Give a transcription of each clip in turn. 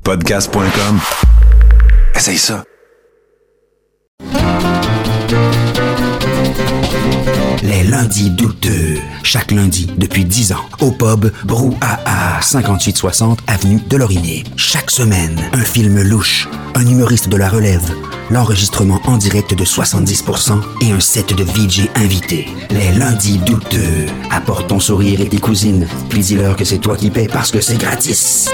Podcast.com. Essaye ça. Les lundis douteux. Chaque lundi, depuis 10 ans, au pub Brouhaha, 5860 avenue de Lorimier. Chaque semaine, un film louche, un humoriste de la relève, l'enregistrement en direct de 70% et un set de VJ invités. Les lundis douteux. Apporte ton sourire et tes cousines, puis dis-leur que c'est toi qui paies parce que c'est gratis.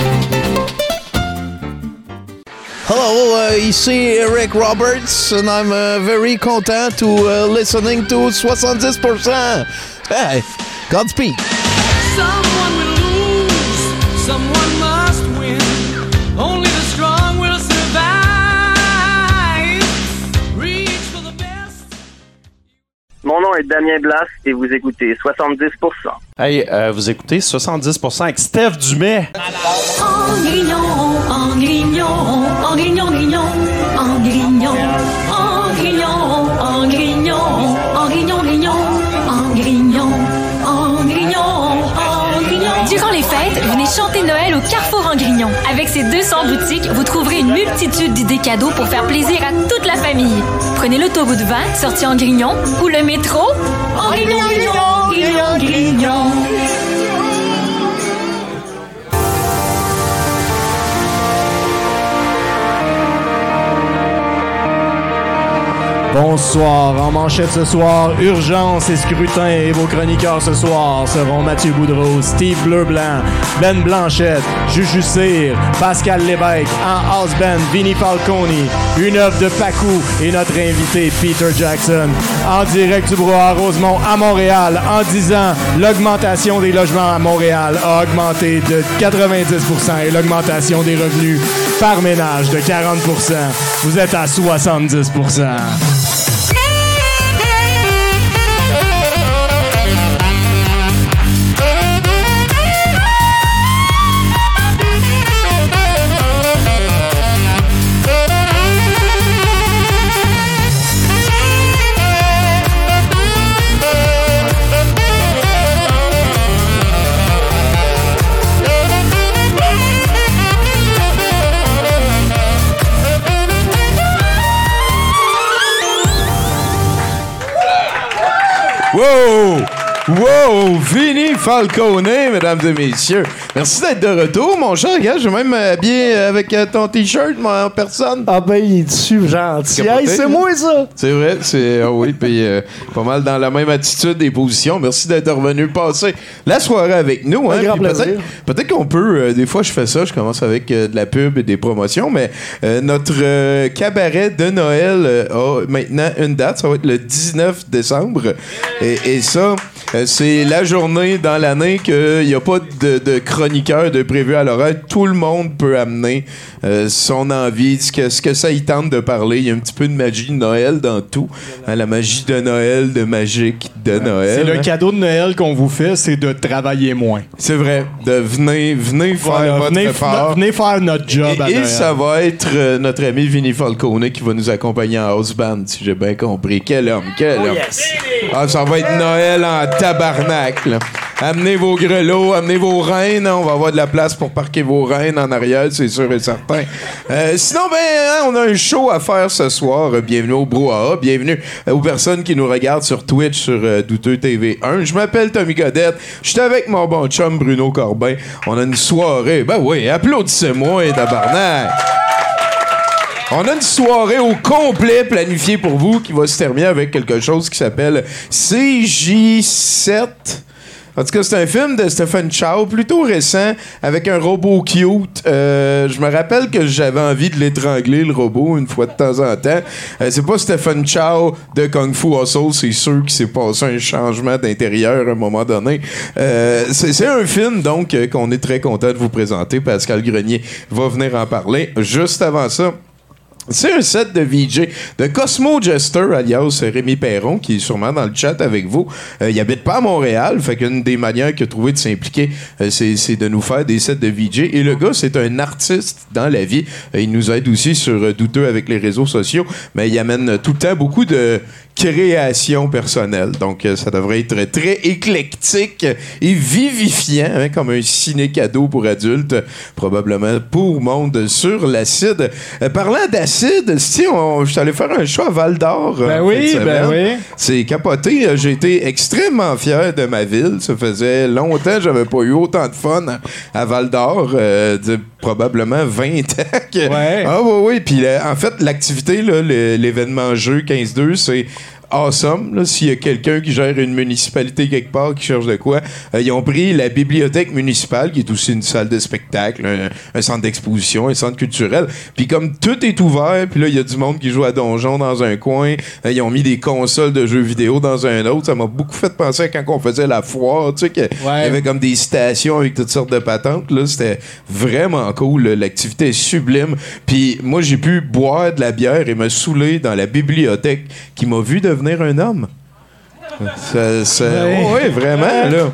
Hello, ici Eric Roberts, and I'm very content to listening to 70%. Hey, Godspeed. Someone will lose, someone must win. Only the strong will survive. Reach for the best. Mon nom est Damien Blas et vous écoutez 70%. Hey, vous écoutez 70% avec Steph Dumais. En grignon, en grignon, en grignon, grignon, en grignon, en grignon, en grignon, en grignon, grignon, en grignon, en grignon, en grignon. Durant les fêtes, venez chanter Noël au Carrefour en Grignon. Avec ses 200 boutiques, vous trouverez une multitude d'idées cadeaux pour faire plaisir à toute la famille. Prenez l'autoroute 20, sortie en Grignon, ou le métro en Grignon, Grignon, Grignon, Grignon. Bonsoir, en manchette ce soir, urgence et scrutin, et vos chroniqueurs ce soir seront Mathieu Boudreau, Steve Bleu-Blanc, Ben Blanchette, Juju Cyr, Pascal Lévesque, en house band, Vinnie Falcone, une œuvre de Pacou et notre invité Peter Jackson, en direct du Brouhaha Rosemont à Montréal, en 10 ans, l'augmentation des logements à Montréal a augmenté de 90% et l'augmentation des revenus par ménage de 40%. Vous êtes à 70%. Wow! Wow! Vinnie Falcone, mesdames et messieurs. Merci d'être de retour, mon cher. Regarde, je vais même habillé avec ton T-shirt, en personne. Ah ben, il est dessus, gentil. Capoté, Hey, c'est moi, ça! C'est vrai, c'est... Ah oui, puis pas mal dans la même attitude des positions. Merci d'être revenu passer la soirée avec nous. Hein, Un grand plaisir. Peut-être qu'on peut... des fois, je fais ça, je commence avec de la pub et des promotions, mais notre cabaret de Noël a maintenant une date. Ça va être le 19 décembre. Et ça... c'est la journée dans l'année qu'il n'y a pas de chroniqueur de prévu à l'horaire. Tout le monde peut amener son envie, ce que ça y tente de parler. Il y a un petit peu de magie de Noël dans tout. Hein, la magie de Noël, de magique de Noël. C'est le cadeau de Noël qu'on vous fait, c'est de travailler moins. C'est vrai. Venez faire votre effort. Venez faire notre job à Et Noël. ça va être notre ami Vinnie Falcone qui va nous accompagner en house band, si j'ai bien compris. Quel homme. Yes. Ah, ça va être Noël en tabarnak, là. Amenez vos grelots, amenez vos reines. On va avoir de la place pour parquer vos reines en arrière, c'est sûr et certain. Sinon, on a un show à faire ce soir. Bienvenue au Brouhaha. Bienvenue aux personnes qui nous regardent sur Twitch, sur Douteux TV1. Je m'appelle Tommy Godette. Je suis avec mon bon chum Bruno Corbin. On a une soirée. Ben oui, applaudissez-moi, tabarnak. On a une soirée au complet planifiée pour vous qui va se terminer avec quelque chose qui s'appelle CJ7. En tout cas, c'est un film de Stephen Chow, plutôt récent, avec un robot cute. Je me rappelle que j'avais envie de l'étrangler, le robot, une fois de temps en temps. C'est pas Stephen Chow de Kung Fu Hustle, c'est sûr qu'il s'est passé un changement d'intérieur à un moment donné. C'est un film, donc, qu'on est très content de vous présenter. Pascal Grenier va venir en parler. Juste avant ça, C'est un set de VJ de Cosmo Jester, alias Rémi Perron, qui est sûrement dans le chat avec vous. Il habite pas à Montréal, fait qu'une des manières qu'il a trouvé de s'impliquer, c'est de nous faire des sets de VJ. Et le gars, c'est un artiste dans la vie. Il nous aide aussi sur Douteux avec les réseaux sociaux, mais il amène tout le temps beaucoup de création personnelle. Donc, ça devrait être très éclectique et vivifiant, hein, comme un ciné-cadeau pour adultes, probablement pour monde sur l'acide. Parlant d'acide, si je suis allé faire un show à Val-d'Or. Oui. C'est capoté. J'ai été extrêmement fier de ma ville. Ça faisait longtemps que j'avais pas eu autant de fun à Val-d'Or. Probablement 20 ans. Ouais. Ah oui. Puis en fait, l'activité, là, l'événement jeu 15-2, c'est awesome. Là, s'il y a quelqu'un qui gère une municipalité quelque part qui cherche de quoi, ils ont pris la bibliothèque municipale, qui est aussi une salle de spectacle, un centre d'exposition, un centre culturel. Puis comme tout est ouvert, puis là, il y a du monde qui joue à donjon dans un coin, ils ont mis des consoles de jeux vidéo dans un autre. Ça m'a beaucoup fait penser à quand on faisait la foire, tu sais, qu'il y avait comme des stations avec toutes sortes de patentes. Là, c'était vraiment cool. Là. L'activité est sublime. Puis moi, j'ai pu boire de la bière et me saouler dans la bibliothèque qui m'a vu devenir un homme. Oui, vraiment, là.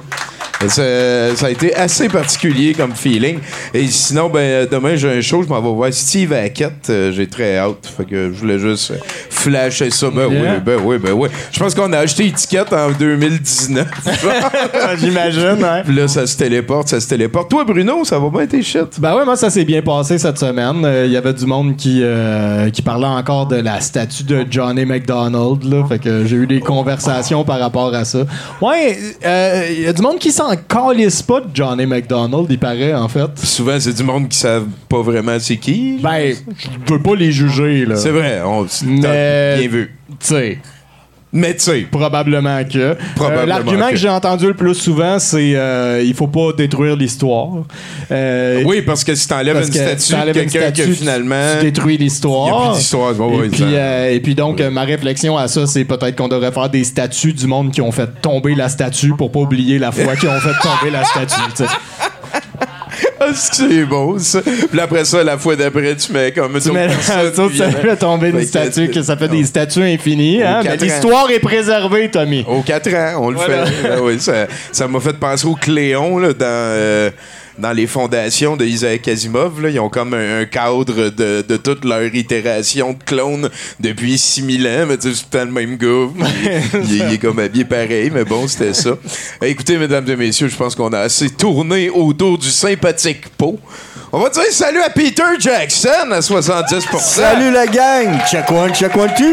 Ça a été assez particulier comme feeling. Et sinon, demain, j'ai un show, je m'en vais voir Steve Hackett. J'ai très hâte. Fait que je voulais juste flasher ça. Ben oui. Je pense qu'on a acheté étiquette en 2019. J'imagine, hein. Puis là, ça se téléporte. Toi, Bruno, ça va bien tes shit? Ben ouais, moi, ça s'est bien passé cette semaine. Il y avait du monde qui parlait encore de la statue de Johnny McDonald, là. Fait que j'ai eu des conversations par rapport à ça. Ouais, il y a du monde qui s'en calisse pas de Johnny McDonald, il paraît, en fait. Souvent, c'est du monde qui savent pas vraiment c'est qui. Ben, je veux pas les juger, là. C'est vrai, mais bien vu. Tu sais. Mais tu sais. Probablement que. L'argument que j'ai entendu le plus souvent, c'est il faut pas détruire l'histoire. Oui, parce que si t'enlèves une statue de quelqu'un que finalement. Tu détruis l'histoire. Il n'y a plus d'histoire. Et puis donc, ma réflexion à ça, c'est peut-être qu'on devrait faire des statues du monde qui ont fait tomber la statue pour pas oublier la fois qu'ils ont fait tomber la statue. T'sais. C'est beau, ça. Puis après ça, la fois d'après, tu mets comme tu mets ça fait tomber une statue, que ça fait des statues infinies. Hein? Mais l'histoire est préservée, Tommy. Aux 4 ans, on le fait. Oui, ça m'a fait penser au Cléon là, dans les fondations de Isaac Asimov. Là, ils ont comme un cadre de toute leur itération de clones depuis 6000 ans. Mais tu sais, c'est tout le même gars. Il est comme habillé pareil, mais bon, c'était ça. Écoutez, mesdames et messieurs, je pense qu'on a assez tourné autour du sympathique pot. On va dire salut à Peter Jackson à 70%. Salut la gang! Check one, two.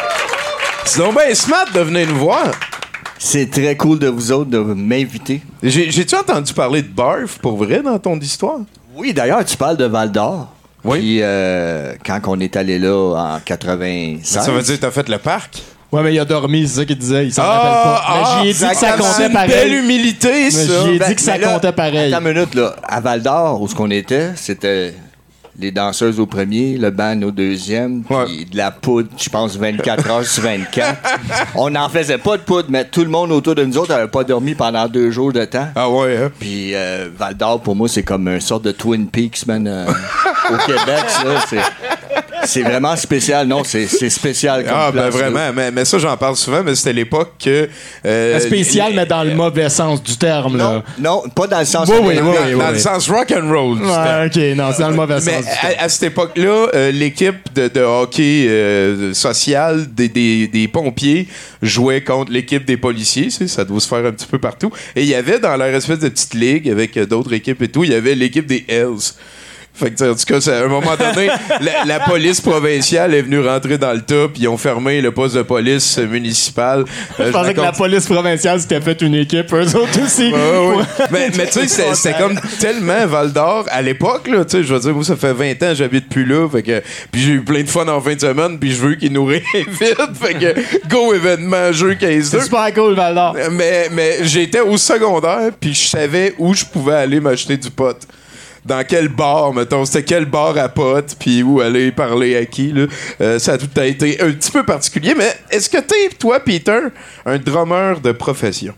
C'est donc bien smart de venir nous voir. C'est très cool de vous autres de m'inviter. J'ai-tu entendu parler de Barf, pour vrai, dans ton histoire? Oui, d'ailleurs, tu parles de Val-d'Or. Oui. Puis, quand on est allé là en 96... Ça veut dire que t'as fait le parc? Ouais, mais il a dormi, c'est ça qu'il disait. Il s'en rappelle pas. Mais j'y ai dit que ça comptait pareil. C'est une belle humilité, ça. J'y ai dit que ça comptait pareil. Attends une minute, là. À Val-d'Or, où ce qu'on était, c'était... les danseuses au premier, le band au deuxième, puis de la poudre, je pense, 24 heures sur 24. On n'en faisait pas de poudre, mais tout le monde autour de nous autres n'avait pas dormi pendant 2 jours de temps. Ah ouais, hein? Puis Val-d'Or, pour moi, c'est comme une sorte de Twin Peaks, man, au Québec, ça. C'est vraiment spécial, non? C'est spécial comme place, vraiment. Mais ça, j'en parle souvent, mais c'était l'époque que... spécial, mais dans le mauvais sens du terme, là. Non, pas dans le sens... Oui. Dans le sens rock and roll. Ouais, OK, non, c'est dans le mauvais sens. Mais à cette époque-là, l'équipe de hockey social des pompiers jouait contre l'équipe des policiers. Ça doit se faire un petit peu partout. Et il y avait dans leur espèce de petite ligue avec d'autres équipes et tout, il y avait l'équipe des Hells. Fait que, en tout cas, à un moment donné, la police provinciale est venue rentrer dans le tas, puis ils ont fermé le poste de police municipal. Je pensais que la police provinciale s'était fait une équipe, eux autres aussi. Oui. Mais tu sais, c'était comme tellement Val-d'Or à l'époque, là. Tu sais, je veux dire, moi, ça fait 20 ans, j'habite plus là. Fait que, puis j'ai eu plein de fun en fin de semaine, puis je veux qu'ils nous réinvitent. Fait que, go événement, jeu 15-2. C'est super cool, Val-d'Or. Mais j'étais au secondaire, puis je savais où je pouvais aller m'acheter du pot. Dans quel bar, mettons, c'était quel bar à potes, puis où aller parler à qui, là. Ça a tout été un petit peu particulier, mais est-ce que t'es, toi, Peter, un drummer de profession?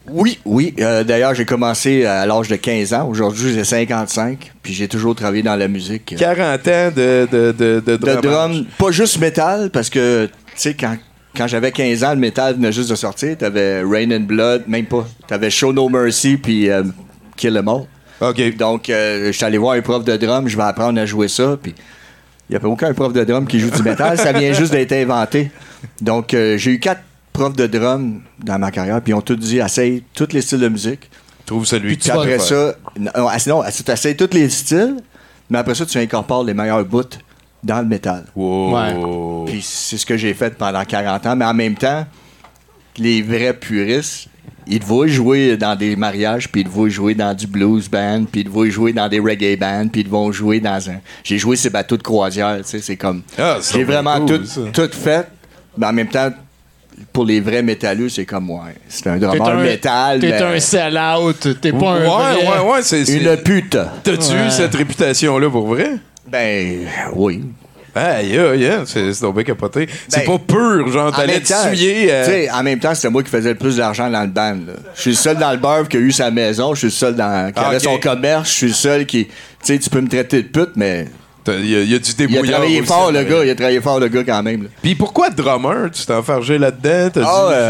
Oui. D'ailleurs, j'ai commencé à l'âge de 15 ans. Aujourd'hui, j'ai 55. Puis j'ai toujours travaillé dans la musique. 40 ans de drum. Pas juste métal, parce que, tu sais, quand j'avais 15 ans, le métal venait juste de sortir. T'avais Rain and Blood, même pas. T'avais Show No Mercy, puis Kill 'Em All. OK. Donc, je suis allé voir un prof de drum. Je vais apprendre à jouer ça. Puis il n'y a pas aucun prof de drum qui joue du métal. Ça vient juste d'être inventé. Donc, j'ai eu 4 profs de drum dans ma carrière, puis ils ont tous dit essaye tous les styles de musique. Trouve celui Puis après ça, non, tu essayes tous les styles, mais après ça, tu incorpores les meilleurs bouts dans le métal. Wow. Ouais. Puis c'est ce que j'ai fait pendant 40 ans, mais en même temps, les vrais puristes, ils te voient jouer dans des mariages, puis ils te voient jouer dans du blues band, puis ils te voient jouer dans des reggae bands, puis ils te vont jouer dans un... J'ai joué ces bateaux de croisière, tu sais, c'est comme... j'ai vraiment cool, tout fait, mais en même temps, pour les vrais métalleux, c'est comme, ouais, c'est un drummer métal. T'es mais... un sell-out, t'es pas un vrai... Ouais, c'est... Une pute. T'as-tu eu cette réputation-là pour vrai? Ben, oui. C'est donc bien capoté. C'est pas pur, genre, t'allais te souiller. Tu sais, en même temps, c'était moi qui faisais le plus d'argent dans le band. Là. Je suis le seul dans le bar qui a eu sa maison. Je suis le seul qui avait son commerce. Je suis le seul qui... Tu sais, tu peux me traiter de pute, mais... Il y a du débrouillard. Il a travaillé fort, le gars. Il a travaillé fort, le gars, quand même. Puis pourquoi drummer? Tu t'es enfargé là-dedans?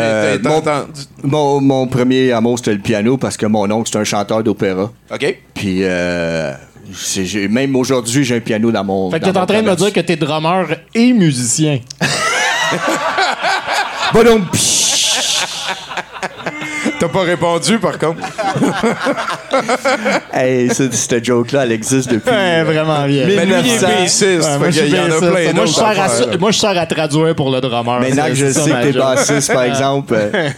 Mon premier amour, c'était le piano parce que mon oncle, c'est un chanteur d'opéra. OK. Puis... même aujourd'hui, j'ai un piano dans mon... Fait que t'es en train de me dire que t'es drummer et musicien. Bonhomme. T'as pas répondu, par contre. Hey, cette joke-là, elle existe depuis... vraiment bien. Mais lui, il est bassiste. Il y en a plein d'autres. Moi, je sers à traduire pour le drummer. Maintenant que je sais que t'es bassiste, par exemple...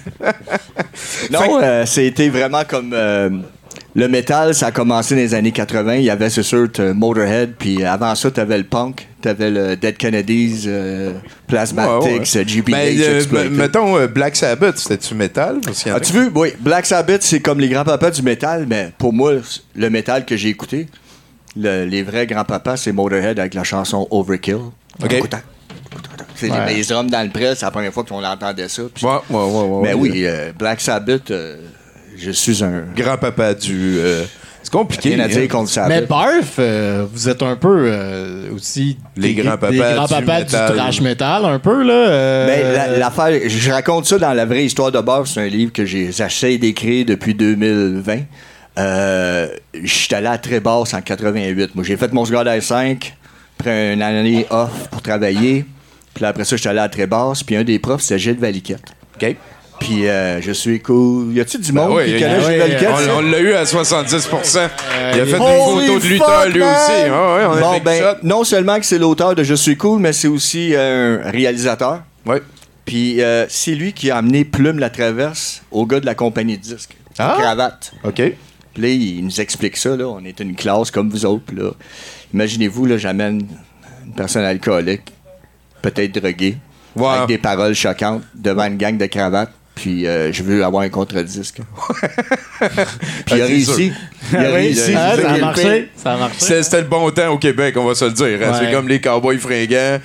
Non, c'était vraiment comme... le métal, ça a commencé dans les années 80. Il y avait, c'est sûr, Motorhead. Puis avant ça, t'avais le punk. T'avais le Dead Kennedys, Plasmatics, GBH. Mettons, Black Sabbath, c'était-tu métal? As-tu vu? Oui. Black Sabbath, c'est comme les grands-papas du métal. Mais pour moi, le métal que j'ai écouté, les vrais grands-papas, c'est Motorhead avec la chanson Overkill. OK. C'est les drums dans le press. C'est la première fois qu'on entendait ça. Puis, mais oui, Black Sabbath... je suis un... grand-papa du... c'est compliqué. Rien à dire contre ça. Mais Barf, vous êtes un peu aussi... Les grands-papas du thrash metal, un peu, là. Mais l'affaire... Je raconte ça dans La vraie histoire de Barf. C'est un livre que j'essaie d'écrire depuis 2020. Je suis allé à Trébasse en 88. Moi, j'ai fait mon secondaire 5, après une année off pour travailler. Puis après ça, je suis allé à Trébasse. Puis un des profs, c'était Gilles Valiquette. OK. Puis je suis cool. Y a-tu du monde qui connaît Gilles Valiquette? On l'a eu à 70%. Il a fait une photo de lutteur, lui aussi. Non seulement que c'est l'auteur de Je suis cool, mais c'est aussi un réalisateur. Oui. Puis c'est lui qui a amené Plume la Traverse au gars de la compagnie de disques. Cravate. OK. Puis là, il nous explique ça. Là. On est une classe comme vous autres. Puis là, imaginez-vous, là, j'amène une personne alcoolique, peut-être droguée, avec des paroles choquantes devant une gang de cravates. Puis je veux avoir un contre-disque. Puis il a réussi. Ça a marché. C'était le bon temps au Québec, on va se le dire. Hein? C'est comme les cowboys fringants.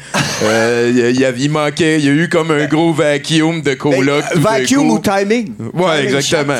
Il manquait, il y a eu comme un gros vacuum de coloc. Vacuum ou timing. Ouais, exactement.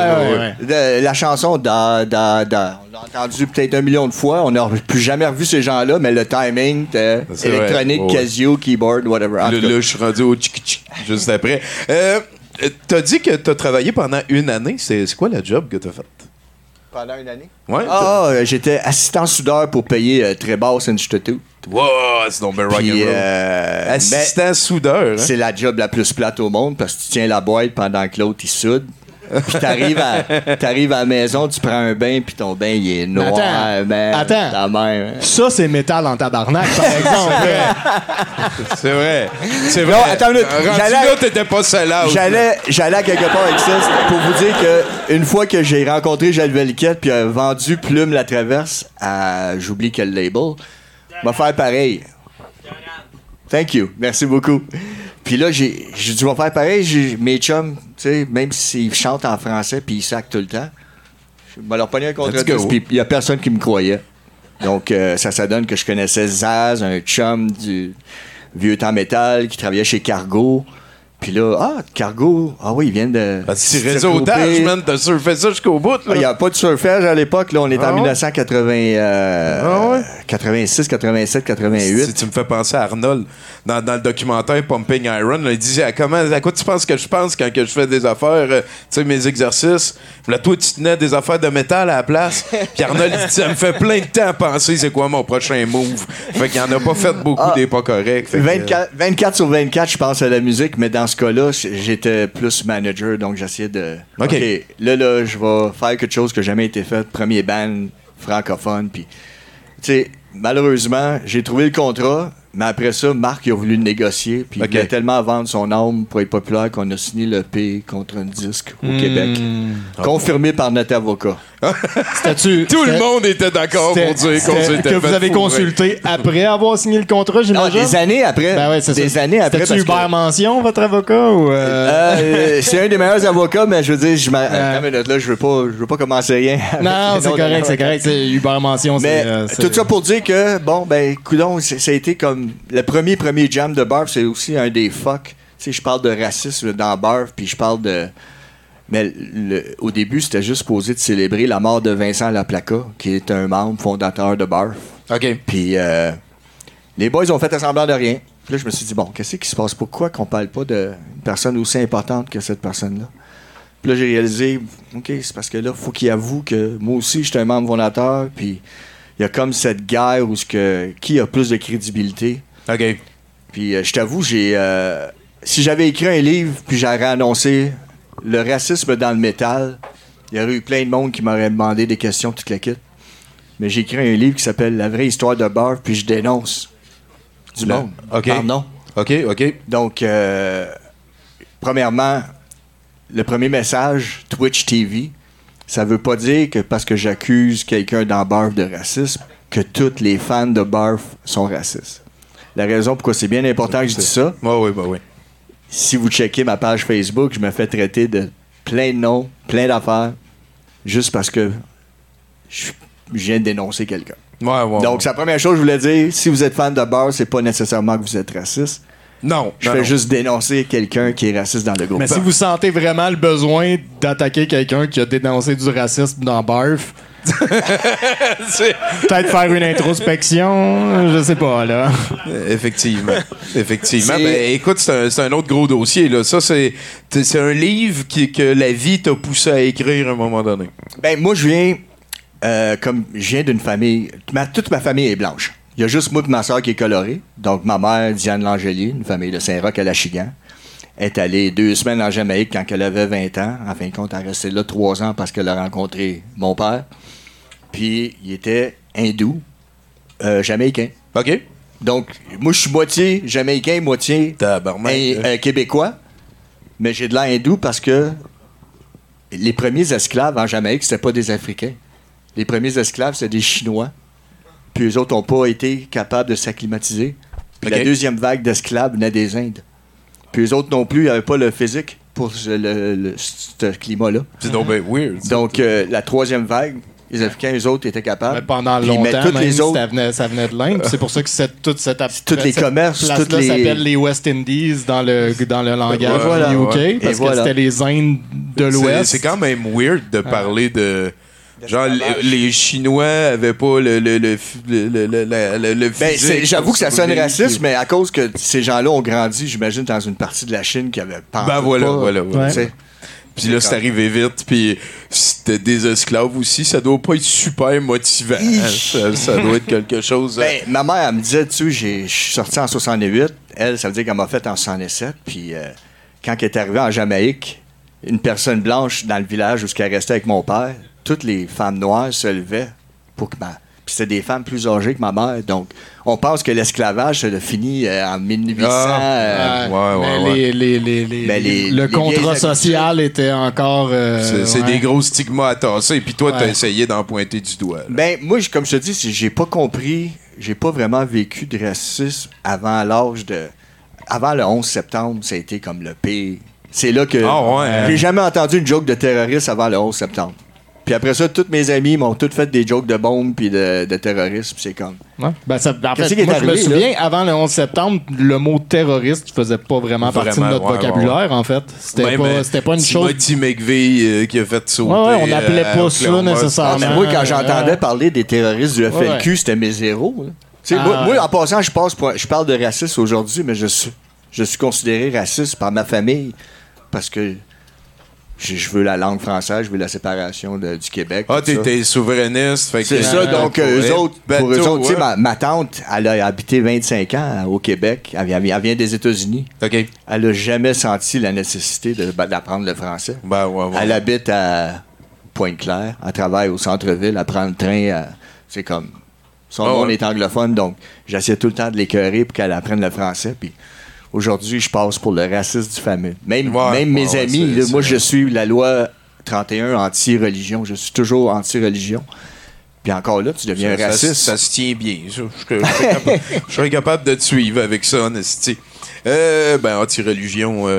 La chanson Da. On l'a entendu peut-être 1 million de fois. On n'a plus jamais revu ces gens-là, mais le timing, électronique, Casio, keyboard, whatever. Là, je suis rendu au tchik-tchik juste après. T'as dit que t'as travaillé pendant une année. C'est quoi la job que t'as faite? Pendant une année? Ouais. J'étais assistant soudeur pour payer Trébasse Institute. Wow, c'est donc bien rock'n'roll. Assistant soudeur. Hein? C'est la job la plus plate au monde parce que tu tiens la boîte pendant que l'autre il soude. Puis t'arrives à la maison, tu prends un bain, puis ton bain, il est noir. Attends. Ça, c'est métal en tabarnak, par exemple. C'est vrai. Non, attends une minute. Là, t'étais pas seul là. J'allais à quelque part avec ça pour vous dire qu'une fois que j'ai rencontré Gilles Valiquette puis a vendu Plume la Traverse à... J'oublie quel label. M'a faire pareil. Thank you. Merci beaucoup. Puis là, j'ai dit, je vais faire pareil. Mes chums, tu sais, même s'ils chantent en français puis ils sacent tout le temps, je vais leur pogner un contre-disque. Puis il n'y a personne qui me croyait. Donc, ça donne que je connaissais Zaz, un chum du vieux temps métal qui travaillait chez Cargo. Puis là, Cargo, il vient de... Tu tirais au dash, man, t'as surfé ça jusqu'au bout, là. Il n'y a pas de surfage à l'époque, là, on est en 1986, 87, 88. Si tu me fais penser à Arnold, dans le documentaire Pumping Iron, là, il disait à quoi tu penses que je pense quand que je fais des affaires, tu sais, mes exercices. Là, toi, tu tenais des affaires de métal à la place. Puis Arnold, il dit, ça me fait plein de temps à penser c'est quoi mon prochain move. Fait qu'il en a pas fait beaucoup des pas corrects. 24 sur 24, je pense à la musique, mais dans ce cas-là, j'étais plus manager, donc j'essayais de... OK, là, je vais faire quelque chose qui n'a jamais été fait. Premier band francophone, puis... Tu sais, malheureusement, j'ai trouvé le contrat, mais après ça, Marc, il a voulu le négocier, puis il voulait tellement vendre son âme pour être populaire qu'on a signé le P contre un disque au Québec. Confirmé par notre avocat. Tout le monde était d'accord pour dire qu'on s'était que vous avez consulté après avoir signé le contrat, j'imagine? Des années après. Ben ouais, c'est des ça. années après. C'était-tu Hubert Mention, votre avocat? Ou c'est un des meilleurs avocats, mais je veux dire, je veux pas commencer rien. Non, c'est correct. C'est Hubert Mention. Mais tout ça pour dire que, bon, ben, coudonc, ça a été comme le premier jam de Barf, c'est aussi un des fuck. Tu sais, je parle de racisme dans Barf, puis je parle de... Mais au début, c'était juste posé de célébrer la mort de Vincent Laplaca, qui est un membre fondateur de Barf. OK. Puis les boys ont fait semblant de rien. Puis là, je me suis dit, bon, qu'est-ce qui se passe? Pourquoi qu'on parle pas d'une personne aussi importante que cette personne-là? Puis là, j'ai réalisé, OK, c'est parce que là, faut qu'il avoue que moi aussi, j'étais un membre fondateur, puis il y a comme cette guerre où qui a plus de crédibilité. OK. Puis je t'avoue, si j'avais écrit un livre, puis j'aurais annoncé le racisme dans le métal, il y aurait eu plein de monde qui m'aurait demandé des questions, toute la kit. Mais j'ai écrit un livre qui s'appelle La vraie histoire de Barf, puis je dénonce du monde. OK. Pardon. OK. Donc, premièrement, le premier message, Twitch TV, ça veut pas dire que parce que j'accuse quelqu'un dans Barf de racisme, que tous les fans de Barf sont racistes. La raison pourquoi c'est bien important que je dis ça, oui. si vous checkez ma page Facebook, je me fais traiter de plein de noms, plein d'affaires, juste parce que je viens de dénoncer quelqu'un. Donc, c'est la première chose que je voulais dire. Si vous êtes fan de Barf, c'est pas nécessairement que vous êtes raciste. Non. Je fais juste dénoncer quelqu'un qui est raciste dans le groupe. Mais si vous sentez vraiment le besoin d'attaquer quelqu'un qui a dénoncé du racisme dans Barf, peut-être faire une introspection, je sais pas, là. Effectivement. Ben, écoute, c'est un autre gros dossier, là. Ça, c'est un livre que la vie t'a poussé à écrire à un moment donné. Ben, moi, je viens d'une famille... toute ma famille est blanche. Il y a juste moi et ma soeur qui est colorée. Donc, ma mère, Diane Langelier, une famille de Saint-Roch à l'Achigan, est allée 2 semaines en Jamaïque quand elle avait 20 ans. En fin de compte, elle restait là 3 ans parce qu'elle a rencontré mon père. Puis, il était hindou, jamaïcain. OK. Donc, moi, je suis moitié jamaïcain, moitié québécois. Mais j'ai de l'air hindou parce que les premiers esclaves en Jamaïque, c'était pas des Africains. Les premiers esclaves, c'était des Chinois. Puis eux autres n'ont pas été capables de s'acclimatiser. Puis la deuxième vague d'esclaves venait des Indes. Puis eux autres non plus, ils n'avaient pas le physique pour ce climat-là. C'est donc bien weird. Donc, la troisième vague, les Africains, eux autres, étaient capables. Mais pendant longtemps, toutes les autres, ça venait de l'Inde. C'est pour ça que tous les commerces, place-là s'appellent les West Indies dans le langage UK. Parce que c'était les Indes de l'Ouest. C'est quand même weird de parler de... Genre, les Chinois avaient pas le physique. J'avoue que ça sonne raciste, mais à cause que ces gens-là ont grandi, j'imagine, dans une partie de la Chine qui avait pas. Ben voilà. Puis là, c'est arrivé vite, puis c'était des esclaves aussi. Ça doit pas être super motivant. Ça doit être quelque chose... Ben, ma mère, elle me disait, tu sais, je suis sorti en 68. Elle, ça veut dire qu'elle m'a fait en 67. Puis quand elle est arrivée en Jamaïque, une personne blanche dans le village où elle restait avec mon père, toutes les femmes noires se levaient pour que puis c'était des femmes plus âgées que ma mère. Donc, on pense que l'esclavage, ça a fini en 1800. Le contrat social était encore... c'est des gros stigmas à tasser. Puis toi, t'as essayé d'en pointer du doigt. Là. Ben, moi, comme je te dis, j'ai pas compris... J'ai pas vraiment vécu de racisme avant l'âge de... Avant le 11 septembre, ça a été comme le pire. C'est là que... J'ai jamais entendu une joke de terroriste avant le 11 septembre. Puis après ça, tous mes amis m'ont tous fait des jokes de bombes puis de terrorisme. Puis c'est comme... Ouais. Ben, ça, en Qu'est-ce fait, qui est moi, je me arrivé, souviens, avant le 11 septembre, le mot terroriste faisait pas vraiment partie de notre vocabulaire, en fait. C'était pas une chose... Timothy McVeigh qui a fait sauter... Ouais, on n'appelait pas ça nécessairement. Moi, quand j'entendais parler des terroristes du FLQ, c'était mes zéros. Moi, en passant, je parle de racisme aujourd'hui, mais je suis considéré raciste par ma famille parce que je veux la langue française, je veux la séparation du Québec. Ah, t'es souverainiste. C'est ça, donc eux autres, pour eux autres, tu sais, ma tante, elle a habité 25 ans au Québec, elle vient des États-Unis. OK. Elle a jamais senti la nécessité d'apprendre le français. Ouais. Elle habite à Pointe-Claire, elle travaille au centre-ville, elle prend le train, c'est comme... Son monde est anglophone, donc j'essaie tout le temps de l'écœurer pour qu'elle apprenne le français, puis... Aujourd'hui, je passe pour le raciste du fameux. Même mes amis, moi, je suis la loi 31 anti-religion. Je suis toujours anti-religion. Puis encore là, tu deviens raciste. Ça se tient bien. Je serais capable de te suivre avec ça, honesty. Anti-religion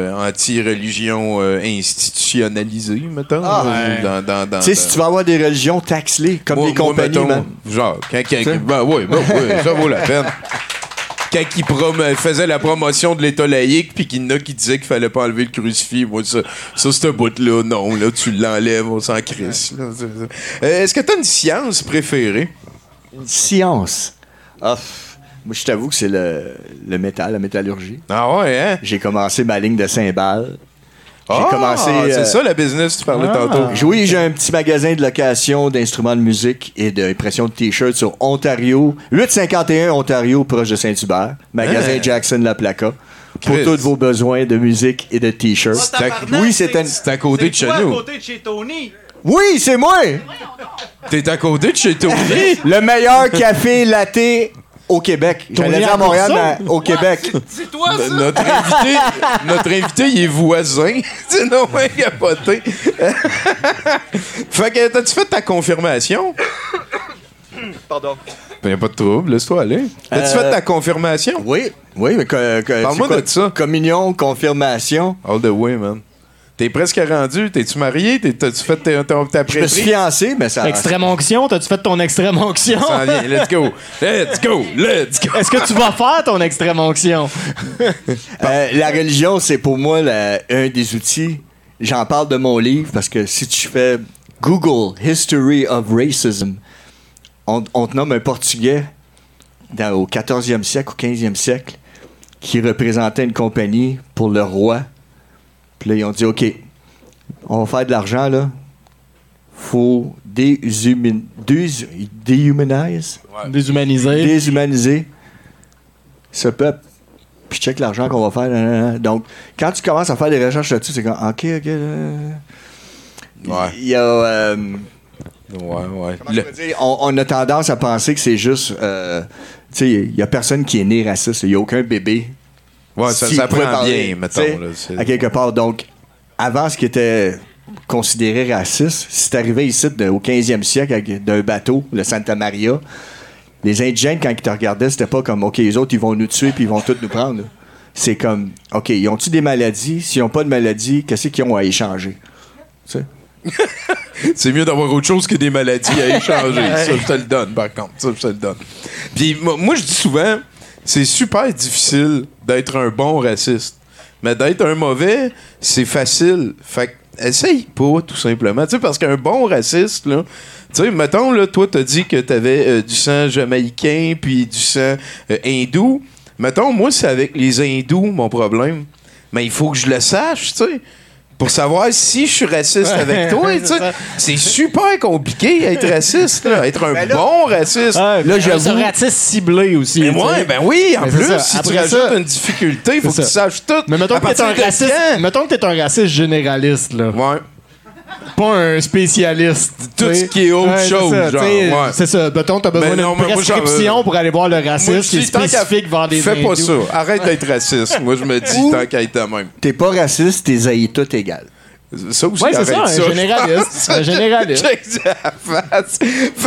institutionnalisée, mettons. Tu sais, si tu vas avoir des religions, taxe-les, comme les compagnies. Genre, oui, ça vaut la peine. Quand il faisait la promotion de l'État laïque, puis qu'il y en a qui disaient qu'il fallait pas enlever le crucifix, moi, ça c'est un bout-là, non, là, tu l'enlèves, on s'en crisse. Est-ce que t'as une science préférée? Une science? Moi, je t'avoue que c'est le métal, la métallurgie. Ah ouais, hein? J'ai commencé ma ligne de cymbales. C'est ça la business, tu parlais tantôt. Oui, j'ai un petit magasin de location d'instruments de musique et d'impression de t-shirts sur Ontario, 851 Ontario, proche de Saint-Hubert. Magasin Jackson La Placa. Pour tous vos besoins de musique et de t-shirts. Oui, c'est à côté de chez nous. à côté de chez Tony. Oui, c'est moi! T'es à côté de chez Tony? Le meilleur café latte au Québec. J'allais dire à Montréal, mais au Québec. C'est toi, ça? Notre invité, il est voisin. C'est non, capoté. Fait que, t'as-tu fait ta confirmation? Pardon. Ben, y'a pas de trouble, laisse-toi aller. T'as-tu fait ta confirmation? Oui, mais parle-moi de ça. Communion, confirmation. All the way, man. T'es presque rendu. T'es-tu marié? T'as-tu fait ta prêtrise? Je me suis fiancé, mais ça... Extrême onction? T'as-tu fait ton extrême onction? Ça vient. Let's go. Est-ce que tu vas faire ton extrême onction? La religion, c'est pour moi un des outils. J'en parle de mon livre parce que si tu fais Google History of Racism, on te nomme un Portugais au 14e siècle ou 15e siècle qui représentait une compagnie pour le roi. Puis là, ils ont dit, OK, on va faire de l'argent, là. Faut déshumaniser ce peuple. Puis check l'argent qu'on va faire. Donc, quand tu commences à faire des recherches là-dessus, c'est comme, OK. Il y a... On a tendance à penser que c'est juste... tu sais, il y a personne qui est né raciste. Il n'y a aucun bébé. Ouais, ça prend bien, mettons. Là, à quelque part. Donc, avant, ce qui était considéré raciste, si t'arrivais ici au 15e siècle d'un bateau, le Santa Maria, les indigènes, quand ils te regardaient, c'était pas comme, OK, les autres, ils vont nous tuer puis ils vont tous nous prendre. Là. C'est comme, OK, ils ont-tu des maladies? S'ils n'ont pas de maladies, qu'est-ce qu'ils ont à échanger? Tu sais? C'est mieux d'avoir autre chose que des maladies à échanger. Ça, je te le donne, par contre. Ça, je te le donne. Puis, moi, je dis souvent... C'est super difficile d'être un bon raciste. Mais d'être un mauvais, c'est facile. Fait que essaye pas, tout simplement. Tu sais, parce qu'un bon raciste, là... Tu sais, mettons, là, toi, t'as dit que t'avais du sang jamaïcain puis du sang hindou. Mettons, moi, c'est avec les hindous, mon problème. Mais il faut que je le sache, tu sais. Pour savoir si je suis raciste avec toi, tu sais. C'est super compliqué être raciste, là. Être un bon raciste. Là, j'avoue. Un raciste ciblé aussi. Mais ouais, ben oui, en plus, ça. si après tu rajoutes une difficulté, il faut que tu saches tout. Mais mettons que t'es un raciste généraliste, là. Ouais. Pas un spécialiste. Tout ce qui est autre chose, genre. C'est ça. Mettons, t'as besoin d'une prescription pour aller voir le raciste qui est spécifique vers des Fais pas ça. Arrête d'être raciste. Moi, je me dis, tant qu'à être même. T'es pas raciste, t'es haïs tout égal. Ça aussi, c'est ça, un généraliste. Un généraliste. Check la face.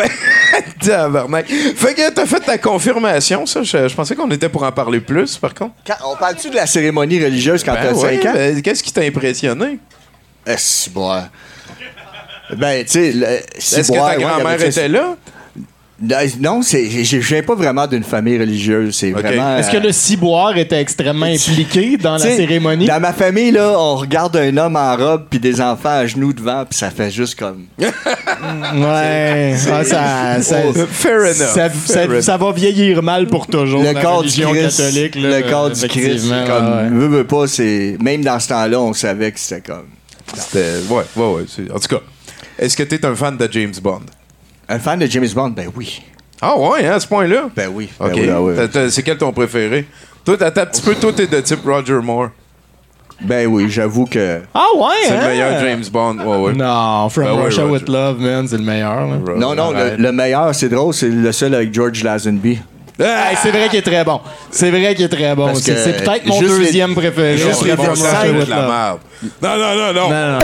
Fait que t'as fait ta confirmation, ça. Je pensais qu'on était pour en parler plus, par contre. On parle-tu de la cérémonie religieuse quand t'as 5 ans? Qu'est-ce qui t'a impressionné? C'est bon. Ben, tu sais, Est-ce que ta grand-mère était là? Non, je viens pas vraiment d'une famille religieuse. C'est vraiment. Est-ce que le ciboire était extrêmement impliqué dans la T'sais, cérémonie? Dans ma famille, là, on regarde un homme en robe puis des enfants à genoux devant, puis ça fait juste comme. Ouais. Fair enough. Ça va vieillir mal pour toujours. Le la corps du religion Christ. catholique. Là, Le corps du Christ. effectivement, Comme, ouais. veut pas, c'est. Même dans ce temps-là, on savait que c'était comme. C'était... Ouais. En tout cas, est-ce que t'es un fan de James Bond? Un fan de James Bond, ben oui. Ah ouais, hein, à ce point-là? Ben oui. OK. Ben oui, ben oui. C'est quel ton préféré? Toi, t'attends un petit peu, toi, t'es de type Roger Moore. Ben oui, j'avoue que. Ah ouais, C'est hein? le meilleur James Bond. Ouais. Non, From Ben ouais, Russia Roger. with Love, man, c'est le meilleur. Là. Non, le meilleur, c'est drôle, c'est le seul avec George Lazenby. Hey, c'est vrai qu'il est très bon. C'est vrai qu'il est très bon. Parce que C'est peut-être mon juste deuxième préféré. juste les From versets Russia de with la Love. merde. Non. Non.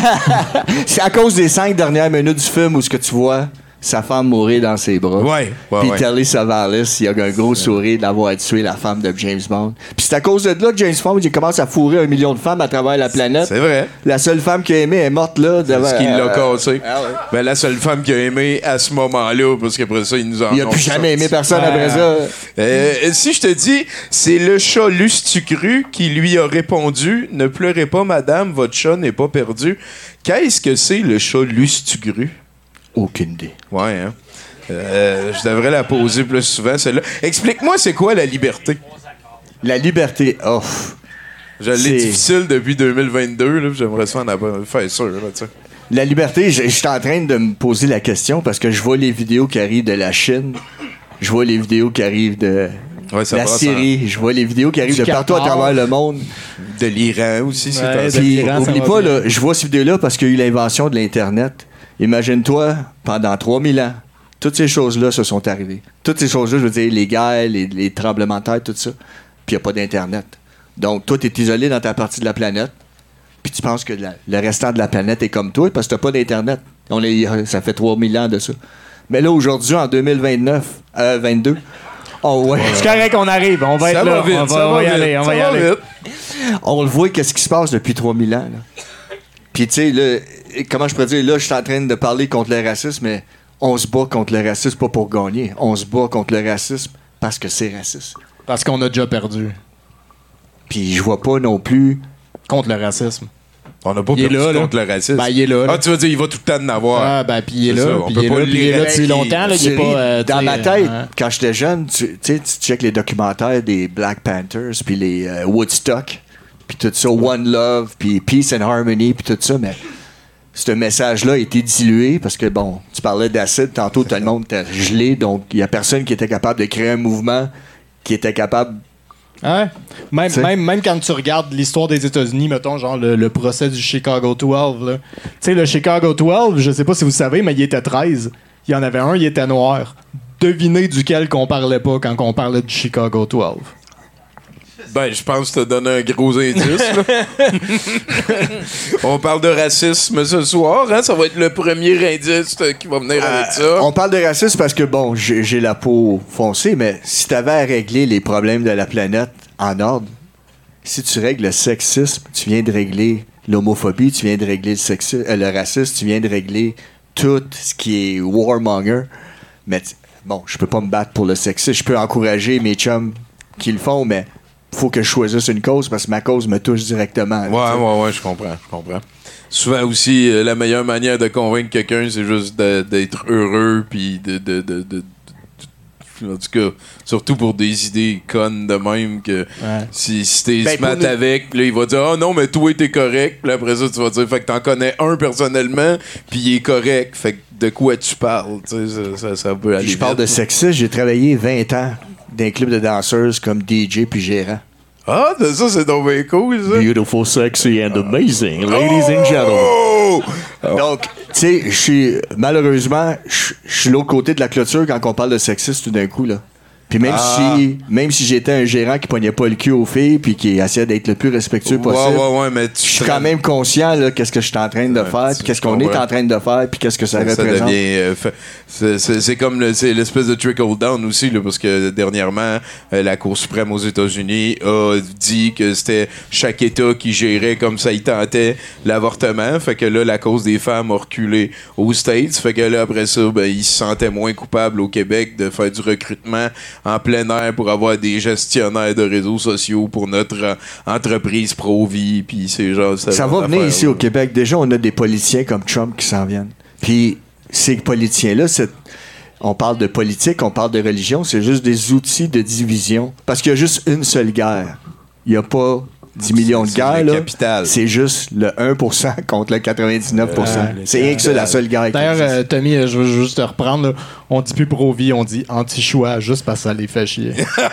C'est à cause des 5 dernières minutes du film où ce que tu vois sa femme mourir dans ses bras. Ouais. Puis Telly Savalas, il a un gros sourire d'avoir tué la femme de James Bond. Puis c'est à cause de là que James Bond il commence à fourrer 1 million de femmes à travers la planète. C'est vrai. La seule femme qu'il a aimée est morte là. Parce qu'il l'a cassé. Ah ouais. Ben, la seule femme qu'il a aimé à ce moment-là, parce qu'après ça, il nous en Il a plus jamais aimé personne après ça. Si je te dis, c'est le chat Lustucru qui lui a répondu « Ne pleurez pas, madame, votre chat n'est pas perdu. » Qu'est-ce que c'est le chat Lustucru? Aucune idée. Ouais, hein? Je devrais la poser plus souvent, celle-là. Explique-moi, c'est quoi la liberté? La liberté, Je l'ai C'est- difficile depuis 2022, là, j'aimerais ça en faire sûr, là, tu sais. La liberté, je suis en train de me poser la question parce que je vois les vidéos qui arrivent de la Chine. Je vois les vidéos qui arrivent de Ça la brasse Syrie. Je vois les vidéos qui arrivent Du de partout à Qatar. travers le monde. De l'Iran aussi, c'est Ouais, un- de Puis, l'Iran, ça oublie va pas, bien. là, je vois ces vidéos-là parce qu'il y a eu l'invention de l'Internet. Imagine-toi, pendant 3000 ans, toutes ces choses-là se sont arrivées. Toutes ces choses-là, je veux dire, les guerres, les tremblements de terre, tout ça. Puis il n'y a pas d'Internet. Donc, toi, tu es isolé dans ta partie de la planète. Puis tu penses que le restant de la planète est comme toi parce que tu pas d'Internet. Ça fait 3000 ans de ça. Mais là, aujourd'hui, en 22, oh ouais. C'est correct qu'on arrive. On va Ça être va là. vite, on ça va va y vite, aller. On ça va y va aller. vite. On le voit, qu'est-ce qui se passe depuis 3000 ans. Là. Puis, tu sais, là, comment je pourrais dire, là, je suis en train de parler contre le racisme, mais on se bat contre le racisme pas pour gagner. On se bat contre le racisme parce que c'est raciste. Parce qu'on a déjà perdu Puis, je vois pas non plus. contre le racisme. On n'a pas Il est perdu là, là. contre le racisme. Ben, il est là. Ah, tu vas dire, il va tout le temps en avoir. Ah, ben, puis il est C'est ça, là. on Puis peut il est pas là. Puis il est là le depuis lire longtemps. Là, il est Thierry, pas, dans tu ma sais, tête, hein. quand j'étais jeune, tu checkes les documentaires des Black Panthers, puis les Woodstock, puis tout ça, One Love, puis Peace and Harmony, puis tout ça, mais ce message-là a été dilué parce que, bon, tu parlais d'acide, tantôt tout le monde était gelé, donc il y a personne qui était capable de créer un mouvement qui était capable. Ouais. T'sais. Même quand tu regardes l'histoire des États-Unis, mettons, genre le procès du Chicago 12, là. Tu sais, le Chicago 12, je sais pas si vous savez, mais il était 13. Il y en avait un, il était noir. Devinez duquel qu'on parlait pas quand on parlait du Chicago 12. Ben, je pense que t'as donné un gros indice, là. On parle de racisme ce soir, hein? Ça va être le premier indice qui va venir avec ça. On parle de racisme parce que, bon, j'ai la peau foncée, mais si t'avais à régler les problèmes de la planète en ordre, si tu règles le sexisme, tu viens de régler l'homophobie, tu viens de régler le racisme, tu viens de régler tout ce qui est warmonger. Mais, bon, je peux pas me battre pour le sexisme. Je peux encourager mes chums qui le font, mais faut que je choisisse une cause parce que ma cause me touche directement. Ouais, je comprends. Souvent aussi, la meilleure manière de convaincre quelqu'un, c'est juste d'être heureux, puis en tout cas, surtout pour des idées connes de même que si t'es Ben, smart pour nous- avec, là, il va dire « Ah non, mais toi, t'es correct. » Puis après ça, tu vas dire « Fait que t'en connais un personnellement, puis il est correct. Fait que de quoi tu parles? » Tu sais, ça peut aller Puis je parle vite. de sexisme, j'ai travaillé 20 ans dans un club de danseuses comme DJ puis gérant. Ah, ça, c'est donc bien cool, ça. Beautiful, sexy and amazing, ladies and gentlemen. Oh! Donc, tu sais, je suis malheureusement, je suis l'autre côté de la clôture quand on parle de sexisme tout d'un coup là. Puis même si j'étais un gérant qui pognait pas le cul aux filles puis qui essayait d'être le plus respectueux possible, mais je suis quand même conscient là, qu'est-ce que je suis en train de faire, puis qu'est-ce qu'on est en train de faire, puis qu'est-ce que ça représente. C'est comme c'est l'espèce de trickle down aussi, là, parce que dernièrement, la Cour suprême aux États-Unis a dit que c'était chaque État qui gérait comme ça il tentait l'avortement. Fait que là, la cause des femmes a reculé aux States. Fait que là, après ça, ils se sentaient moins coupables au Québec de faire du recrutement en plein air pour avoir des gestionnaires de réseaux sociaux pour notre entreprise pro-vie, puis c'est genre... Ça va venir ici au Québec. Déjà, on a des politiciens comme Trump qui s'en viennent. Puis ces politiciens-là, on parle de politique, on parle de religion, c'est juste des outils de division. Parce qu'il y a juste une seule guerre. Il n'y a pas 10 millions de guerres, là. C'est juste le 1% contre le 99%. C'est rien que ça, la seule guerre. D'ailleurs, Tommy, je veux juste te reprendre. Là. On dit plus pro-vie, on dit anti-choix, juste parce que ça les fait chier.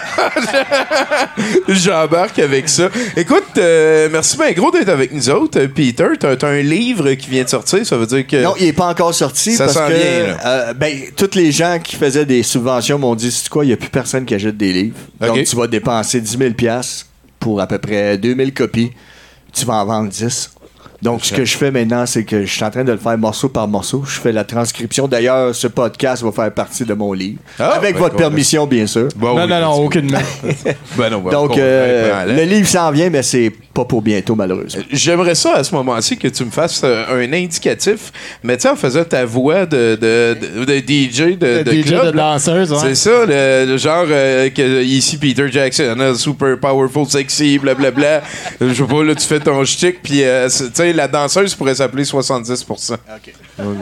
J'embarque avec ça. Écoute, merci bien gros d'être avec nous autres. Peter, t'as un livre qui vient de sortir, ça veut dire que... Non, il n'est pas encore sorti ça parce s'en que tous les gens qui faisaient des subventions m'ont dit, c'est quoi, il n'y a plus personne qui achète des livres. Okay. Donc, tu vas dépenser 10 000 $ pour à peu près 2000 copies. Tu vas en vendre 10. Donc, ce que je fais maintenant, c'est que je suis en train de le faire morceau par morceau. Je fais la transcription. D'ailleurs, ce podcast va faire partie de mon livre. Avec votre permission, bien sûr. Non, aucunement. Donc, le livre s'en vient, mais c'est pas pour bientôt, malheureusement. J'aimerais ça, à ce moment-ci, que tu me fasses un indicatif. Mais tu sais, en faisant ta voix de DJ de DJ club. De danseuse, ouais. C'est ça, le genre que ici, Peter Jackson, super powerful, sexy, blablabla. Je sais pas, là, tu fais ton shtick, puis tu sais, la danseuse pourrait s'appeler 70%. OK.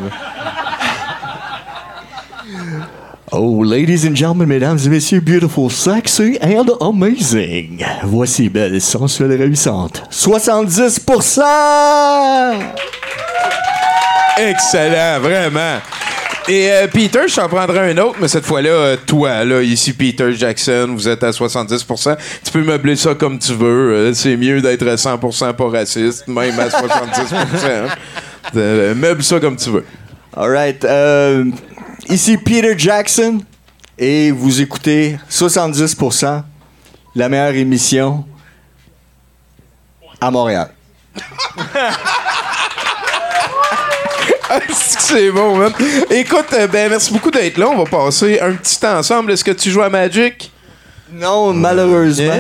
Oh, ladies and gentlemen, mesdames et messieurs, beautiful, sexy and amazing. Voici belle, sensuelle et ravissante. 70%! Excellent, vraiment. Et Peter, je t'en prendrai un autre, mais cette fois-là, toi, là, ici, Peter Jackson, vous êtes à 70%. Tu peux meubler ça comme tu veux. C'est mieux d'être à 100% pas raciste, même à 70%. Meuble ça comme tu veux. All right. Ici Peter Jackson et vous écoutez 70%, la meilleure émission à Montréal. C'est bon, man. Écoute, merci beaucoup d'être là. On va passer un petit temps ensemble. Est-ce que tu joues à Magic? Non, malheureusement.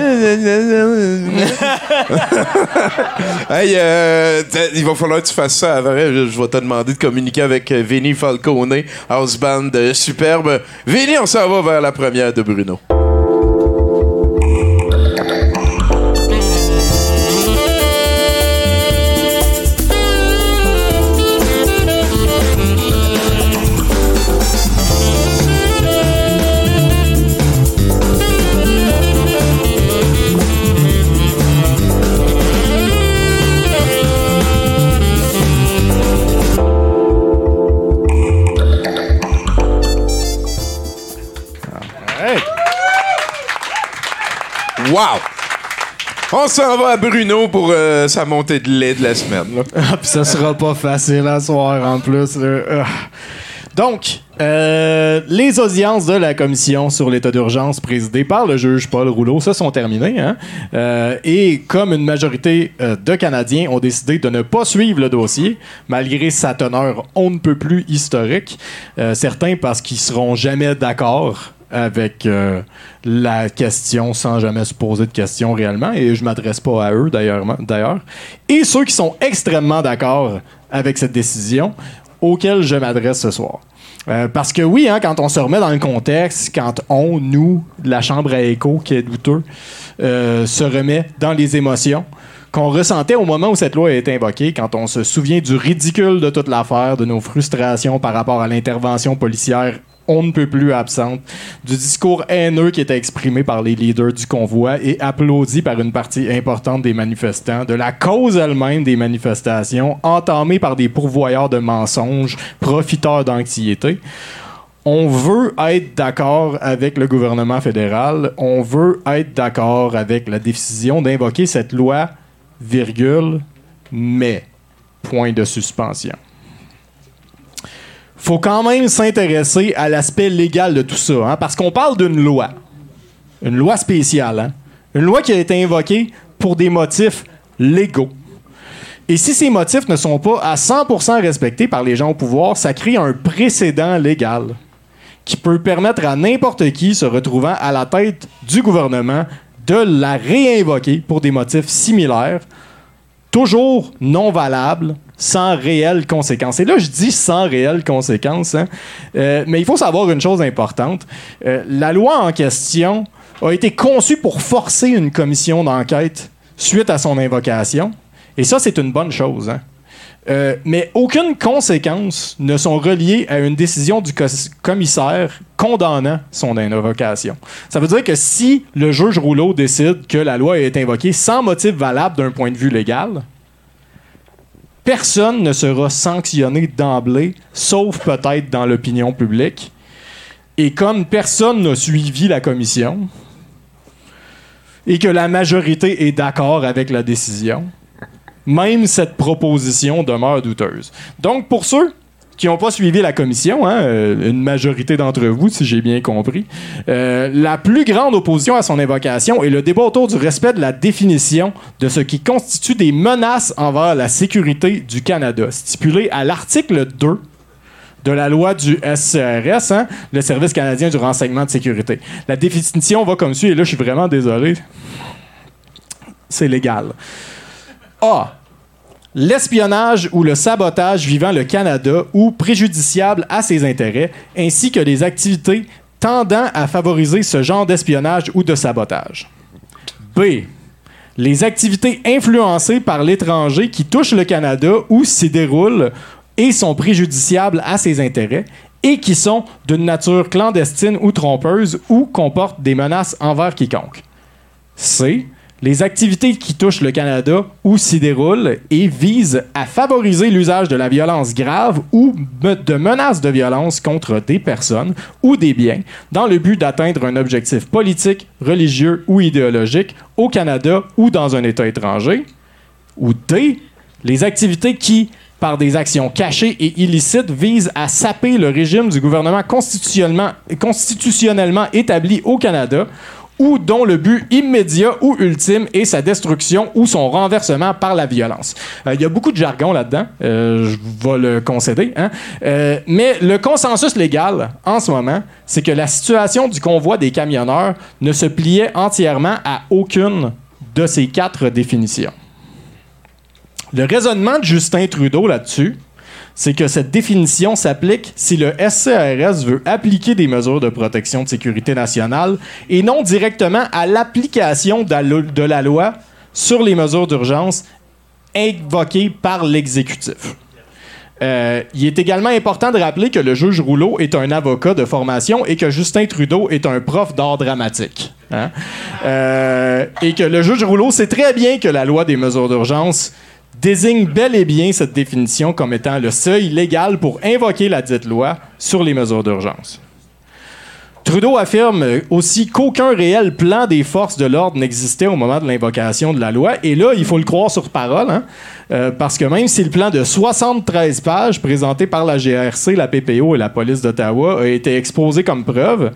Hey, il va falloir que tu fasses ça. Je vais te demander de communiquer avec Vinny Falcone, house band superbe. Vinny, on s'en va vers la première de Bruno. Wow! On s'en va à Bruno pour sa montée de lait de la semaine. Ah, puis ça sera pas facile à soir en plus. Donc, les audiences de la commission sur l'état d'urgence présidée par le juge Paul Rouleau se sont terminées. Hein? Et comme une majorité de Canadiens ont décidé de ne pas suivre le dossier, malgré sa teneur on ne peut plus historique, certains parce qu'ils seront jamais d'accord avec la question sans jamais se poser de questions réellement, et je m'adresse pas à eux d'ailleurs, et ceux qui sont extrêmement d'accord avec cette décision auquel je m'adresse ce soir. Parce que oui, hein, quand on se remet dans le contexte, quand nous, la chambre à écho qui est douteux, se remet dans les émotions qu'on ressentait au moment où cette loi a été invoquée, quand on se souvient du ridicule de toute l'affaire, de nos frustrations par rapport à l'intervention policière on ne peut plus absente, du discours haineux qui était exprimé par les leaders du convoi et applaudi par une partie importante des manifestants, de la cause elle-même des manifestations, entamée par des pourvoyeurs de mensonges, profiteurs d'anxiété. On veut être d'accord avec le gouvernement fédéral, on veut être d'accord avec la décision d'invoquer cette loi, virgule, mais, point de suspension. Faut quand même s'intéresser à l'aspect légal de tout ça, hein, parce qu'on parle d'une loi. Une loi spéciale, hein? Une loi qui a été invoquée pour des motifs légaux. Et si ces motifs ne sont pas à 100% respectés par les gens au pouvoir, ça crée un précédent légal qui peut permettre à n'importe qui se retrouvant à la tête du gouvernement de la réinvoquer pour des motifs similaires, toujours non valables, sans réelles conséquences. Et là, je dis sans réelles conséquences, hein? Mais il faut savoir une chose importante. La loi en question a été conçue pour forcer une commission d'enquête suite à son invocation. Et ça, c'est une bonne chose, hein? Mais aucune conséquence ne sont reliées à une décision du commissaire condamnant son invocation. Ça veut dire que si le juge Rouleau décide que la loi est invoquée sans motif valable d'un point de vue légal, personne ne sera sanctionné d'emblée, sauf peut-être dans l'opinion publique. Et comme personne n'a suivi la commission et que la majorité est d'accord avec la décision, même cette proposition demeure douteuse. Donc, pour ceux qui n'ont pas suivi la commission, hein, une majorité d'entre vous, si j'ai bien compris, la plus grande opposition à son invocation est le débat autour du respect de la définition de ce qui constitue des menaces envers la sécurité du Canada, stipulé à l'article 2 de la loi du SCRS, hein, le Service canadien du renseignement de sécurité. La définition va comme suit, et là, je suis vraiment désolé. C'est légal. A. L'espionnage ou le sabotage visant le Canada ou préjudiciable à ses intérêts, ainsi que les activités tendant à favoriser ce genre d'espionnage ou de sabotage. B. Les activités influencées par l'étranger qui touchent le Canada ou s'y déroulent et sont préjudiciables à ses intérêts et qui sont d'une nature clandestine ou trompeuse ou comportent des menaces envers quiconque. C. Les activités qui touchent le Canada ou s'y déroulent et visent à favoriser l'usage de la violence grave ou de menaces de violence contre des personnes ou des biens dans le but d'atteindre un objectif politique, religieux ou idéologique au Canada ou dans un État étranger. Ou D. Les activités qui, par des actions cachées et illicites, visent à saper le régime du gouvernement constitutionnellement établi au Canada ou dont le but immédiat ou ultime est sa destruction ou son renversement par la violence. Il y a beaucoup de jargon là-dedans, je vais le concéder, hein? Mais le consensus légal, en ce moment, c'est que la situation du convoi des camionneurs ne se pliait entièrement à aucune de ces 4 définitions. Le raisonnement de Justin Trudeau là-dessus, c'est que cette définition s'applique si le SCRS veut appliquer des mesures de protection de sécurité nationale et non directement à l'application de la loi sur les mesures d'urgence invoquées par l'exécutif. Il est également important de rappeler que le juge Rouleau est un avocat de formation et que Justin Trudeau est un prof d'art dramatique. Hein? Et que le juge Rouleau sait très bien que la loi des mesures d'urgence désigne bel et bien cette définition comme étant le seuil légal pour invoquer la dite loi sur les mesures d'urgence. Trudeau affirme aussi qu'aucun réel plan des forces de l'ordre n'existait au moment de l'invocation de la loi. Et là, il faut le croire sur parole, hein, parce que même si le plan de 73 pages présenté par la GRC, la PPO et la police d'Ottawa a été exposé comme preuve,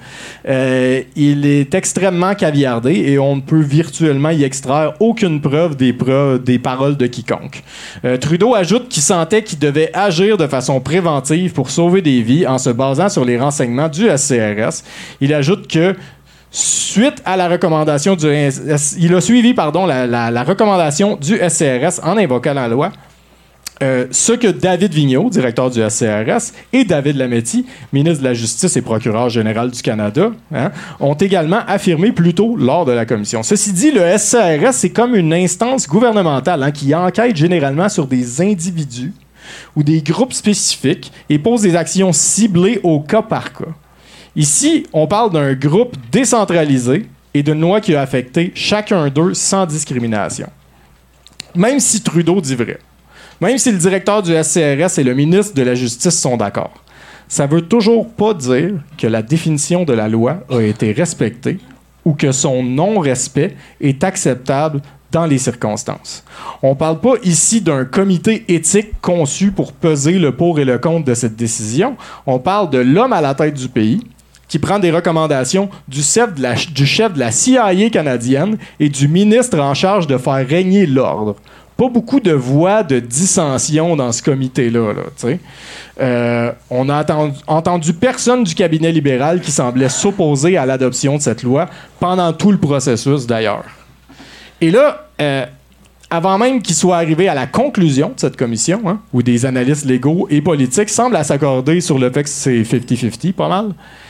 il est extrêmement caviardé et on ne peut virtuellement y extraire aucune preuve des paroles de quiconque. Trudeau ajoute qu'il sentait qu'il devait agir de façon préventive pour sauver des vies en se basant sur les renseignements du SCRS. Il ajoute que suite à la recommandation il a suivi la recommandation du SCRS en invoquant la loi. Ce que David Vigneault, directeur du SCRS, et David Lametti, ministre de la Justice et procureur général du Canada, hein, ont également affirmé plus tôt lors de la commission. Ceci dit, le SCRS, c'est comme une instance gouvernementale, hein, qui enquête généralement sur des individus ou des groupes spécifiques et pose des actions ciblées au cas par cas. Ici, on parle d'un groupe décentralisé et d'une loi qui a affecté chacun d'eux sans discrimination. Même si Trudeau dit vrai, même si le directeur du SCRS et le ministre de la Justice sont d'accord, ça veut toujours pas dire que la définition de la loi a été respectée ou que son non-respect est acceptable dans les circonstances. On parle pas ici d'un comité éthique conçu pour peser le pour et le contre de cette décision. On parle de l'homme à la tête du pays, qui prend des recommandations du chef de la CIA canadienne et du ministre en charge de faire régner l'ordre. Pas beaucoup de voix de dissension dans ce comité-là. Tu sais. On n'a entendu personne du cabinet libéral qui semblait s'opposer à l'adoption de cette loi pendant tout le processus, d'ailleurs. Et là, avant même qu'il soit arrivé à la conclusion de cette commission, hein, où des analystes légaux et politiques semblent s'accorder sur le fait que c'est 50-50, pas mal,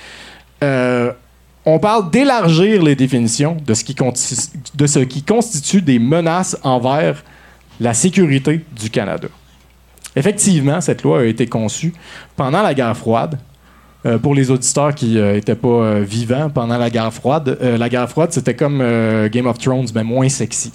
on parle d'élargir les définitions de ce qui constitue des menaces envers la sécurité du Canada. Effectivement, cette loi a été conçue pendant la guerre froide. Pour les auditeurs qui n'étaient pas vivants pendant la guerre froide, c'était comme Game of Thrones, mais moins sexy.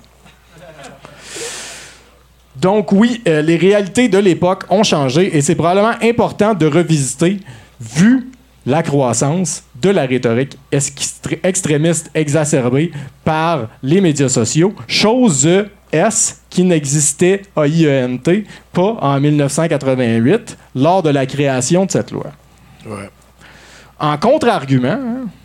Donc oui, les réalités de l'époque ont changé et c'est probablement important de revisiter, vu la croissance de la rhétorique extrémiste exacerbée par les médias sociaux, chose qui n'existait AIENT pas en 1988 lors de la création de cette loi. Ouais. En contre-argument,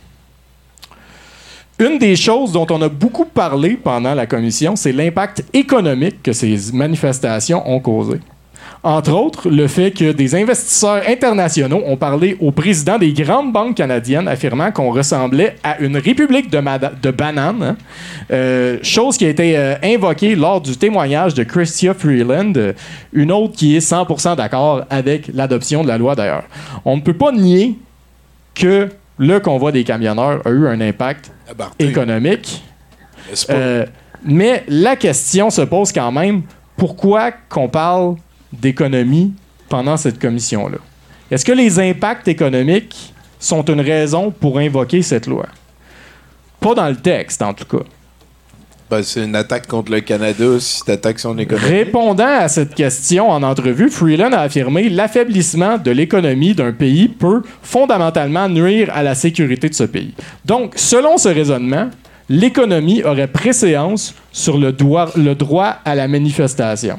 une des choses dont on a beaucoup parlé pendant la commission, c'est l'impact économique que ces manifestations ont causé. Entre autres, le fait que des investisseurs internationaux ont parlé au président des grandes banques canadiennes affirmant qu'on ressemblait à une république de bananes, chose qui a été invoquée lors du témoignage de Chrystia Freeland, une autre qui est 100% d'accord avec l'adoption de la loi d'ailleurs. On ne peut pas nier que le convoi des camionneurs a eu un impact économique, mais la question se pose quand même, pourquoi qu'on parle d'économie pendant cette commission-là? Est-ce que les impacts économiques sont une raison pour invoquer cette loi? Pas dans le texte, en tout cas. Ben, c'est une attaque contre le Canada si tu attaques son économie. Répondant à cette question en entrevue, Freeland a affirmé « L'affaiblissement de l'économie d'un pays peut fondamentalement nuire à la sécurité de ce pays. » Donc, selon ce raisonnement, l'économie aurait préséance sur le droit à la manifestation.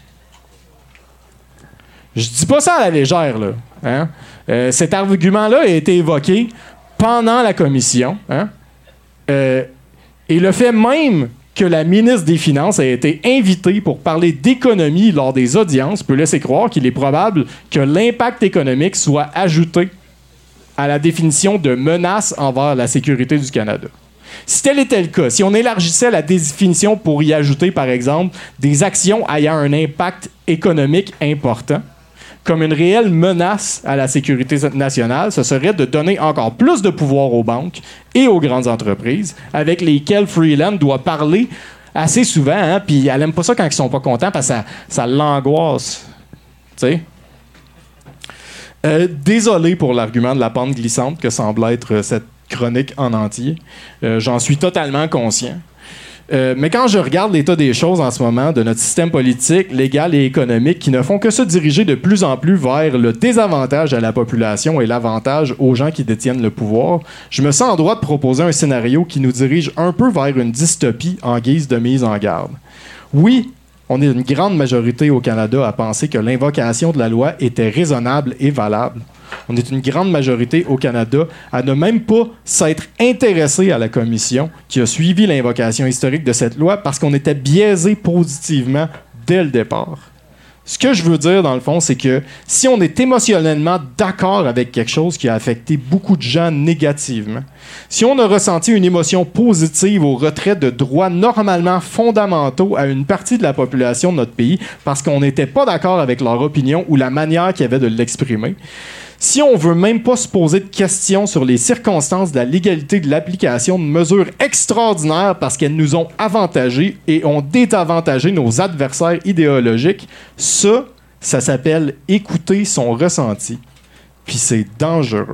Je dis pas ça à la légère, là. Hein? Cet argument-là a été évoqué pendant la commission. Hein? Et le fait même que la ministre des Finances a été invitée pour parler d'économie lors des audiences peut laisser croire qu'il est probable que l'impact économique soit ajouté à la définition de menace envers la sécurité du Canada. Si tel était le cas, si on élargissait la définition pour y ajouter, par exemple, des actions ayant un impact économique important, comme une réelle menace à la sécurité nationale, ce serait de donner encore plus de pouvoir aux banques et aux grandes entreprises avec lesquelles Freeland doit parler assez souvent, hein, puis elle aime pas ça quand ils sont pas contents parce que ça l'angoisse. Tu sais? Désolé pour l'argument de la pente glissante que semble être cette chronique en entier. J'en suis totalement conscient. Mais quand je regarde l'état des choses en ce moment de notre système politique, légal et économique qui ne font que se diriger de plus en plus vers le désavantage à la population et l'avantage aux gens qui détiennent le pouvoir, je me sens en droit de proposer un scénario qui nous dirige un peu vers une dystopie en guise de mise en garde. Oui, on est une grande majorité au Canada à penser que l'invocation de la loi était raisonnable et valable. On est une grande majorité au Canada à ne même pas s'être intéressé à la commission qui a suivi l'invocation historique de cette loi parce qu'on était biaisé positivement dès le départ. Ce que je veux dire, dans le fond, c'est que si on est émotionnellement d'accord avec quelque chose qui a affecté beaucoup de gens négativement, si on a ressenti une émotion positive au retrait de droits normalement fondamentaux à une partie de la population de notre pays parce qu'on n'était pas d'accord avec leur opinion ou la manière qu'ils avaient de l'exprimer, si on veut même pas se poser de questions sur les circonstances de la légalité de l'application de mesures extraordinaires parce qu'elles nous ont avantagés et ont désavantagé nos adversaires idéologiques, ça s'appelle écouter son ressenti. Puis c'est dangereux.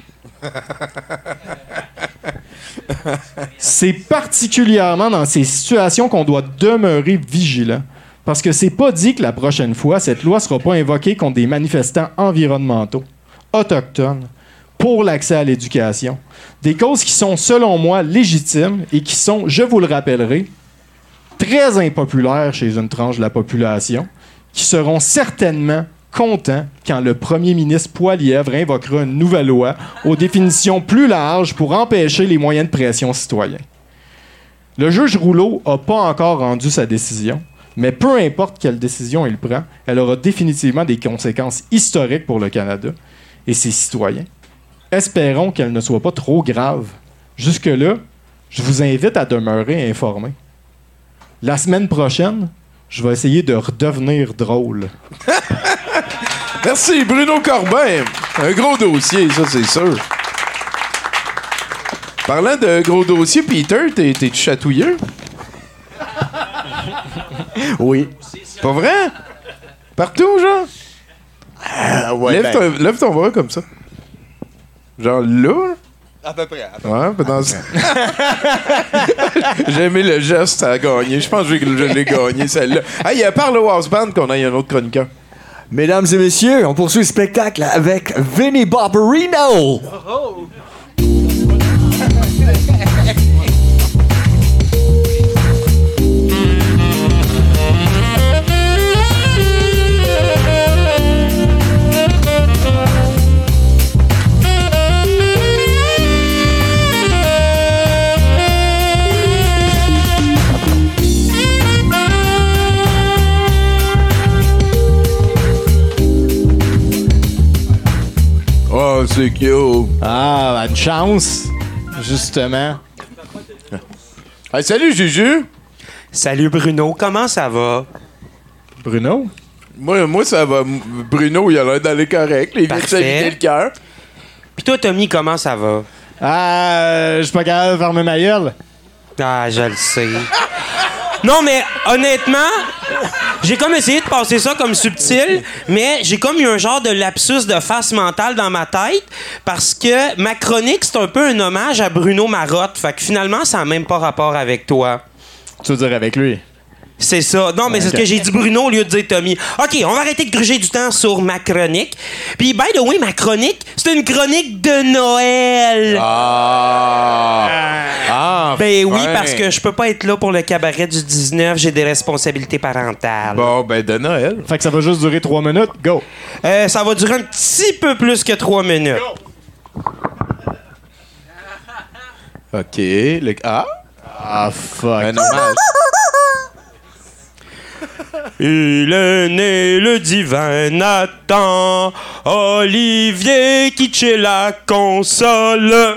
C'est particulièrement dans ces situations qu'on doit demeurer vigilant. Parce que c'est pas dit que la prochaine fois, cette loi sera pas invoquée contre des manifestants environnementaux, autochtones, pour l'accès à l'éducation. Des causes qui sont, selon moi, légitimes et qui sont, je vous le rappellerai, très impopulaires chez une tranche de la population, qui seront certainement content quand le premier ministre Poilièvre invoquera une nouvelle loi aux définitions plus larges pour empêcher les moyens de pression citoyens. Le juge Rouleau n'a pas encore rendu sa décision, mais peu importe quelle décision il prend, elle aura définitivement des conséquences historiques pour le Canada et ses citoyens. Espérons qu'elle ne soit pas trop grave. Jusque-là, je vous invite à demeurer informé. La semaine prochaine, je vais essayer de redevenir drôle. Merci, Bruno Corbin. Un gros dossier, ça, c'est sûr. Parlant de gros dossier, Peter, t'es-tu chatouilleux? Oui. Pas vrai? Partout, genre? Ouais, Lève ton bras comme ça. Genre là? À peu près. Ouais, pendant ça. J'ai aimé le geste, ça a gagné. Je pense que je l'ai gagné, celle-là. Hey, parle au House Band qu'on ait un autre chroniqueur. Mesdames et messieurs, on poursuit le spectacle avec Vinnie Barbarino. Oh, c'est cute. Ah, une chance, justement. Hey, salut, Juju. Salut, Bruno. Comment ça va? Bruno? Moi, ça va. Bruno, il a l'air d'aller correct. Il vient de s'aligner le cœur. Puis toi, Tommy, comment ça va? Ah, je suis pas capable de fermer ma gueule. Ah, je le sais. Non, mais honnêtement, j'ai comme essayé de passer ça comme subtil, mais j'ai comme eu un genre de lapsus de face mentale dans ma tête parce que ma chronique, c'est un peu un hommage à Bruno Marotte. Fait que finalement, ça n'a même pas rapport avec toi. Tu veux dire avec lui? C'est ça. Non, mais c'est ce que j'ai dit Bruno au lieu de dire Tommy. OK, on va arrêter de gruger du temps sur ma chronique. Puis, by the way, ma chronique, c'est une chronique de Noël. Ben oui, parce que je peux pas être là pour le cabaret du 19. J'ai des responsabilités parentales. Bon, ben de Noël. Fait que ça va juste durer 3 minutes. Go! Ça va durer un petit peu plus que 3 minutes. OK. Ah, fuck. Un hommage. Il est né le divin Nathan, Olivier qui tient la console.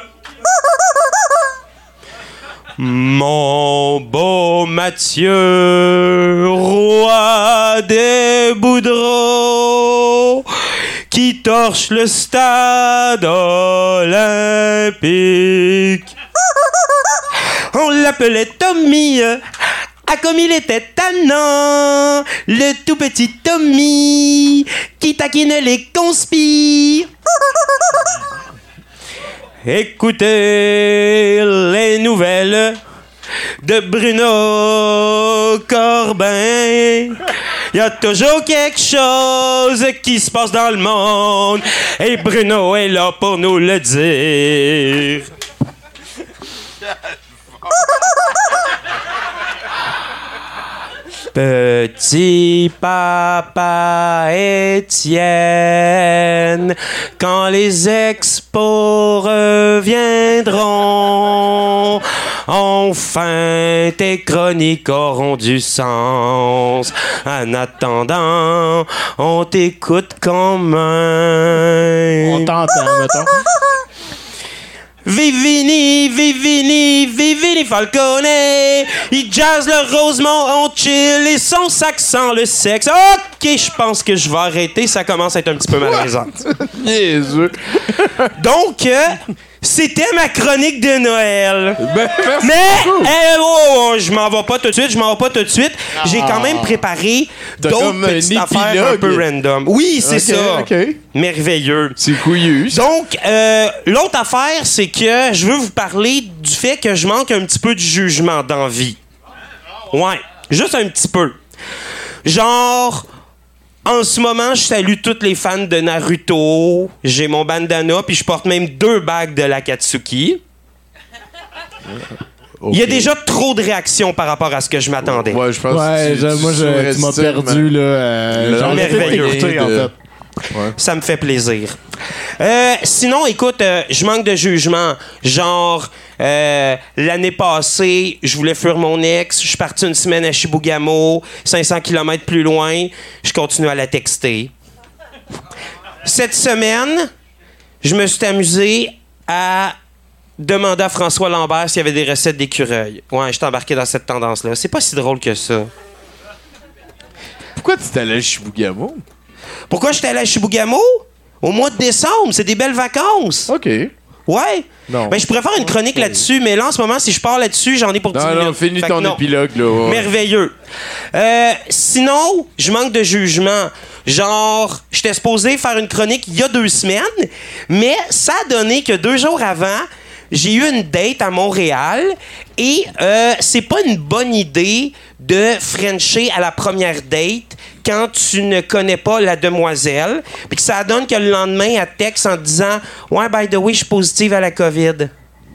Mon beau Mathieu, roi des Boudreaux, qui torche le stade olympique. On l'appelait Tommy. Ah, comme il était tannant, le tout petit Tommy, qui taquine les conspires. Écoutez les nouvelles de Bruno Corbin. Il y a toujours quelque chose qui se passe dans le monde, et Bruno est là pour nous le dire. Petit papa Étienne, quand les expos reviendront, enfin tes chroniques auront du sens. En attendant, on t'écoute quand même. On t'entend, mettons. Vivini, Vivini, Vivini Falcone, il jazz le Rosemont, on chill et son sac sans le sexe. OK, je pense que je vais arrêter, ça commence à être un petit peu malaisant. Jésus. Donc, c'était ma chronique de Noël. Ben, merci mais, je m'en vais pas tout de suite, J'ai quand même préparé d'autres petites affaires un peu random. Oui, c'est ça. Okay. Merveilleux. C'est couillu. Donc, l'autre affaire, c'est que je veux vous parler du fait que je manque un petit peu de jugement dans la vie. Ouais, juste un petit peu. Genre, en ce moment, je salue tous les fans de Naruto. J'ai mon bandana, puis je porte même 2 bagues de l'Akatsuki. Il y a déjà trop de réactions par rapport à ce que je m'attendais. Ouais, je pense que tu m'as perdu, là. Merveilleux. En fait. Ça me fait plaisir. Sinon, écoute, je manque de jugement. Genre, l'année passée, je voulais fuir mon ex. Je suis parti une semaine à Chibougamau, 500 km plus loin. Je continue à la texter. Cette semaine, je me suis amusé à demander à François Lambert s'il y avait des recettes d'écureuils. Ouais, je t'ai embarqué dans cette tendance-là. C'est pas si drôle que ça. Pourquoi tu t'es allé à Chibougamau? Pourquoi j'étais allé à Chibougamau? Au mois de décembre, c'est des belles vacances. OK. Ouais. Non. Ben, je pourrais faire une chronique là-dessus, mais là, en ce moment, si je pars là-dessus, j'en ai pour 10 minutes. Non, finis Fait ton que non. épilogue, là. Ouais. Merveilleux. Sinon, je manque de jugement. Genre, j'étais supposé faire une chronique il y a 2 semaines, mais ça a donné que 2 jours avant, j'ai eu une date à Montréal et c'est pas une bonne idée de frencher à la première date quand tu ne connais pas la demoiselle. Puis que ça donne que le lendemain, elle texte en te disant « Ouais, by the way, je suis positive à la COVID. »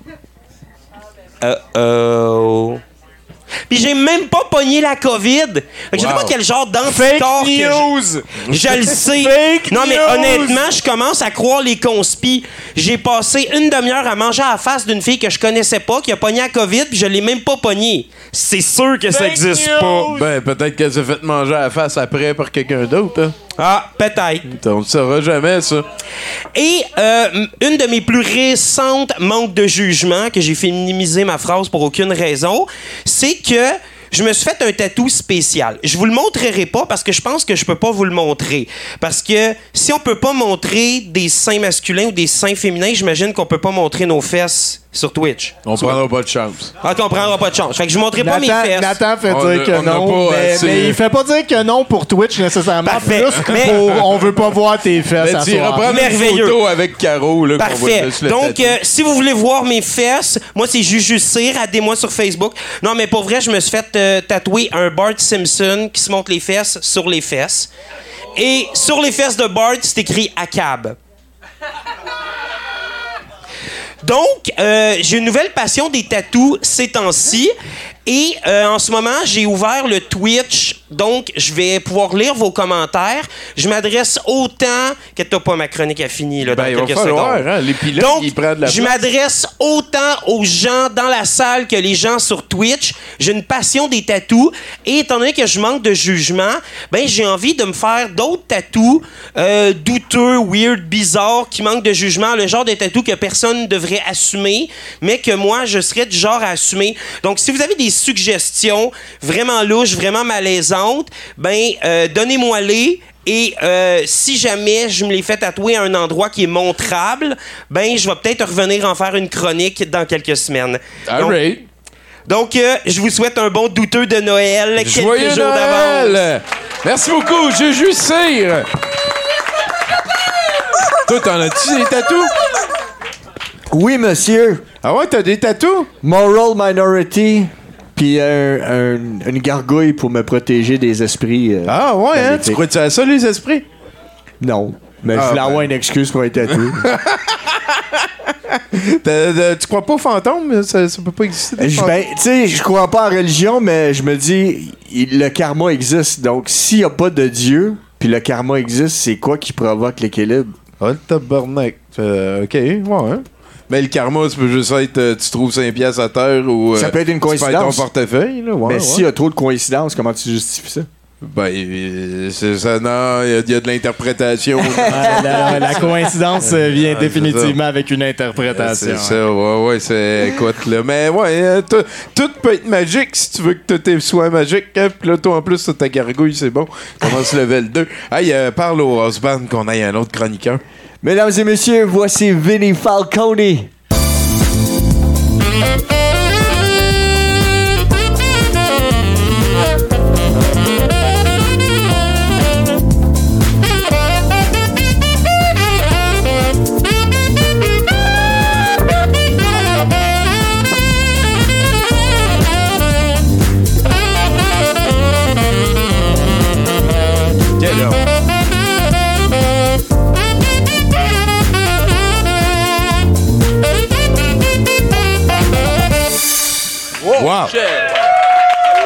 Puis j'ai même pas pogné la COVID. Fait que je sais pas quel genre d'anticorps Fake news! Je le sais. Fake non, mais news! honnêtement, je commence à croire les conspis. J'ai passé une demi-heure à manger à la face d'une fille que je connaissais pas, qui a pogné la COVID, puis je l'ai même pas pogné. C'est sûr que ça existe pas. Ben, peut-être qu'elle s'est fait manger à la face après par quelqu'un d'autre. Hein? Ah, peut-être. On ne saura jamais, ça. Et une de mes plus récentes manques de jugement, que j'ai fait minimiser ma phrase pour aucune raison, c'est que je me suis fait un tatou spécial. Je vous le montrerai pas parce que je pense que je peux pas vous le montrer. Parce que si on peut pas montrer des seins masculins ou des seins féminins, j'imagine qu'on peut pas montrer nos fesses sur Twitch. On prendra pas de chance. OK, on prendra pas de chance. Fait que je vous montrerai pas mes fesses. Nathan fait dire que non, mais il fait pas dire que non pour Twitch nécessairement. Parfait. Plus que pour on veut pas voir tes fesses à Tu soir. reprends une photo avec Caro. Là, Parfait. qu'on va sur le Donc, tatou. si vous voulez voir mes fesses, moi, c'est Juju Cyr. Aidez-moi sur Facebook. Non, mais pour vrai, je me suis fait tatouer un Bart Simpson qui se montre les fesses sur les fesses. Et sur les fesses de Bart, c'est écrit ACAB. Donc, j'ai une nouvelle passion des tatous ces temps-ci. Et en ce moment, j'ai ouvert le Twitch. Donc, je vais pouvoir lire vos commentaires. Je m'adresse autant... que t'as pas ma chronique à finir là, dans Ben, il va quelques falloir, secondes. hein, l'épilogue, Donc, il prend de la je place. m'adresse autant aux gens dans la salle que les gens sur Twitch. J'ai une passion des tatous. Et étant donné que je manque de jugement, ben j'ai envie de me faire d'autres tatous douteux, weird, bizarres, qui manquent de jugement. Le genre de tatou que personne ne devrait assumer, mais que moi, je serais du genre à assumer. Donc, si vous avez des suggestions vraiment louches, vraiment malaisantes, ben donnez-moi-les. Et si jamais je me les fais tatouer à un endroit qui est montrable, ben je vais peut-être revenir en faire une chronique dans quelques semaines. Donc, je vous souhaite un bon douteux de Noël, Joyeux quelques jours Noël! d'avance. Merci beaucoup, Juju Cyr! Toi, t'en as-tu des tatous? Oui, monsieur. Ah ouais, t'as des tatous? Moral minority, puis une gargouille pour me protéger des esprits. Ah ouais, hein? Tu crois-tu à ça, les esprits? Non. Mais je voulais avoir une excuse pour un tatou. Tu crois pas aux fantômes? Ça peut pas exister. des fantômes? Ben, tu sais, je crois pas en religion, mais je me dis, le karma existe. Donc, s'il y a pas de Dieu, puis le karma existe, c'est quoi qui provoque l'équilibre? Ah, le tabarnak. OK, ouais. Mais le karma, ça peut juste être tu trouves 5 piastres à terre ou Ça peut être une tu perds coïncidence. ton portefeuille. Là. Ouais, Mais ouais. s'il y a trop de coïncidences, comment tu justifies ça? Ben, c'est ça, non, il y a de l'interprétation. La coïncidence vient Ouais, définitivement avec une interprétation. C'est ça, ouais, c'est... Écoute, là, mais ouais, tout peut être magique si tu veux que tout soit magique. Hein? Puis là, toi, en plus, t'as ta gargouille, c'est bon. Commence level 2. Hey, parle au husband qu'on aille un autre chroniqueur. Mesdames et messieurs, voici Vinnie Falcone. Tiens, là. Wow!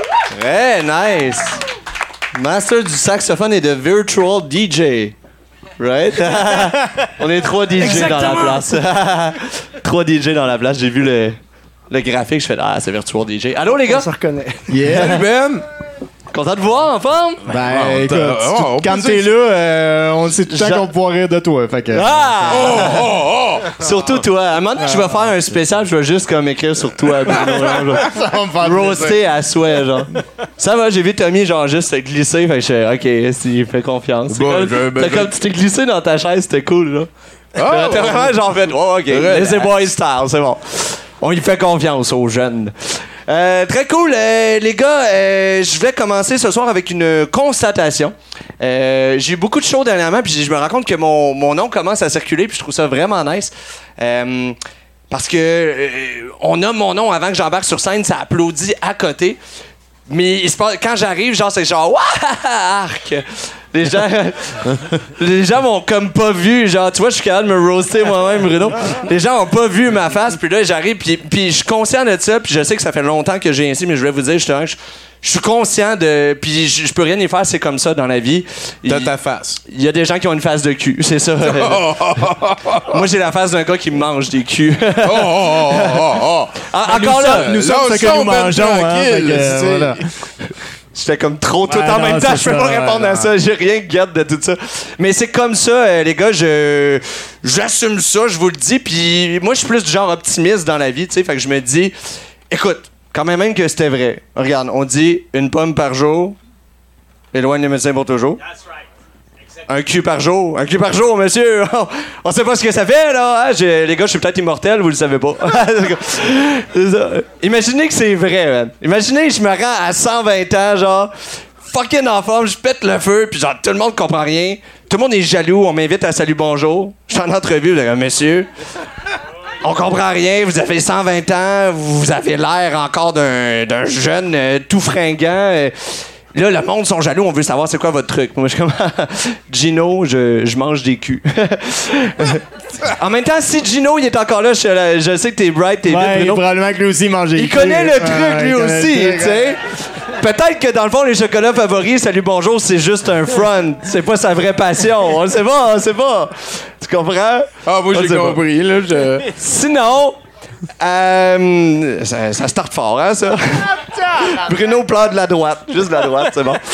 Très nice. Master du saxophone et de virtual DJ. Right? On est 3 DJ dans la place. 3 DJ dans la place. J'ai vu le graphique, je fais c'est Virtual DJ. Allô les gars? On se reconnaît. Salut Ben! Content de vous voir en forme? Ben, écoute, quand t'es là, on sait tout le temps qu'on va pouvoir rire de toi. Fait que, Surtout toi. À un moment donné, je vais faire un spécial, je vais juste comme écrire sur toi. Bruno, ça va me faire roaster à souhait, genre. Ça va, j'ai vu Tommy, genre, juste se glisser. Fait que je fais, OK, il fait confiance. T'as comme tu t'es glissé dans ta chaise, c'était cool, là. T'as vraiment, genre, fait, OK, c'est boy style, c'est bon. On y fait confiance aux jeunes. Très cool. Les gars, je vais commencer ce soir avec une constatation. J'ai eu beaucoup de shows dernièrement, puis je me rends compte que mon nom commence à circuler, puis je trouve ça vraiment nice. Parce que on nomme mon nom avant que j'embarque sur scène, ça applaudit à côté. Mais il se passe, quand j'arrive, genre, c'est genre, Wouah! Arc! Les gens m'ont comme pas vu. Genre, tu vois, je suis capable de me roaster moi-même, Bruno. Les gens ont pas vu ma face. Puis là, j'arrive, puis je suis conscient de ça. Puis je sais que ça fait longtemps que j'ai ainsi, mais je vais vous dire justement, je suis conscient de. Puis je peux rien y faire, c'est comme ça dans la vie. T'as ta face. Il y a des gens qui ont une face de cul, c'est ça. Moi, j'ai la face d'un gars qui mange des culs. Encore là, nous sommes ce que nous mangeons. Voilà. Je fais comme trop tout en même temps. Je peux pas répondre à ça. J'ai rien qui garde de tout ça. Mais c'est comme ça, les gars. J'assume ça, je vous le dis. Puis moi, je suis plus du genre optimiste dans la vie, tu sais. Fait que je me dis, écoute, quand même que c'était vrai. Regarde, on dit une pomme par jour, éloigne les médecins pour toujours. Un cul par jour, monsieur. On sait pas ce que ça fait, là. Hein? Les gars, je suis peut-être immortel, vous le savez pas. Imaginez que c'est vrai, man. Imaginez que je me rends à 120 ans, genre, fucking en forme, je pète le feu, puis genre, tout le monde comprend rien. Tout le monde est jaloux, on m'invite à salut bonjour. Je suis en entrevue, je dis, monsieur, on comprend rien, vous avez 120 ans, vous avez l'air encore d'un jeune tout fringant. Là, le monde sont jaloux, on veut savoir c'est quoi votre truc. Moi, je suis comme Gino, je mange des culs. En même temps, si Gino il est encore là, je sais que t'es bright, t'es vite, Bruno. Probablement que lui aussi mange des culs. Il connaît le truc, lui aussi, tu sais. Peut-être que dans le fond, les chocolats favoris, salut bonjour, c'est juste un front. C'est pas sa vraie passion. On sait pas. Tu comprends? Ah, moi, j'ai compris, là. Sinon. Ça starte fort, hein, ça? Bruno pleure de la droite. Juste de la droite, c'est bon.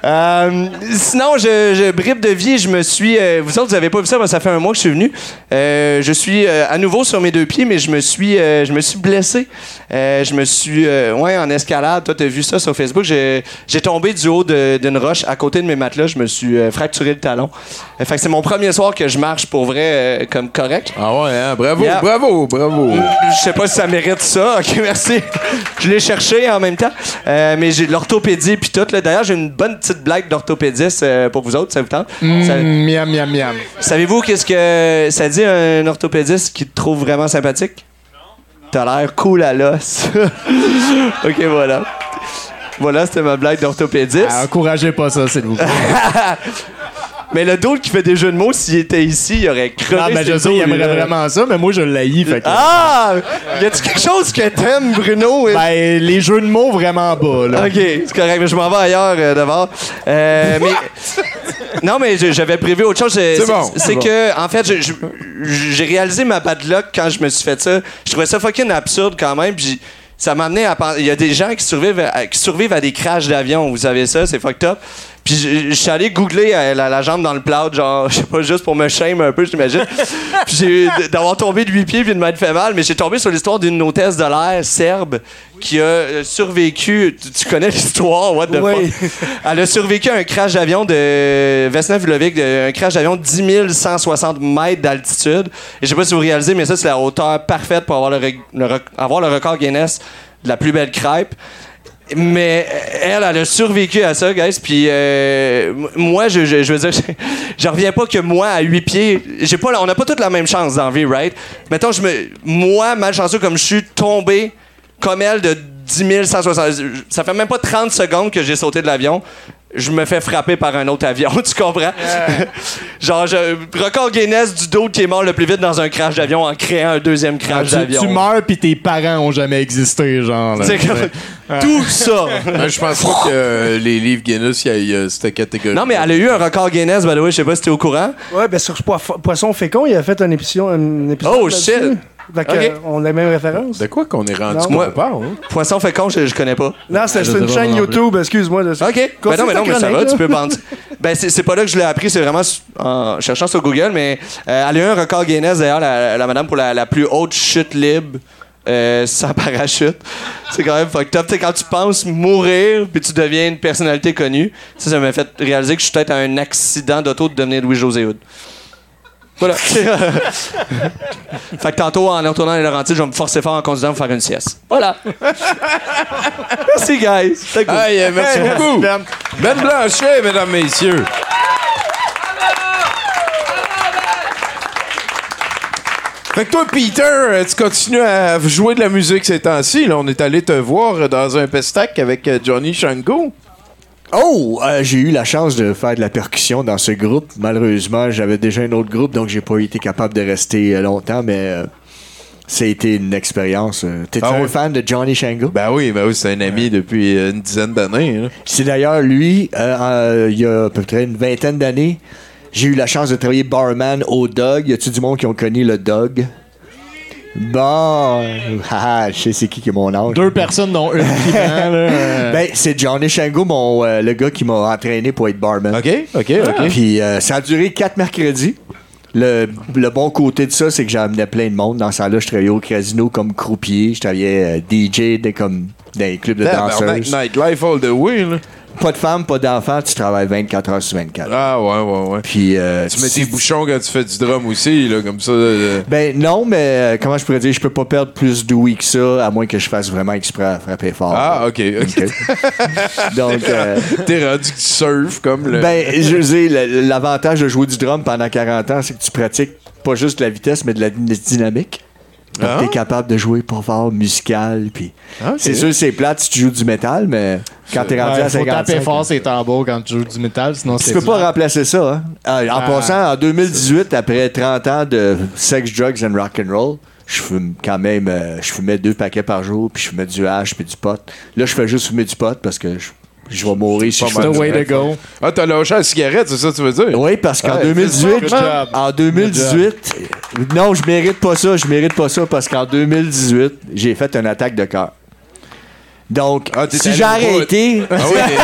Sinon, je bribe de vie, je me suis... vous autres, vous avez pas vu ça, ça fait un mois que je suis venu. Je suis à nouveau sur mes 2 pieds, mais je me suis blessé. Je me suis... en escalade. Toi, t'as vu ça sur Facebook. J'ai tombé du haut d'une roche à côté de mes matelas. Je me suis fracturé le talon. Fait que c'est mon premier soir que je marche pour vrai comme correct. Ah ouais, hein? Bravo, yeah. bravo. Je sais pas si ça mérite ça. OK, merci. Je l'ai cherché en même temps. Mais j'ai de l'orthopédie puis tout. Là. D'ailleurs, j'ai une bonne petite blague d'orthopédiste pour vous autres. Ça vous tente? Miam, miam, miam. Savez-vous qu'est-ce que ça dit un orthopédiste qui te trouve vraiment sympathique? Non. T'as l'air cool à l'os. OK, voilà. Voilà, c'était ma blague d'orthopédiste. Encouragez pas ça, s'il vous plaît. Mais le d'autre qui fait des jeux de mots, s'il était ici, il aurait crevé. Ah, ben je sais, il aimerait vraiment ça, mais moi, je l'haïs. Fait que... Ah! Y a-tu quelque chose que t'aimes, Bruno? Ben, les jeux de mots vraiment bas, là. OK, c'est correct, mais je m'en vais ailleurs d'abord. Mais... Non, mais j'avais prévu autre chose. C'est que, en fait, j'ai réalisé ma bad luck quand je me suis fait ça. Je trouvais ça fucking absurde quand même, puis ça m'a amené à penser... Il y a des gens qui survivent à des crashs d'avion, vous savez ça, c'est fucked up. Puis je suis allé googler la jambe dans le plâtre, genre, je sais pas, juste pour me shame un peu, j'imagine. Puis d'avoir tombé de 8 pieds puis de m'être fait mal, mais j'ai tombé sur l'histoire d'une hôtesse de l'air serbe qui a survécu. Tu connais l'histoire, what the fuck? Elle a survécu à un crash d'avion de Vesna Vulovic, un crash d'avion de 10 160 mètres d'altitude. Et je sais pas si vous réalisez, mais ça, c'est la hauteur parfaite pour avoir le record Guinness de la plus belle crêpe. Mais elle a survécu à ça, guys. Puis moi, je veux dire, je reviens pas que moi, à 8 pieds, on n'a pas toutes la même chance dans la vie, right? Mettons, moi, malchanceux comme je suis, tombé comme elle de 10 160. Ça fait même pas 30 secondes que j'ai sauté de l'avion. je me fais frapper par un autre avion, tu comprends? Genre, record Guinness du dos qui est mort le plus vite dans un crash d'avion en créant un deuxième crash d'avion. Tu meurs puis tes parents ont jamais existé, genre. Là. C'est comme tout ça. Je pense pas que les livres Guinness, il y a cette catégorie. Non, mais elle a eu un record Guinness, by the way, je sais pas si t'es au courant. Ouais, ben sur Poisson Fécond, il a fait un épisode Oh, shit! Fait que, on a la même référence. De quoi qu'on est rendu Non. qu'on parle? Hein? Poisson fécond, je connais pas. Non, c'est une chaîne YouTube, excuse-moi. OK. Ben non, mais ça va, tu peux penser. Ben, c'est pas là que je l'ai appris, c'est vraiment en cherchant sur Google, mais elle a eu un record Guinness, d'ailleurs, la madame, pour la plus haute chute libre sans parachute. C'est quand même fucked up. Tu sais, quand tu penses mourir, puis tu deviens une personnalité connue, ça m'a fait réaliser que je suis peut-être à un accident d'auto de devenir Louis-José Hood. Voilà. Fait que tantôt, en retournant les Laurentides, je vais me forcer fort en conduisant pour faire une sieste. Voilà. Merci, guys. C'était cool. Hey, merci beaucoup. Ben Blanchet, mesdames, messieurs. Fait que toi, Peter, tu continues à jouer de la musique ces temps-ci. Là, on est allé te voir dans un pestac avec Johnny Shango. Oh! J'ai eu la chance de faire de la percussion dans ce groupe. Malheureusement, j'avais déjà un autre groupe, donc j'ai pas été capable de rester longtemps, mais ça a été une expérience. T'es-tu un fan de Johnny Shango? Ben oui, c'est un ami depuis une dizaine d'années. Hein. C'est d'ailleurs lui, il y a à peu près une vingtaine d'années, j'ai eu la chance de travailler barman au Dog. Y a-tu du monde qui ont connu le Dog? Bon, je sais c'est qui est mon âge. 2 personnes dont une qui vend, là. Ben, c'est Johnny Shango, le gars qui m'a entraîné pour être barman. OK. Puis ça a duré 4 mercredis. Le bon côté de ça, c'est que j'amenais plein de monde. Dans ça là, je travaillais au casino comme croupier. Je travaillais DJ dans les clubs de danseuses. Nightlife all the way, là. Pas de femmes, pas d'enfants, tu travailles 24 heures sur 24. Ah, ouais. Puis, tu mets tes bouchons quand tu fais du drum aussi, là, comme ça. Ben non, mais comment je pourrais dire, je peux pas perdre plus de oui que ça, à moins que je fasse vraiment exprès à frapper fort. Ah, OK. Donc, t'es rendu que tu surfes comme le... Ben, je veux dire, l'avantage de jouer du drum pendant 40 ans, c'est que tu pratiques pas juste de la vitesse, mais de la dynamique. Donc, t'es capable de jouer pas fort, musical, puis c'est sûr c'est plate si tu joues du métal, mais quand t'es rendu à 55... Faut taper fort ses tambours quand tu joues du métal, sinon c'est... Tu peux pas remplacer ça, hein? En passant, en 2018, après 30 ans de sex, drugs and rock'n'roll, je fume quand même... je fumais 2 paquets par jour, puis je fumais du hash puis du pot. Là, je fais juste fumer du pot parce que je vais mourir si je fume. The way to go. Ah, t'as lâché la cigarette, c'est ça que tu veux dire? Oui, parce qu'en 2018... Non, je mérite pas ça, parce qu'en 2018, j'ai fait une attaque de cœur. Donc, si j'ai arrêté... Ah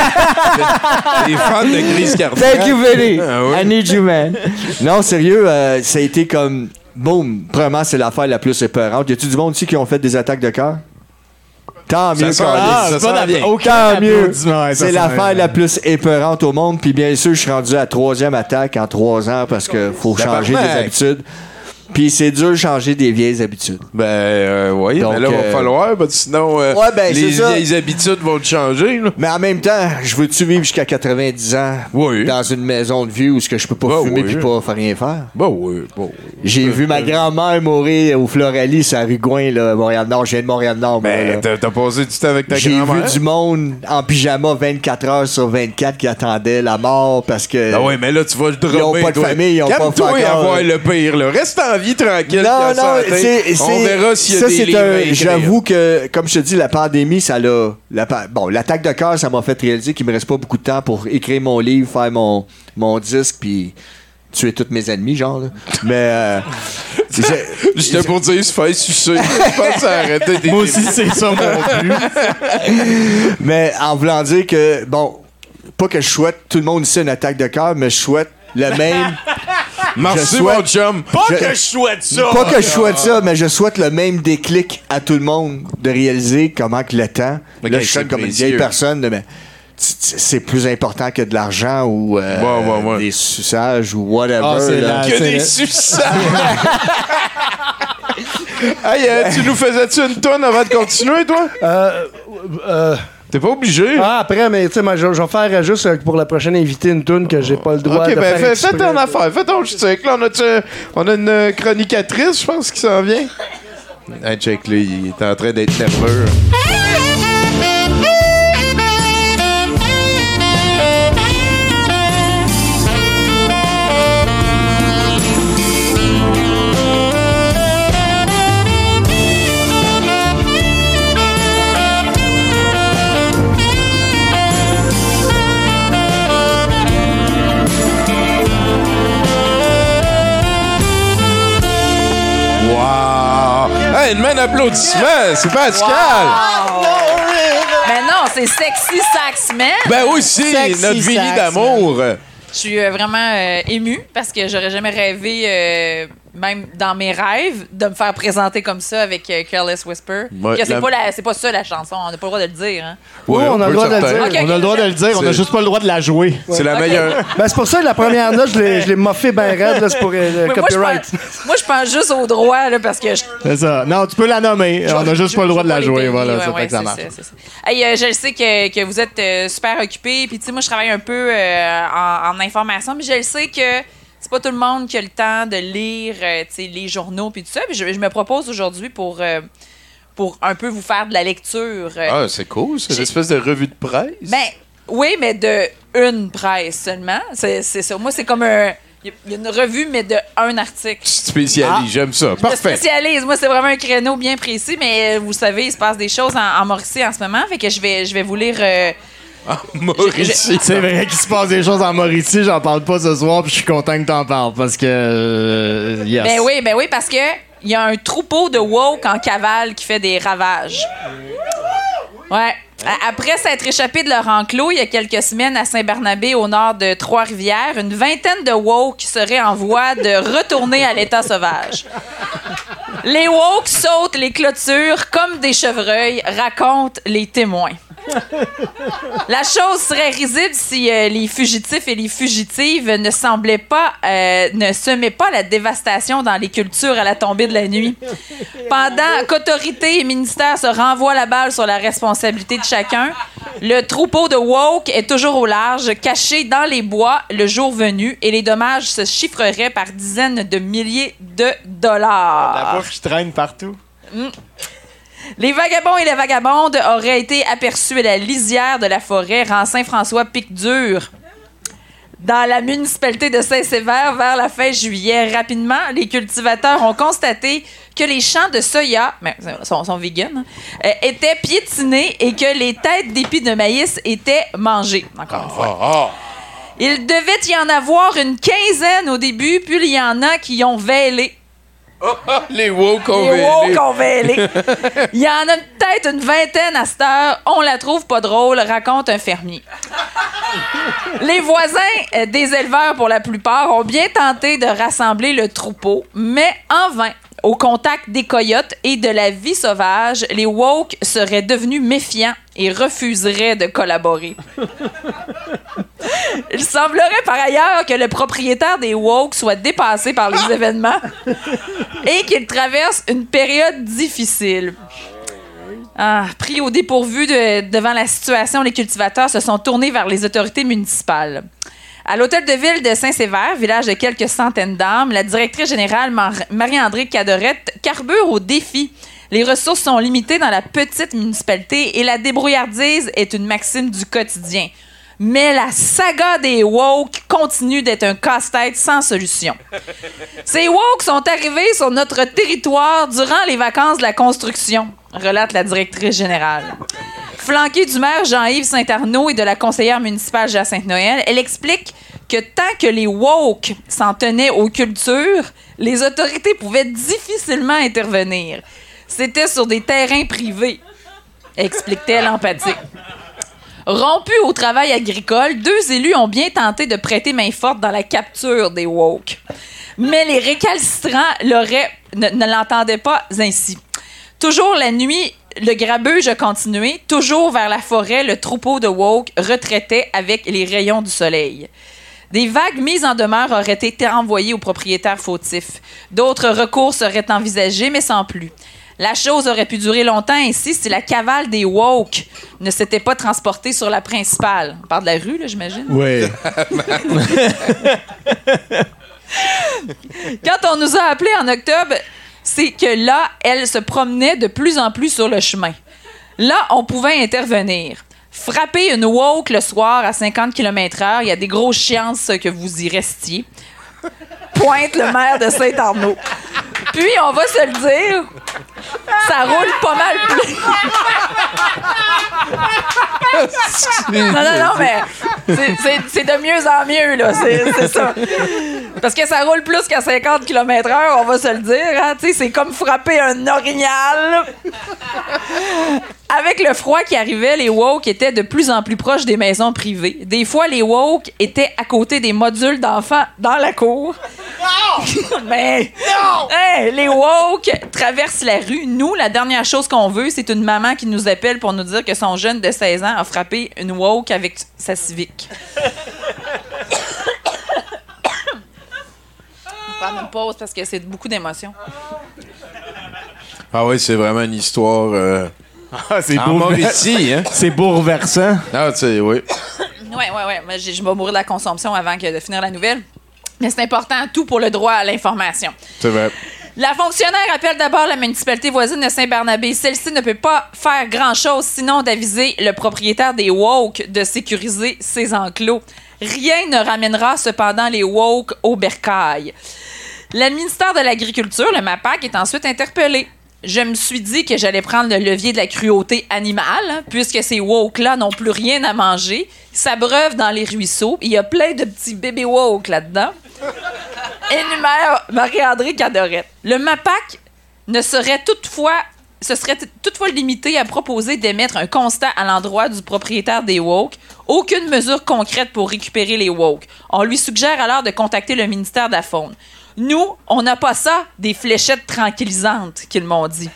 oui, des fans de crise cardiaque. Thank you, Vinny. I need you, man. Non, sérieux, ça a été comme... Boum, premièrement, c'est l'affaire la plus épeurante. Y a-tu du monde ici qui ont fait des attaques de cœur? Tant mieux, tant mieux. C'est l'affaire la plus épeurante au monde. Puis bien sûr, je suis rendu à la 3e attaque en 3 ans parce qu'il faut changer des habitudes. Puis c'est dur de changer des vieilles habitudes. Ben, oui, mais là, il va falloir, parce que sinon, les vieilles habitudes vont te changer. Là. Mais en même temps, je veux-tu vivre jusqu'à 90 ans dans une maison de vieux où je peux pas fumer puis pas faire rien faire? J'ai vu ma grand-mère mourir au Floralie, sur la rue Gouin, là, Montréal-Nord. Je viens de Montréal-Nord. Ben, t'as passé du temps avec ta grand-mère? J'ai vu du monde en pyjama 24 heures sur 24 qui attendait la mort parce que... Ah oui, mais là, tu vas le dropper. Ils ont pas de famille, ils ont pas de calme-toi à voir le pire, là. Reste en vie tranquille. Non, on verra s'il y a des livres. J'avoue que, comme je te dis, la pandémie, ça l'a... Bon, l'attaque de cœur, ça m'a fait réaliser qu'il me reste pas beaucoup de temps pour écrire mon livre, faire mon disque, puis tuer tous mes ennemis, genre. Là. Mais... J'étais pour dire se faire sucer. Je pense à arrêter des... Moi aussi, c'est ça mon but. Mais en voulant dire que, bon, pas que je souhaite tout le monde ici une attaque de cœur, mais je souhaite le même... Merci, mon chum. Que je souhaite ça. Pas que je souhaite ça, mais je souhaite le même déclic à tout le monde de réaliser comment que le temps... Là, je sonne comme une vieille personne, mais... C'est plus important que de l'argent ou des suçages ou whatever. Que des suçages! Hey, tu nous faisais-tu une tonne avant de continuer, toi? T'es pas obligé. Ah, après, mais tu sais, je vais faire juste pour la prochaine invité une toune que j'ai pas le droit de faire. Ok, fais ton affaire, fais ton stick. Là, on a une chronicatrice, je pense, qui s'en vient. Hey, check, là, il est en train d'être nerveux. Hey, une main d'applaudissement, c'est Pascal! Mais non, c'est Sexy Saxman. Ben aussi, notre Vinny d'amour. Je suis vraiment émue parce que j'aurais jamais rêvé, même dans mes rêves, de me faire présenter comme ça avec Careless Whisper. Ouais, que c'est pas ça la chanson, on n'a pas le droit de le dire. Hein? Oui, on a le droit de le dire. Okay, on a le droit de le dire, on n'a juste pas le droit de la jouer. C'est la meilleure. Ben, c'est pour ça que la première note, je l'ai moffé bien raide, là, c'est pour le copyright. Moi, je pense juste au droit, là, parce que... C'est ça. Non, tu peux la nommer, on n'a juste pas le droit de la jouer. Voilà, c'est pas que ça marche. Hey, je le sais que vous êtes super occupés, puis tu sais, moi, je travaille un peu en information, mais je le sais que c'est pas tout le monde qui a le temps de lire les journaux puis tout ça. Puis je me propose aujourd'hui pour un peu vous faire de la lecture. Ah, c'est cool, c'est une espèce de revue de presse. Ben, oui, mais de une presse seulement. C'est ça. Moi, c'est comme il y a une revue, mais de un article. Tu te spécialises, j'aime ça. Parfait. Je me spécialise. Moi, c'est vraiment un créneau bien précis, mais vous savez, il se passe des choses en Mauricie en ce moment. Fait que je vais vous lire... En Mauricie. C'est vrai qu'il se passe des choses en Mauricie, j'en parle pas ce soir, puis je suis content que t'en parles parce que. Yes. Ben oui, parce que il y a un troupeau de woke en cavale qui fait des ravages. Ouais. Après s'être échappé de leur enclos il y a quelques semaines à Saint-Barnabé, au nord de Trois-Rivières, une vingtaine de woke seraient en voie de retourner à l'état sauvage. Les woke sautent les clôtures comme des chevreuils, racontent les témoins. La chose serait risible si les fugitifs et les fugitives ne semaient pas la dévastation dans les cultures à la tombée de la nuit. Pendant qu'autorités et ministères se renvoient la balle sur la responsabilité de chacun, le troupeau de woke est toujours au large, caché dans les bois le jour venu, et les dommages se chiffreraient par dizaines de milliers de dollars. La bouffe qui traîne partout. Les vagabonds et les vagabondes auraient été aperçus à la lisière de la forêt rang Saint-François-Pic-Dur, dans la municipalité de Saint-Sévère, vers la fin juillet. Rapidement, les cultivateurs ont constaté que les champs de soya, mais sont véganes, étaient piétinés et que les têtes d'épis de maïs étaient mangées. Encore une fois. Il devait y en avoir une quinzaine au début, puis il y en a qui ont vêlé. Les woke ont vêlé. Il y en a peut-être une vingtaine à cette heure. On la trouve pas drôle, raconte un fermier. Les voisins des éleveurs, pour la plupart, ont bien tenté de rassembler le troupeau, mais en vain. Au contact des coyotes et de la vie sauvage, les woke seraient devenus méfiants et refuseraient de collaborer. Il semblerait par ailleurs que le propriétaire des woke soit dépassé par les événements et qu'il traverse une période difficile. Pris au dépourvu devant la situation, les cultivateurs se sont tournés vers les autorités municipales. À l'hôtel de ville de Saint-Sévère, village de quelques centaines d'âmes, la directrice générale Marie-André Cadorette carbure au défi. Les ressources sont limitées dans la petite municipalité et la débrouillardise est une maxime du quotidien. Mais la saga des woke continue d'être un casse-tête sans solution. Ces woke sont arrivés sur notre territoire durant les vacances de la construction, relate la directrice générale. Flanquée du maire Jean-Yves Saint-Arnaud et de la conseillère municipale Jacinthe-Noël, elle explique que tant que les woke s'en tenaient aux cultures, les autorités pouvaient difficilement intervenir. C'était sur des terrains privés, explique-t-elle empathique. Rompus au travail agricole, 2 élus ont bien tenté de prêter main forte dans la capture des woke. Mais les récalcitrants ne l'entendaient pas ainsi. Toujours la nuit, le grabuge a continué. Toujours vers la forêt, le troupeau de woke retraitait avec les rayons du soleil. Des vagues mises en demeure auraient été envoyées aux propriétaires fautifs. D'autres recours seraient envisagés, mais sans plus. La chose aurait pu durer longtemps ainsi si la cavale des woke ne s'était pas transportée sur la principale. On parle de la rue, là, j'imagine? Oui. Quand on nous a appelés en octobre, c'est que là, elle se promenait de plus en plus sur le chemin. Là, on pouvait intervenir. Frapper une woke le soir à 50 km/h, il y a des grosses chances que vous y restiez. Pointe le maire de Saint-Arnaud. Puis, on va se le dire, ça roule pas mal plus. non, mais c'est de mieux en mieux, là. C'est ça. Parce que ça roule plus qu'à 50 km/h, on va se le dire. Hein? Tu sais, c'est comme frapper un orignal. Avec le froid qui arrivait, les woke étaient de plus en plus proches des maisons privées. Des fois, les woke étaient à côté des modules d'enfants dans la cour. Mais hey, les woke traversent la rue. Nous, la dernière chose qu'on veut, c'est une maman qui nous appelle pour nous dire que son jeune de 16 ans a frappé une woke avec sa Civic. On va prendre une pause parce que c'est beaucoup d'émotions. Ah oui, c'est vraiment une histoire... c'est en Mauricie, hein? C'est bouleversant. Ah, tu sais, oui. Oui. Mais je vais mourir de la consommation avant de finir la nouvelle. Mais c'est important, tout pour le droit à l'information. C'est vrai. La fonctionnaire appelle d'abord la municipalité voisine de Saint-Barnabé. Celle-ci ne peut pas faire grand-chose sinon d'aviser le propriétaire des woke de sécuriser ses enclos. Rien ne ramènera cependant les woke au bercail. Le ministère de l'Agriculture, le MAPAC, est ensuite interpellé. Je me suis dit que j'allais prendre le levier de la cruauté animale, hein, puisque ces woke-là n'ont plus rien à manger. Ils s'abreuvent dans les ruisseaux. Il y a plein de petits bébés woke là-dedans. Énumère Marie-André Cadorette. Le MAPAC se serait toutefois limité à proposer d'émettre un constat à l'endroit du propriétaire des woke. Aucune mesure concrète pour récupérer les woke. On lui suggère alors de contacter le ministère de la Faune. Nous, on n'a pas ça, des fléchettes tranquillisantes, qu'ils m'ont dit.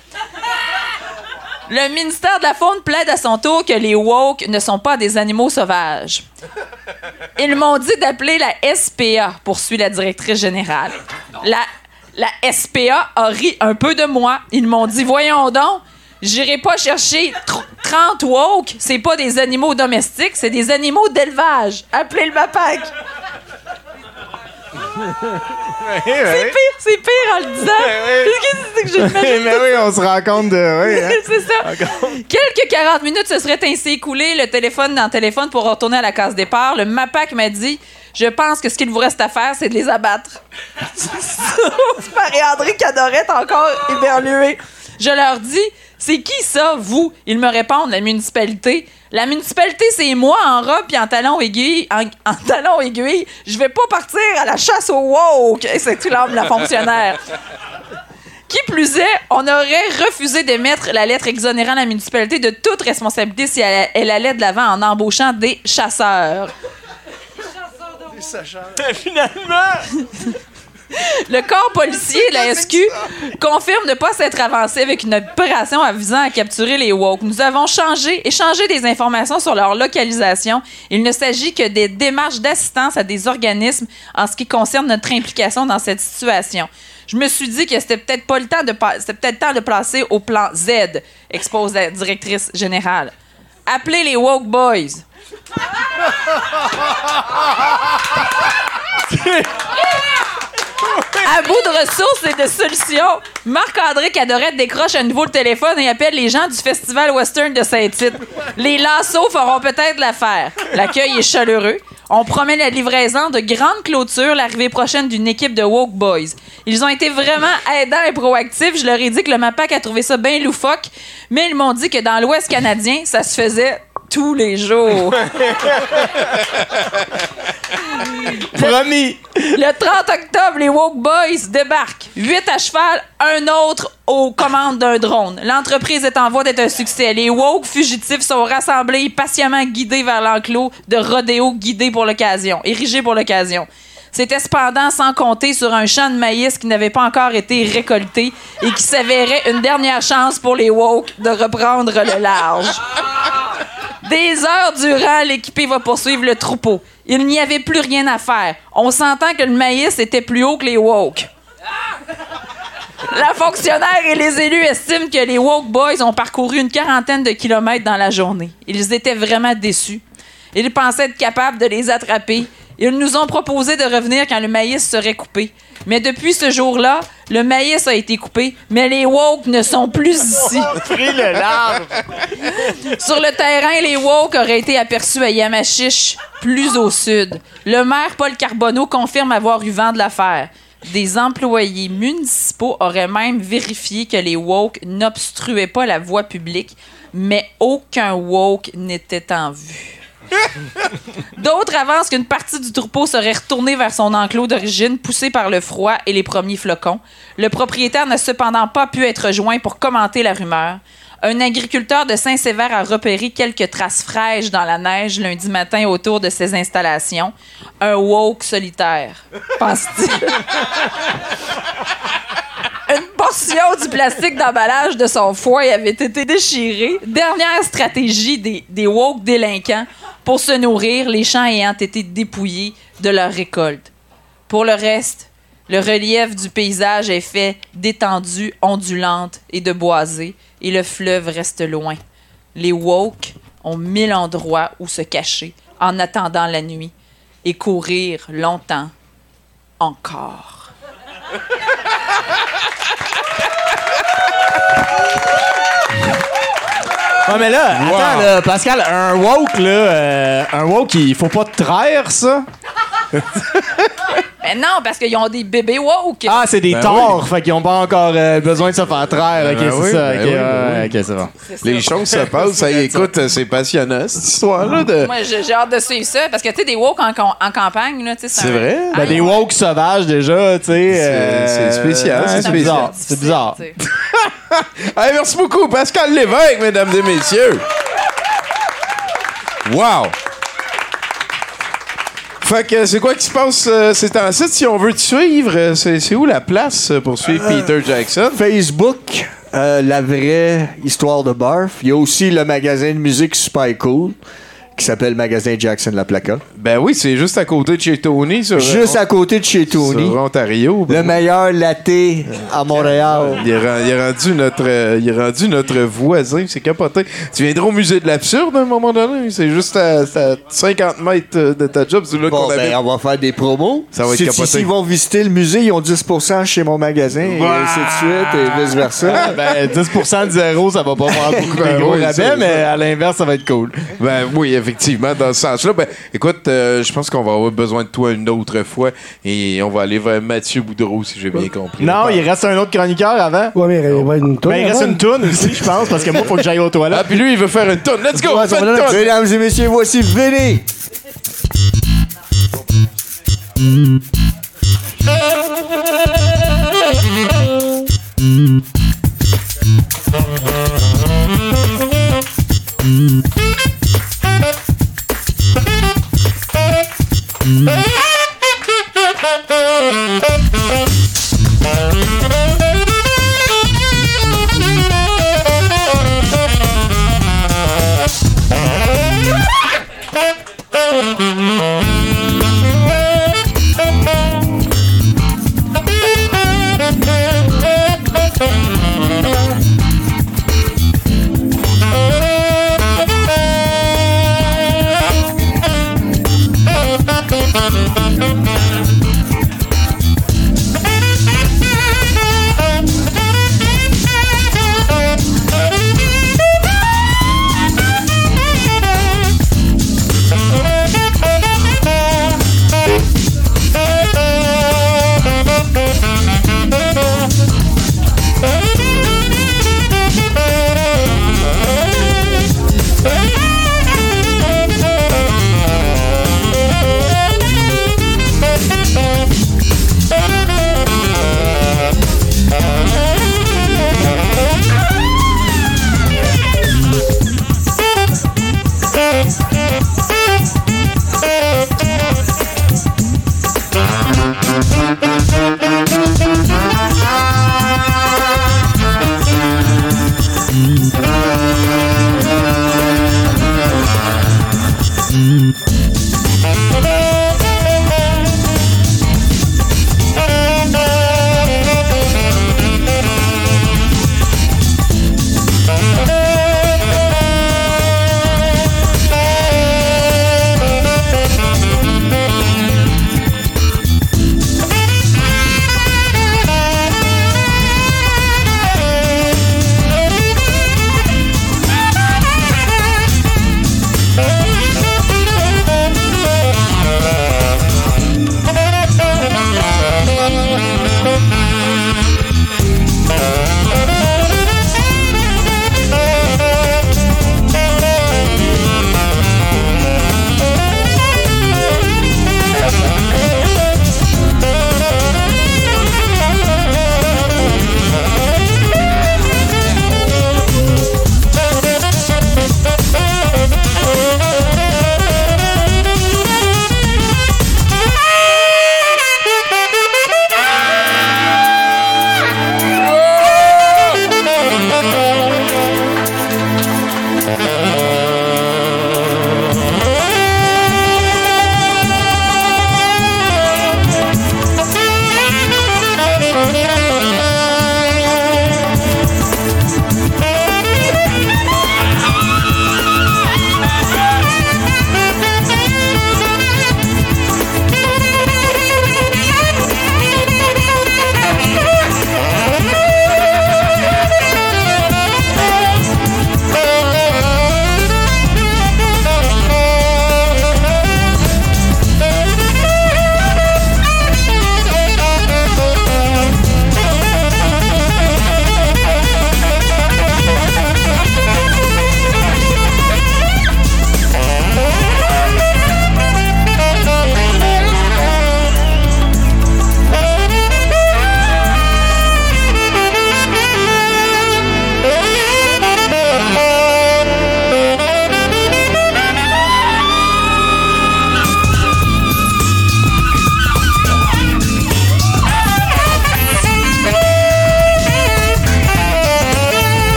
Le ministère de la Faune plaide à son tour que les woke ne sont pas des animaux sauvages. Ils m'ont dit d'appeler la SPA, poursuit la directrice générale. La SPA a ri un peu de moi. Ils m'ont dit, voyons donc, j'irai pas chercher 30 woke, c'est pas des animaux domestiques, c'est des animaux d'élevage. Appelez le MAPAC. C'est pire en le disant. Qu'est-ce que j'imagine? Mais oui, on se rend compte de... Oui, hein? C'est ça. Quelques 40 minutes se seraient ainsi écoulées, le téléphone dans le téléphone pour retourner à la case départ. Le MAPAC m'a dit, je pense que ce qu'il vous reste à faire, c'est de les abattre. Marie-André Cadorette encore éberluée. Je leur dis, c'est qui ça, vous? Ils me répondent, la municipalité. La municipalité, c'est moi en robe et en talons aiguilles. En talons aiguilles. Je vais pas partir à la chasse aux woke, s'exclame la fonctionnaire. Qui plus est, on aurait refusé d'émettre la lettre exonérant la municipalité de toute responsabilité si elle allait de l'avant en embauchant des chasseurs. Finalement... Le corps policier de la SQ confirme ne pas s'être avancé avec une opération visant à capturer les woke. Nous avons échangé des informations sur leur localisation. Il ne s'agit que des démarches d'assistance à des organismes en ce qui concerne notre implication dans cette situation. Je me suis dit que c'était peut-être temps de passer au plan Z, expose la directrice générale. Appelez les woke boys. À bout de ressources et de solutions, Marc-André Cadorette décroche à nouveau le téléphone et appelle les gens du Festival Western de Saint-Tite. Les lassos feront peut-être l'affaire. L'accueil est chaleureux. On promet la livraison de grandes clôtures l'arrivée prochaine d'une équipe de Woke Boys. Ils ont été vraiment aidants et proactifs. Je leur ai dit que le MAPAC a trouvé ça bien loufoque, mais ils m'ont dit que dans l'Ouest canadien, ça se faisait tous les jours. Promis! Le 30 octobre, les Woke Boys débarquent. 8 à cheval, un autre aux commandes d'un drone. L'entreprise est en voie d'être un succès. Les Woke fugitifs sont rassemblés et patiemment guidés vers l'enclos de rodéo érigé pour l'occasion. C'était cependant sans compter sur un champ de maïs qui n'avait pas encore été récolté et qui s'avérait une dernière chance pour les Woke de reprendre le large. Des heures durant, l'équipé va poursuivre le troupeau. Il n'y avait plus rien à faire. On s'entend que le maïs était plus haut que les woke. La fonctionnaire et les élus estiment que les woke boys ont parcouru une 40aine de kilomètres dans la journée. Ils étaient vraiment déçus. Ils pensaient être capables de les attraper. Ils nous ont proposé de revenir quand le maïs serait coupé. Mais depuis ce jour-là, le maïs a été coupé, mais les woke ne sont plus ici. Pris le large. Sur le terrain, les woke auraient été aperçus à Yamachiche, plus au sud. Le maire Paul Carbonneau confirme avoir eu vent de l'affaire. Des employés municipaux auraient même vérifié que les woke n'obstruaient pas la voie publique, mais aucun woke n'était en vue. D'autres avancent qu'une partie du troupeau serait retournée vers son enclos d'origine, poussé par le froid et les premiers flocons. Le propriétaire n'a cependant pas pu être joint pour commenter la rumeur. Un agriculteur de Saint-Sévère a repéré quelques traces fraîches dans la neige lundi matin autour de ses installations. Un woke solitaire, pense-t-il. Une portion du plastique d'emballage de son foin avait été déchirée. Dernière stratégie des woke délinquants pour se nourrir, les champs ayant été dépouillés de leur récolte. Pour le reste, le relief du paysage est fait d'étendues ondulantes et de boisées, et le fleuve reste loin. Les woke ont 1000 endroits où se cacher en attendant la nuit et courir longtemps encore. Ouais, mais là, attends, là, Pascal, un woke, il faut pas te traire, ça? Mais non, parce qu'ils ont des bébés woke. Ah, c'est des torts, fait qu'ils ont pas encore besoin de se faire traire. Ok, c'est ça. Ok, c'est bon. Les choses se passent. Écoute, c'est passionnant, cette histoire-là. Moi, j'ai hâte de suivre ça, parce que, tu sais, des woke en campagne, là, tu sais, c'est vrai? Ben, des woke sauvages, déjà, tu sais. C'est spécial, c'est spécial. C'est bizarre. Allez, merci beaucoup, Pascal Lévesque, mesdames et messieurs. Wow! Fait que c'est quoi qui se passe ces temps-ci? Si on veut te suivre, c'est où la place pour suivre Peter Jackson? Facebook, la vraie histoire de Barf. Il y a aussi le magasin de musique super cool qui s'appelle Magasin Jackson La Placa. Ben oui, c'est juste à côté de chez Tony. Juste à côté de chez Tony. Sur Ontario. Le meilleur latte à Montréal. Il est rendu notre voisin. C'est capoté. Tu viendras au musée de l'absurde à un moment donné. C'est juste à 50 mètres de ta job. C'est là qu'on ben, on va faire des promos. Ça va être capoté. S'ils vont visiter le musée, ils ont 10% chez mon magasin. Et ainsi de suite, et vice-versa. Ben, 10% de zéro, ça va pas faire beaucoup de gros rabais, mais à l'inverse, ça va être cool. Ben oui, effectivement, dans ce sens-là. Ben, écoute, je pense qu'on va avoir besoin de toi une autre fois et on va aller vers Mathieu Boudreau, si j'ai bien compris. Non, il reste un autre chroniqueur avant. Ouais, mais il va une toune. Ben, il reste une toune aussi, je pense, parce que moi, il faut que j'aille aux toilettes. Ah, puis lui, il veut faire une toune. Let's go! Ouais, fais une toune. Mesdames et messieurs, voici Vinny.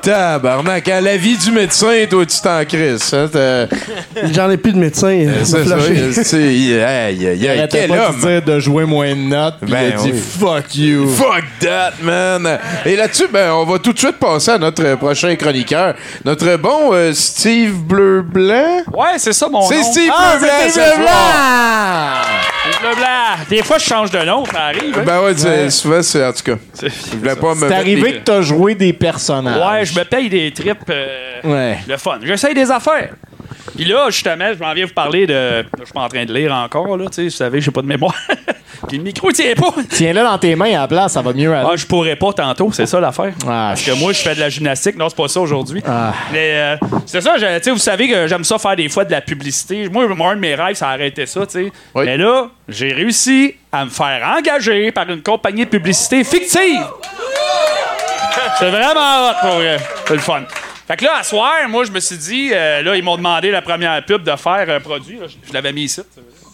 Tabarnak, à la vie du médecin, toi, tu t'en crisses. Hein, J'en ai plus de médecin. c'est ça. Quel homme. Dire de jouer moins de notes, puis Ben il a dit oui. fuck you. Fuck that, man. Et là-dessus, ben, on va tout de suite passer à notre prochain chroniqueur. Notre bon Steve Bleu-Blanc. Ouais, c'est ça mon nom. C'est Steve Bleu-Blanc. c'est Steve Bleu-Blanc. Steve Bleu-Blanc. Des fois, je change de nom, ça arrive. Hein? Ben ouais, souvent, c'est en tout cas. Je voulais pas me C'est arrivé que t'as joué des personnages. Ouais, je me paye des trips. Ouais. Le fun. J'essaye des affaires. Puis là, justement, je m'en viens vous parler de... Je suis pas en train de lire encore, là, tu sais, vous savez, j'ai pas de mémoire. Puis le micro, tient pas. Tiens-le dans tes mains à la place, ça va mieux aller. Ah, je pourrais pas tantôt, c'est ça l'affaire. Ah, Parce que moi, je fais de la gymnastique. Non, c'est pas ça aujourd'hui. Ah. Mais c'est ça, tu sais, vous savez que j'aime ça faire des fois de la publicité. Moi, un de mes rêves, ça a arrêté ça, tu sais. Oui. Mais là, j'ai réussi à me faire engager par une compagnie de publicité fictive. C'est vraiment hot, pour vrai. C'est le fun. Fait que là, à soir, moi, je me suis dit, là, ils m'ont demandé la première pub de faire un produit. Là, je l'avais mis ici.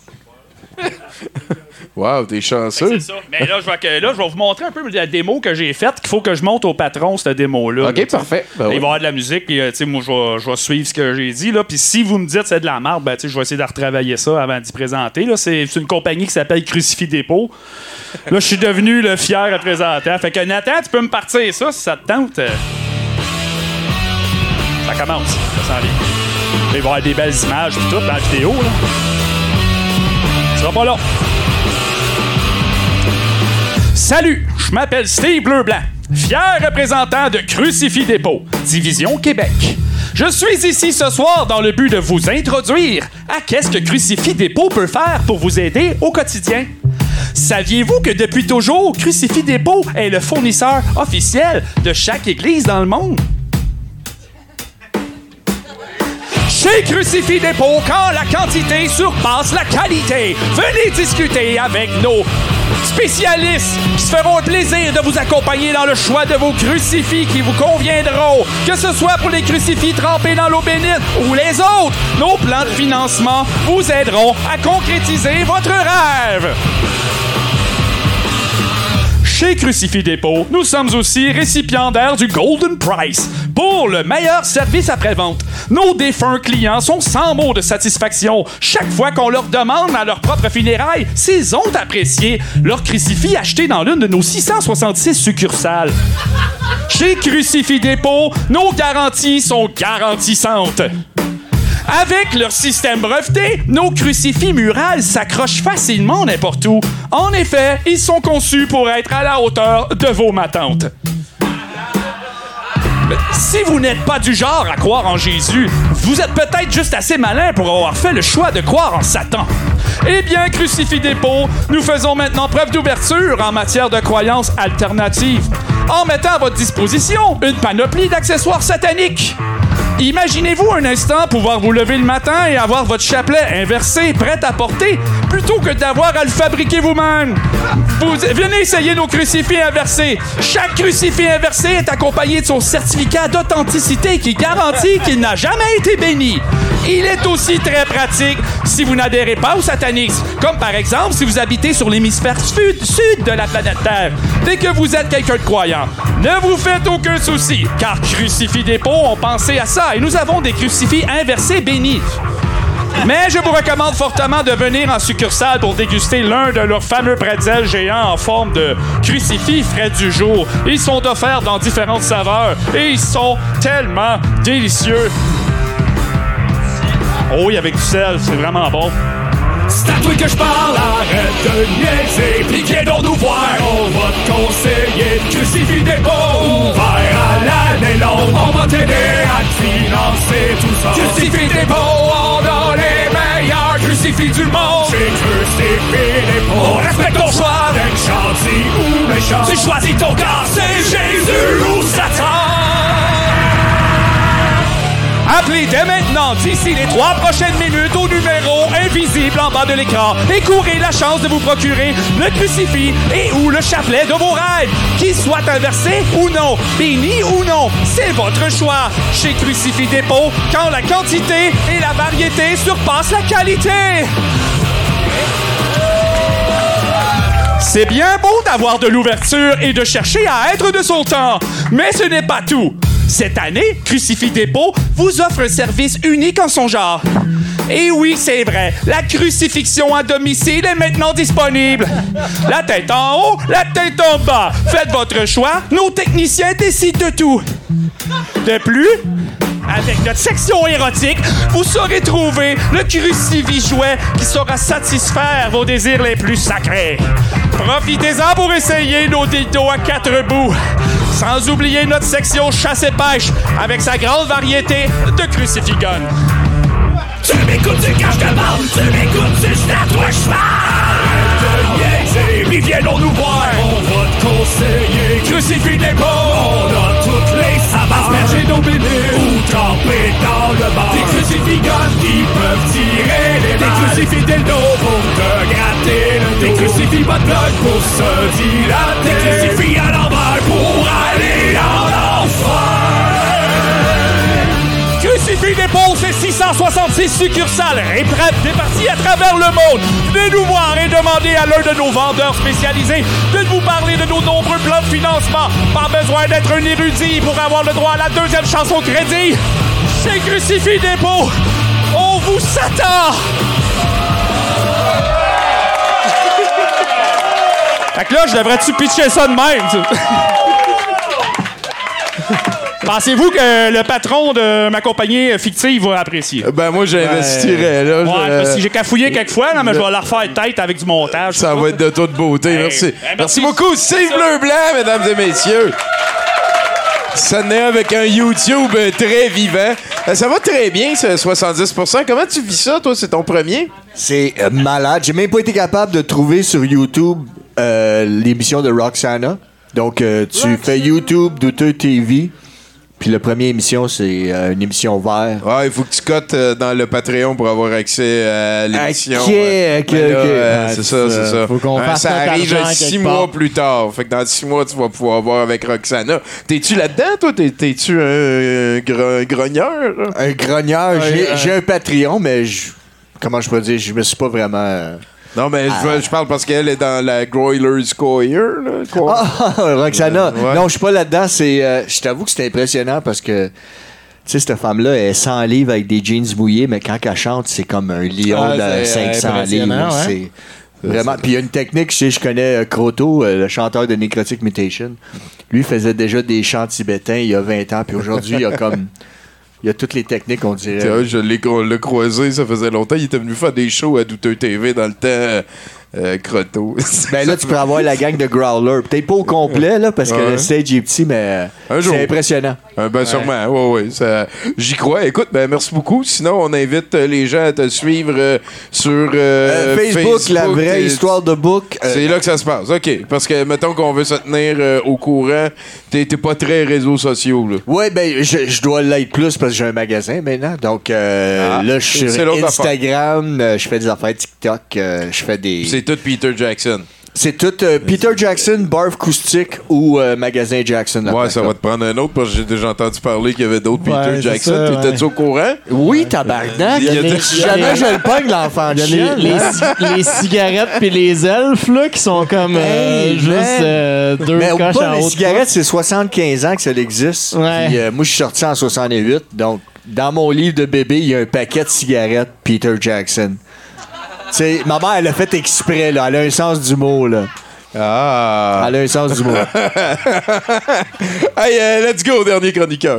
Wow, t'es chanceux. C'est ça. Mais là, je vais vous montrer un peu la démo que j'ai faite, qu'il faut que je monte au patron, cette démo-là. OK, parfait. Ben Il va oui. y avoir de la musique, puis, tu sais, moi, je vais suivre ce que j'ai dit, là. Puis si vous me dites que c'est de la merde, ben, tu sais, je vais essayer de retravailler ça avant d'y présenter, là. C'est une compagnie qui s'appelle Crucifix Dépôt. Là, je suis devenu le fier représentant. Fait que, Nathan, tu peux me partir ça, si ça te tente. Ça commence. Ça s'en vient. Il va y avoir des belles images, puis tout, dans la vidéo, là. Tu seras pas là. Salut, je m'appelle Steve Bleu-Blanc, fier représentant de Crucifix Dépôt, Division Québec. Je suis ici ce soir dans le but de vous introduire à qu'est-ce que Crucifix Dépôt peut faire pour vous aider au quotidien. Saviez-vous que depuis toujours, Crucifix Dépôt est le fournisseur officiel de chaque église dans le monde? Chez Crucifix Dépôt, quand la quantité surpasse la qualité, venez discuter avec nos spécialistes qui se feront un plaisir de vous accompagner dans le choix de vos crucifix qui vous conviendront. Que ce soit pour les crucifix trempés dans l'eau bénite ou les autres, nos plans de financement vous aideront à concrétiser votre rêve. Chez Crucifix Dépôt, nous sommes aussi récipiendaires du Golden Prize pour le meilleur service après-vente. Nos défunts clients sont sans mots de satisfaction chaque fois qu'on leur demande à leur propre funérailles s'ils ont apprécié leur crucifix acheté dans l'une de nos 666 succursales. Chez Crucifix Dépôt, nos garanties sont garantissantes. Avec leur système breveté, nos crucifix murales s'accrochent facilement n'importe où. En effet, ils sont conçus pour être à la hauteur de vos matantes. Si vous n'êtes pas du genre à croire en Jésus, vous êtes peut-être juste assez malin pour avoir fait le choix de croire en Satan. Eh bien, Crucifix Dépôt, nous faisons maintenant preuve d'ouverture en matière de croyances alternatives, en mettant à votre disposition une panoplie d'accessoires sataniques. Imaginez-vous un instant pouvoir vous lever le matin et avoir votre chapelet inversé, prêt à porter, plutôt que d'avoir à le fabriquer vous-même. Venez essayer nos crucifix inversés. Chaque crucifix inversé est accompagné de son certificat d'authenticité qui garantit qu'il n'a jamais été béni. Il est aussi très pratique si vous n'adhérez pas au satanisme, comme par exemple si vous habitez sur l'hémisphère sud de la planète Terre. Dès que vous êtes quelqu'un de croyant, ne vous faites aucun souci, car Crucifix Dépôt ont pensé à ça et nous avons des crucifix inversés bénis. Mais je vous recommande fortement de venir en succursale pour déguster l'un de leurs fameux pretzels géants en forme de crucifix frais du jour. Ils sont offerts dans différentes saveurs et ils sont tellement délicieux. Oh oui, avec du sel, c'est vraiment bon. C'est à toi que je parle, arrête de niaiser. Pis viens donc nous voir, on va te conseiller de Crucifix Dépôt. Ouvert à l'année longue, on va t'aider à te financer tout ça. Crucifix Dépôt, on a les meilleurs crucifix du monde. Chez Crucifix Dépôt, on respecte ton choix d'être gentil ou méchant. Tu choisis ton camp, c'est Jésus ou Satan. Appelez dès maintenant, d'ici les 3 prochaines minutes, au numéro invisible en bas de l'écran et courez la chance de vous procurer le crucifix et ou le chapelet de vos rêves. Qu'il soit inversé ou non, béni ou non, c'est votre choix. Chez Crucifix Dépôt, quand la quantité et la variété surpassent la qualité. C'est bien beau d'avoir de l'ouverture et de chercher à être de son temps, mais ce n'est pas tout. Cette année, Crucifix Dépôt vous offre un service unique en son genre. Et oui, c'est vrai, la crucifixion à domicile est maintenant disponible. La tête en haut, la tête en bas. Faites votre choix, nos techniciens décident de tout. De plus, avec notre section érotique, vous saurez trouver le crucifix jouet qui saura satisfaire vos désirs les plus sacrés. Profitez-en pour essayer nos dildos à 4 bouts. Sans oublier notre section chasse et pêche avec sa grande variété de crucifix-guns. Tu m'écoutes, tu quand je te parle, tu m'écoutes, c'est à toi je parle. Puis viens-nous nous voir, on va te conseiller. Crucifix Dépôt, on a toutes les sabbats. Asperger nos bénis ou tremper dans le bar. Des crucifix-guns qui peuvent tirer les balles. Des crucifix dildos pour te gratter le dos. Des crucifix bas de plug pour se dilater. Des crucifix à l'envers pour aller en enfer. Crucifix Dépôt, c'est 666 succursales réparties à travers le monde. Venez nous voir et demandez à l'un de nos vendeurs spécialisés de vous parler de nos nombreux plans de financement. Pas besoin d'être un érudit pour avoir le droit à la deuxième chance au crédit. Chez Crucifix Dépôt, on vous s'attend! Fait que là, je devrais-tu pitcher ça de même? Pensez-vous que le patron de ma compagnie fictive va apprécier? Ben, moi, j'investirais, là. Ouais, si j'ai cafouillé quelques fois, mais je vais la refaire tête avec du montage. Ça va être de toute beauté, merci. Merci beaucoup, Steve Bleu-Blanc, mesdames et messieurs. Ça naît avec un YouTube très vivant. Ça va très bien, ce 70%. Comment tu vis ça, toi? C'est ton premier? C'est malade. J'ai même pas été capable de trouver sur YouTube l'émission de Roxana. Donc, tu fais YouTube, Douteux TV. Puis la première émission, c'est une émission vert. Ah, il faut que tu cotes dans le Patreon pour avoir accès à l'émission. OK. C'est ça. Faut qu'on fasse ça notre arrive argent 6 quelque mois part. plus tard. Fait que dans 6 mois, tu vas pouvoir voir avec Roxana. T'es-tu là-dedans, toi? T'es-tu un grogneur? Un grogneur. J'ai un Patreon, mais comment je peux dire? Je me suis pas vraiment... Non, mais je parle parce qu'elle est dans la Groilers Choir. Roxana. Ouais. Non, je suis pas là-dedans. Je t'avoue que c'est impressionnant parce que, tu sais, cette femme-là, elle est 100 livres avec des jeans mouillés, mais quand elle chante, c'est comme un lion de 500 livres. Ouais. C'est vraiment. Puis il y a une technique, je connais Croto, le chanteur de Necrotic Mutation. Lui faisait déjà des chants tibétains il y a 20 ans, puis aujourd'hui, il y a toutes les techniques, on dirait. Je l'ai croisé, ça faisait longtemps. Il était venu faire des shows à Douteux TV dans le temps. Croto. Ben là, tu peux avoir la gang de Growler. Peut-être pas au complet, là, parce que le stage est petit, mais c'est impressionnant. Ben sûrement, ouais. J'y crois. Écoute, ben merci beaucoup. Sinon, on invite les gens à te suivre sur Facebook, la vraie histoire de book. C'est là que ça se passe. OK. Parce que, mettons qu'on veut se tenir au courant, t'es pas très réseaux sociaux, là. Ouais, ben je dois l'être plus parce que j'ai un magasin maintenant. Donc là, je suis sur Instagram, je fais des affaires TikTok, je fais des... C'est tout Peter Jackson. C'est tout Peter Jackson, Barf Acoustique ou Magasin Jackson. Ouais, ça va te prendre un autre parce que j'ai déjà entendu parler qu'il y avait d'autres Peter Jackson. T'étais-tu au courant? Oui, tabarnak. Jamais je le pogne, l'enfant de chien. Les cigarettes puis les elfes, là, qui sont comme juste deux coches en haut. Les cigarettes, c'est 75 ans que ça existe. Ouais. Puis, moi, je suis sorti en 68. Donc, dans mon livre de bébé, il y a un paquet de cigarettes Peter Jackson. T'sais, ma mère, elle a fait exprès, là. Elle a un sens du mot, là. Ah! Elle a un sens du mot. Hey, let's go, dernier chroniqueur.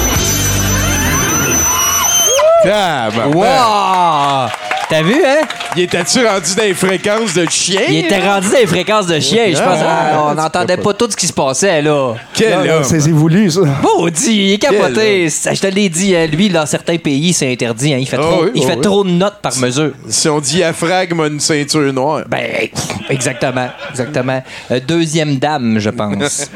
Wow! T'as vu, hein? Il était-tu rendu dans les fréquences de chien? Il était rendu dans les fréquences de chien. Je pense on n'entendait pas tout ce qui se passait, là. Quel homme! C'est voulu, ça. Maudit, il est capoté. Je te l'ai dit, lui, dans certains pays, c'est interdit. Hein. Il fait, trop de notes par mesure. Si on diaphragme a une ceinture noire. Ben, exactement. Deuxième dame, je pense.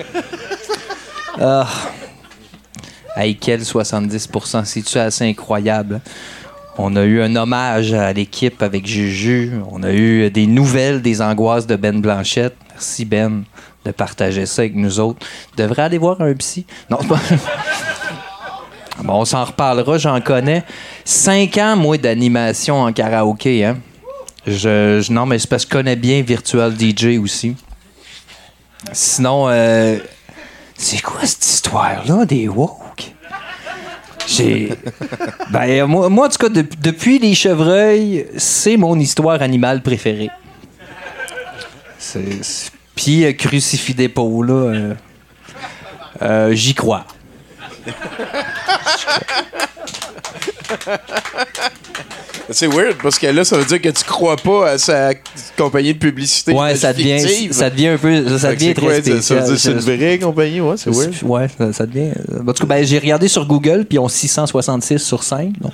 Hey, quel 70%, c'est-tu assez incroyable? On a eu un hommage à l'équipe avec Juju. On a eu des nouvelles des angoisses de Ben Blanchette. Merci, Ben, de partager ça avec nous autres. Devrait aller voir un psy. Non, c'est pas... Bon, on s'en reparlera, j'en connais. 5 ans, moi, d'animation en karaoké, hein? Non, mais c'est parce que je connais bien Virtual DJ aussi. Sinon, c'est quoi cette histoire-là des woke? Ben, moi, en tout cas, depuis les chevreuils, c'est mon histoire animale préférée. Puis, crucifix d'épaule, là, j'y crois. C'est weird parce que là, ça veut dire que tu crois pas à sa compagnie de publicité. Ouais, ça devient un peu. Ça devient très spécial. Ça veut dire que c'est une vraie compagnie, ouais, c'est weird. Ouais, ça devient. En tout cas, ben, j'ai regardé sur Google, puis ils ont 666 sur 5. Donc.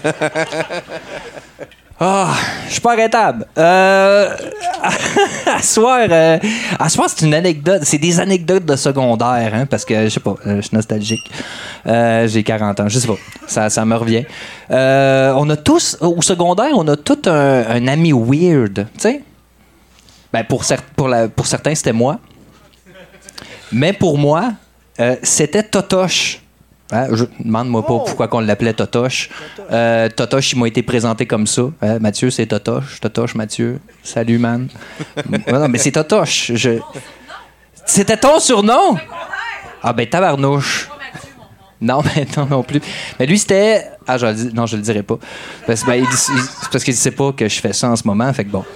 Je suis pas arrêtable. À soir, c'est une anecdote. C'est des anecdotes de secondaire, hein, parce que, je sais pas, je suis nostalgique. J'ai 40 ans, je sais pas. Ça me revient. On a tous, au secondaire, on a tout un ami weird, tu sais. Ben, pour certains, c'était moi. Mais pour moi, c'était Totoche. Hein, demande-moi pas pourquoi on l'appelait Totoche. Totoche, il m'a été présenté comme ça. Mathieu, c'est Totoche. Totoche, Mathieu. Salut, man. Non, mais c'est Totoche. C'était ton surnom? Ah, ben, tabarnouche. Non, mais non plus. Mais lui, c'était... Ah, non, je le dirai pas. Parce qu'il sait pas que je fais ça en ce moment, fait que bon.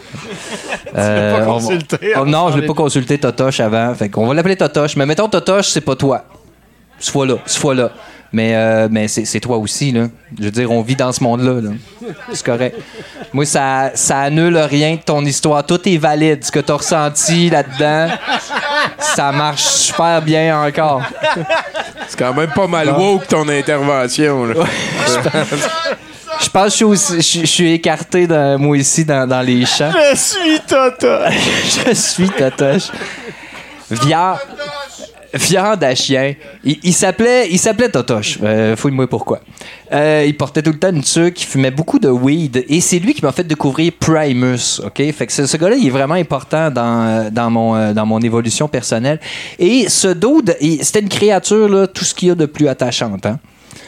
Non, je l'ai pas consulté Totoche avant, fait qu'on va l'appeler Totoche. Mais mettons, Totoche, c'est pas toi. Ce fois-là. Mais c'est toi aussi, là. Je veux dire, on vit dans ce monde-là, là. C'est correct. Moi, ça annule rien de ton histoire. Tout est valide. Ce que t'as ressenti là-dedans, ça marche super bien encore. C'est quand même pas mal woke, ton intervention, là. Je pense que je suis écarté, moi ici, dans les champs. Je suis Totoche. Je suis Totoche. Viande à chien. Il s'appelait Totoche. Fouille-moi pourquoi. Il portait tout le temps une tuque, il fumait beaucoup de weed. Et c'est lui qui m'a fait découvrir Primus. OK? Fait que ce gars-là, il est vraiment important dans mon évolution personnelle. Et ce dude, c'était une créature, là, tout ce qu'il y a de plus attachante. Hein?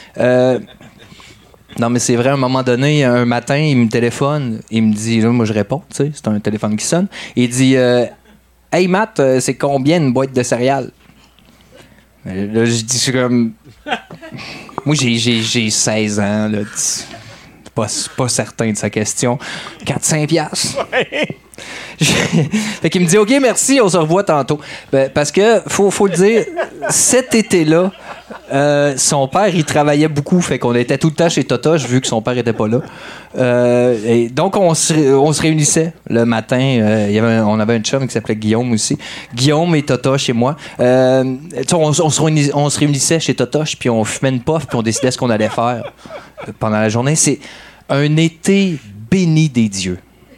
Non, mais c'est vrai, à un moment donné, un matin, il me téléphone. Il me dit, là, moi, je réponds, tu sais, c'est un téléphone qui sonne. Il dit, hey, Matt, c'est combien une boîte de céréales? Là, je dis comme... Moi, j'ai 16 ans, là. Pas certain de sa question. 4-5 piastres. Fait qu'il me dit, OK, merci, on se revoit tantôt. Ben, parce que, faut le dire, cet été-là, son père, il travaillait beaucoup. Fait qu'on était tout le temps chez Totoche, vu que son père était pas là. Et donc, on se réunissait le matin. On avait un chum qui s'appelait Guillaume aussi. Guillaume et Totoche et moi. On se réunissait chez Totoche, puis on fumait une puff, puis on décidait ce qu'on allait faire pendant la journée. C'est un été béni des dieux.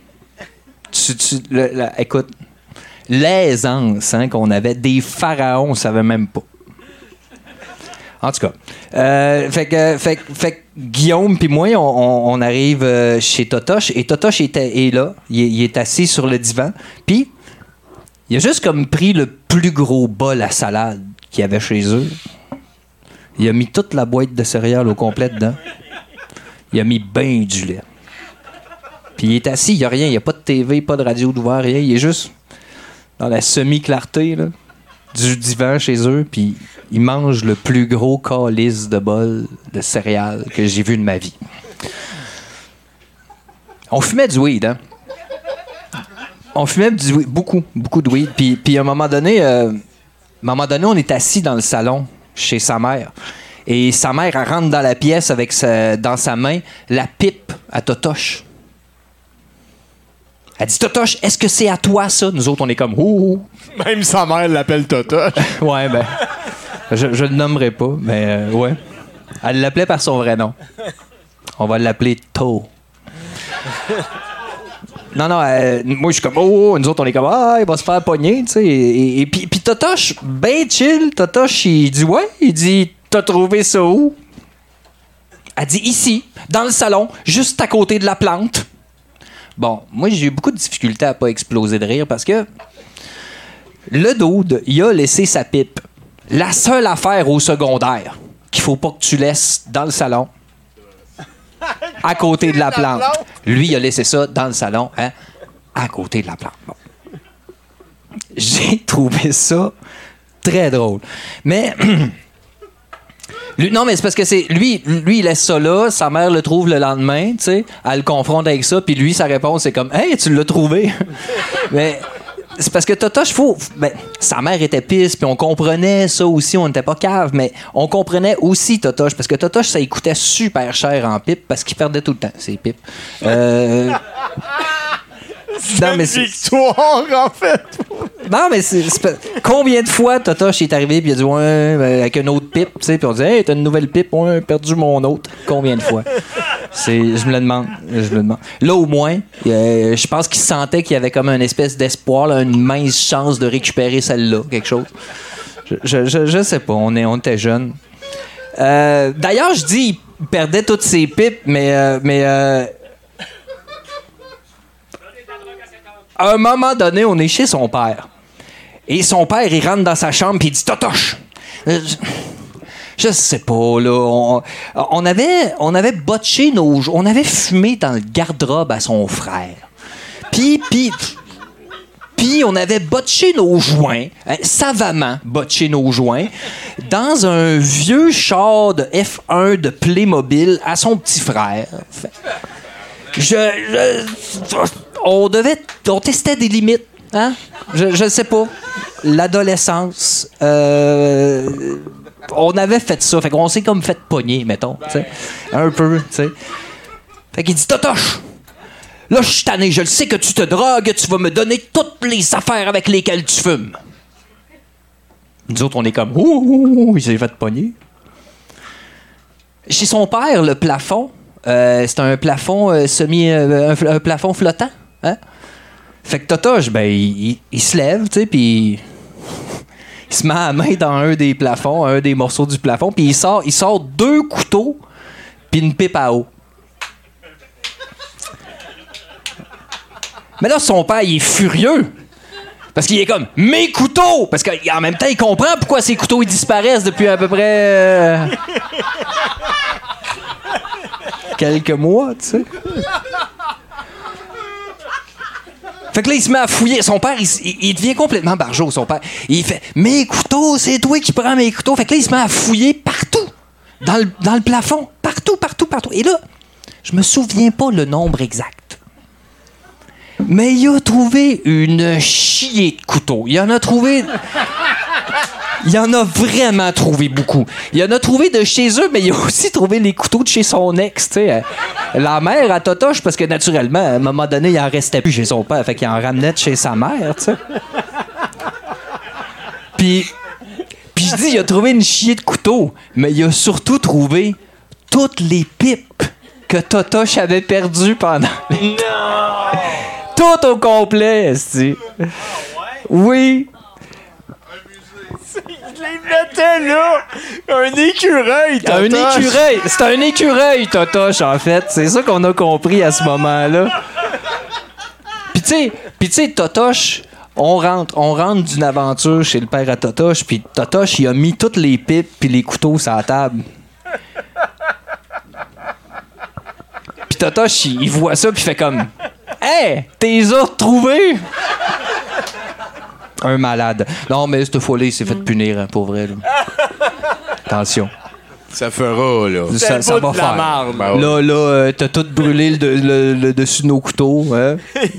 Écoute, l'aisance qu'on avait, des pharaons, on savait même pas. En tout cas, fait que Guillaume puis moi, on arrive chez Totoche, et Totoche est là, il est assis sur le divan, puis il a juste comme pris le plus gros bol à salade qu'il y avait chez eux. Il a mis toute la boîte de céréales au complet dedans. Il a mis ben du lait. Puis il est assis, il n'y a rien, il n'y a pas de TV, pas de radio d'ouvert, rien. Il est juste dans la semi-clarté là, du divan chez eux, puis il mange le plus gros calice de bol de céréales que j'ai vu de ma vie. On fumait du weed, hein? On fumait du weed, beaucoup de weed. Puis à un moment donné, on est assis dans le salon chez sa mère. Et sa mère, elle rentre dans la pièce avec dans sa main la pipe à Totoche. Elle dit, Totoche, est-ce que c'est à toi, ça? Nous autres, on est comme, ouh. Même sa mère l'appelle Totoche. Ouais, ben, je le nommerai pas, mais ouais. Elle l'appelait par son vrai nom. On va l'appeler To. Non, moi, je suis comme, oh, nous autres, on est comme, ah, il va se faire pogner, tu sais. Et puis Totoche, ben chill, Totoche, il dit, ouais, il dit, t'as trouvé ça où? Elle dit, ici, dans le salon, juste à côté de la plante. Bon, moi, j'ai eu beaucoup de difficultés à pas exploser de rire parce que le dude, il a laissé sa pipe. La seule affaire au secondaire qu'il faut pas que tu laisses dans le salon, à côté de la plante. Lui, il a laissé ça dans le salon, hein, à côté de la plante. Bon. J'ai trouvé ça très drôle. Mais... non, mais c'est parce que c'est lui, il laisse ça là, sa mère le trouve le lendemain, tu sais, elle le confronte avec ça, puis lui, sa réponse, c'est comme « Hey, tu l'as trouvé! » Mais c'est parce que Totoche, sa mère était pisse, puis on comprenait ça aussi, on n'était pas cave, mais on comprenait aussi Totoche, parce que Totoche, ça lui coûtait super cher en pipe, parce qu'il perdait tout le temps ses pipes. Non, mais c'est victoire, en fait. Non, mais c'est combien de fois Totoche est arrivé puis il a dit ouais, avec une autre pipe, tu sais, puis on dit hey, t'as une nouvelle pipe, ouais, perdu mon autre. Combien de fois? Je me le demande. Là, au moins, je pense qu'il sentait qu'il y avait comme une espèce d'espoir, là, une mince chance de récupérer celle-là, quelque chose. Je sais pas, on était jeunes. D'ailleurs, je dis il perdait toutes ses pipes, mais à un moment donné, on est chez son père. Et son père, il rentre dans sa chambre et il dit « Totoche! » Je sais pas, là. On avait botché on avait fumé dans le garde-robe à son frère. Puis on avait botché nos joints, savamment botché nos joints, dans un vieux char de F1 de Playmobil à son petit frère. On testait des limites, hein? Je sais pas. L'adolescence, on avait fait ça, fait qu'on s'est comme fait pogner, mettons, tu sais, un peu, tu sais. Fait qu'il dit Totoche, là je suis tanné, je le sais que tu te drogues, tu vas me donner toutes les affaires avec lesquelles tu fumes. Nous autres, on est comme ouh, il s'est fait pogner. Chez son père, le plafond. C'est un plafond un plafond flottant, hein? Fait que Totoche, ben, il se lève, tu sais, puis il se met la main dans un des plafonds, un des morceaux du plafond, puis il sort 2 couteaux puis une pipe à eau. Mais là, son père, il est furieux. Parce qu'il est comme « Mes couteaux! » Parce qu'en même temps, il comprend pourquoi ces couteaux ils disparaissent depuis à peu près... quelques mois, tu sais. Fait que là, il se met à fouiller. Son père, il devient complètement barjot, son père. Il fait « Mes couteaux, c'est toi qui prends mes couteaux. » Fait que là, il se met à fouiller partout. Dans le plafond. Partout. Et là, je me souviens pas le nombre exact. Mais il a trouvé une chier de couteaux. Il en a vraiment trouvé beaucoup. Il en a trouvé de chez eux, mais il a aussi trouvé les couteaux de chez son ex, tu sais. La mère à Totoche, parce que naturellement, à un moment donné, il en restait plus chez son père, fait qu'il en ramenait de chez sa mère, tu sais. Puis je dis, il a trouvé une chier de couteaux, mais il a surtout trouvé toutes les pipes que Totoche avait perdues pendant... Non! Tout au complet, esti. Oui. Je les mettais là! Un écureuil, Totoche! Un écureuil! C'est un écureuil, Totoche, en fait. C'est ça qu'on a compris à ce moment-là. Puis tu sais, Totoche, on rentre d'une aventure chez le père à Totoche, puis Totoche, il a mis toutes les pipes puis les couteaux sur la table. Puis Totoche, il voit ça, puis il fait comme... Hey! T'es retrouvés! Un malade. Non, mais cette fois-là, il s'est fait punir, hein, pour vrai. Là. Attention. Ça fera, là. Ça va faire. Marde. Là, t'as tout brûlé le dessus de nos couteaux. Hein?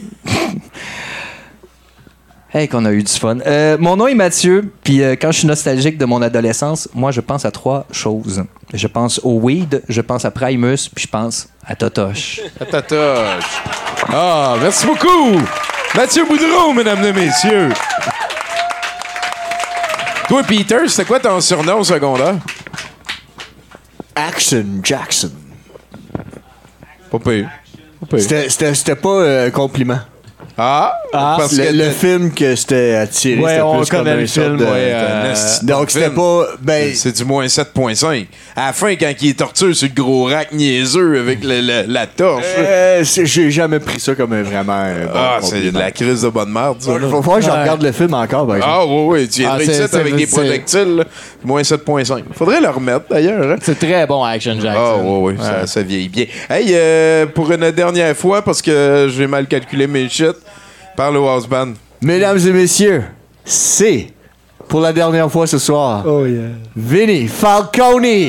Hey, qu'on a eu du fun. Mon nom est Mathieu, puis quand je suis nostalgique de mon adolescence, moi, je pense à 3 choses. Je pense au weed, je pense à Primus, puis je pense à Totoche. À Totoche. Ah, merci beaucoup. Mathieu Boudreau, mesdames et messieurs. Toi, Peter, c'était quoi ton surnom au secondaire? Action Jackson. Pas pire. C'était pas compliment. Parce que le film que c'était attiré, Ouais, c'était on plus comme connaît un le sorte film, de... donc c'était pas... c'est du moins 7.5. À la fin, quand il est torture sur le gros rack niaiseux avec la torche. J'ai jamais pris ça comme vraiment... c'est de la crise de bonne merde, ça. Faut voir que je regarde le film encore, par exemple. Oui. Tu viendrais ici avec des projectiles, là, moins 7.5. Faudrait le remettre, d'ailleurs. Hein? C'est très bon, Action Jackson. Oui. Ça vieillit bien. Hey, pour une dernière fois, parce que j'ai mal calculé mes shit, parle au house band. Mesdames et messieurs, c'est, pour la dernière fois ce soir, Vinny Falcone.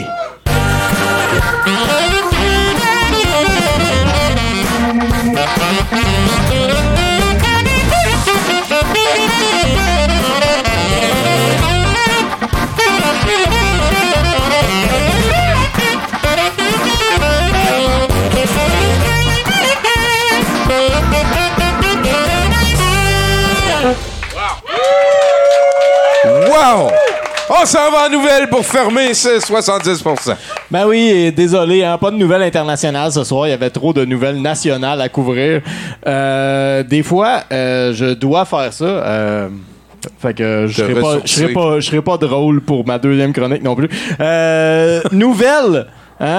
Wow! On s'en va en nouvelle pour fermer ce 70%. Ben oui, et désolé, hein, pas de nouvelles internationales ce soir. Il y avait trop de nouvelles nationales à couvrir. Des fois, je dois faire ça. Fait que je serai pas drôle pour ma deuxième chronique non plus. Nouvelle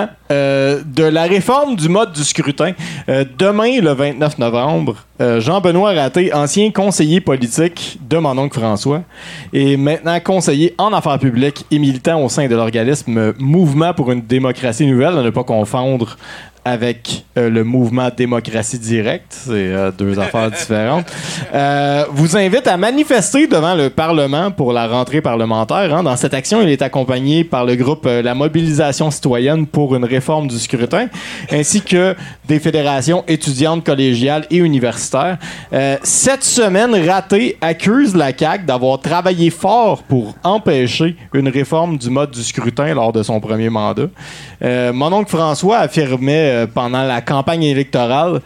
de la réforme du mode du scrutin. Demain, le 29 novembre, Jean-Benoît Raté, ancien conseiller politique de mon oncle François, et maintenant conseiller en affaires publiques et militant au sein de l'organisme Mouvement pour une démocratie nouvelle, à ne pas confondre avec le mouvement Démocratie Directe. C'est deux affaires différentes. Vous invite à manifester devant le Parlement pour la rentrée parlementaire. Hein. Dans cette action, il est accompagné par le groupe La Mobilisation citoyenne pour une réforme du scrutin, ainsi que des fédérations étudiantes, collégiales et universitaires. Cette semaine, Raté accuse la CAQ d'avoir travaillé fort pour empêcher une réforme du mode du scrutin lors de son premier mandat. Mon oncle François affirmait pendant la campagne électorale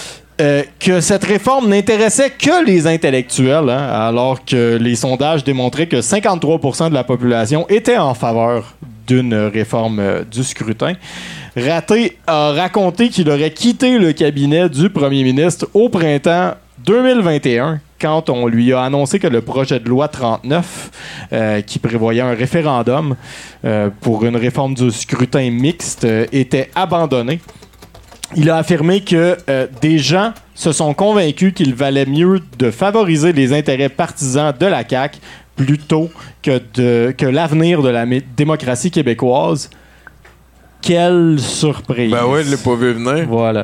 que cette réforme n'intéressait que les intellectuels, hein, alors que les sondages démontraient que 53% de la population était en faveur d'une réforme du scrutin. Raté a raconté qu'il aurait quitté le cabinet du premier ministre au printemps 2021, quand on lui a annoncé que le projet de loi 39, qui prévoyait un référendum pour une réforme du scrutin mixte, était abandonné. Il a affirmé que des gens se sont convaincus qu'il valait mieux de favoriser les intérêts partisans de la CAQ plutôt que l'avenir de la démocratie québécoise. Quelle surprise. Ben oui, je l'ai pas vu venir. Voilà.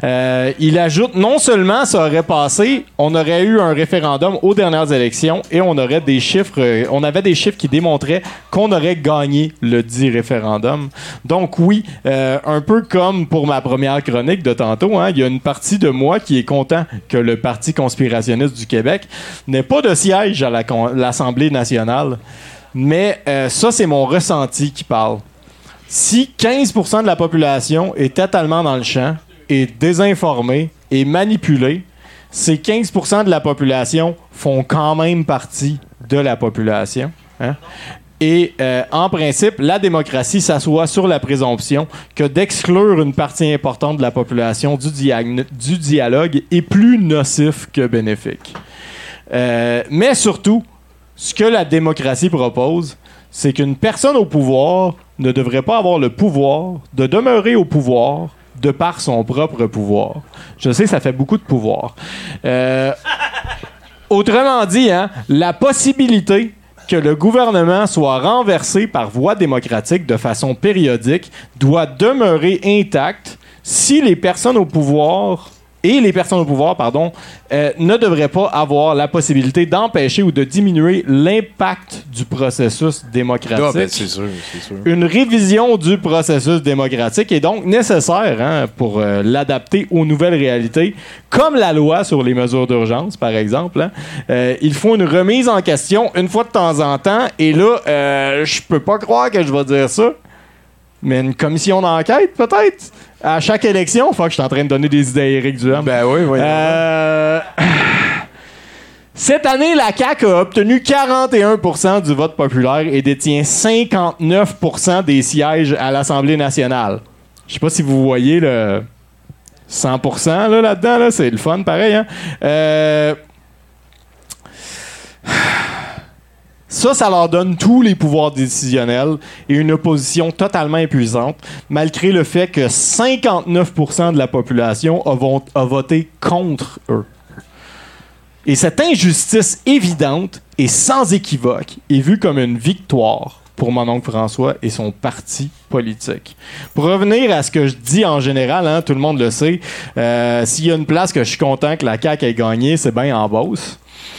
Il ajoute, non seulement ça aurait passé, on aurait eu un référendum aux dernières élections et on aurait des chiffres, on avait des chiffres qui démontraient qu'on aurait gagné le dit référendum. Donc oui, un peu comme pour ma première chronique de tantôt, hein, il y a une partie de moi qui est content que le Parti conspirationniste du Québec n'ait pas de siège à l'Assemblée nationale. Mais ça, c'est mon ressenti qui parle. Si 15% de la population est totalement dans le champ, est désinformée et manipulée, ces 15% de la population font quand même partie de la population. Hein? Et en principe, la démocratie s'assoit sur la présomption que d'exclure une partie importante de la population du dialogue est plus nocif que bénéfique. Mais surtout, ce que la démocratie propose, c'est qu'une personne au pouvoir ne devrait pas avoir le pouvoir de demeurer au pouvoir de par son propre pouvoir. Je sais, ça fait beaucoup de pouvoir. Autrement dit, hein, la possibilité que le gouvernement soit renversé par voie démocratique de façon périodique doit demeurer intacte si les personnes au pouvoir ne devraient pas avoir la possibilité d'empêcher ou de diminuer l'impact du processus démocratique. Ah, ben, c'est sûr. Une révision du processus démocratique est donc nécessaire, hein, pour l'adapter aux nouvelles réalités, comme la loi sur les mesures d'urgence, par exemple. Hein. Il faut une remise en question une fois de temps en temps, et là, je peux pas croire que je vais dire ça, Mais une commission d'enquête, peut-être? À chaque élection, que je suis en train de donner des idées à Éric Duhem. Ben oui, oui. Cette année, la CAQ a obtenu 41% du vote populaire et détient 59% des sièges à l'Assemblée nationale. Je sais pas si vous voyez le 100% là-dedans. Là, c'est le fun, pareil. Hein? Ça leur donne tous les pouvoirs décisionnels et une opposition totalement impuissante, malgré le fait que 59% de la population a voté contre eux. Et cette injustice évidente et sans équivoque est vue comme une victoire pour mon oncle François et son parti politique. Pour revenir à ce que je dis en général, hein, tout le monde le sait, s'il y a une place que je suis content que la CAQ ait gagné, c'est bien en Beauce.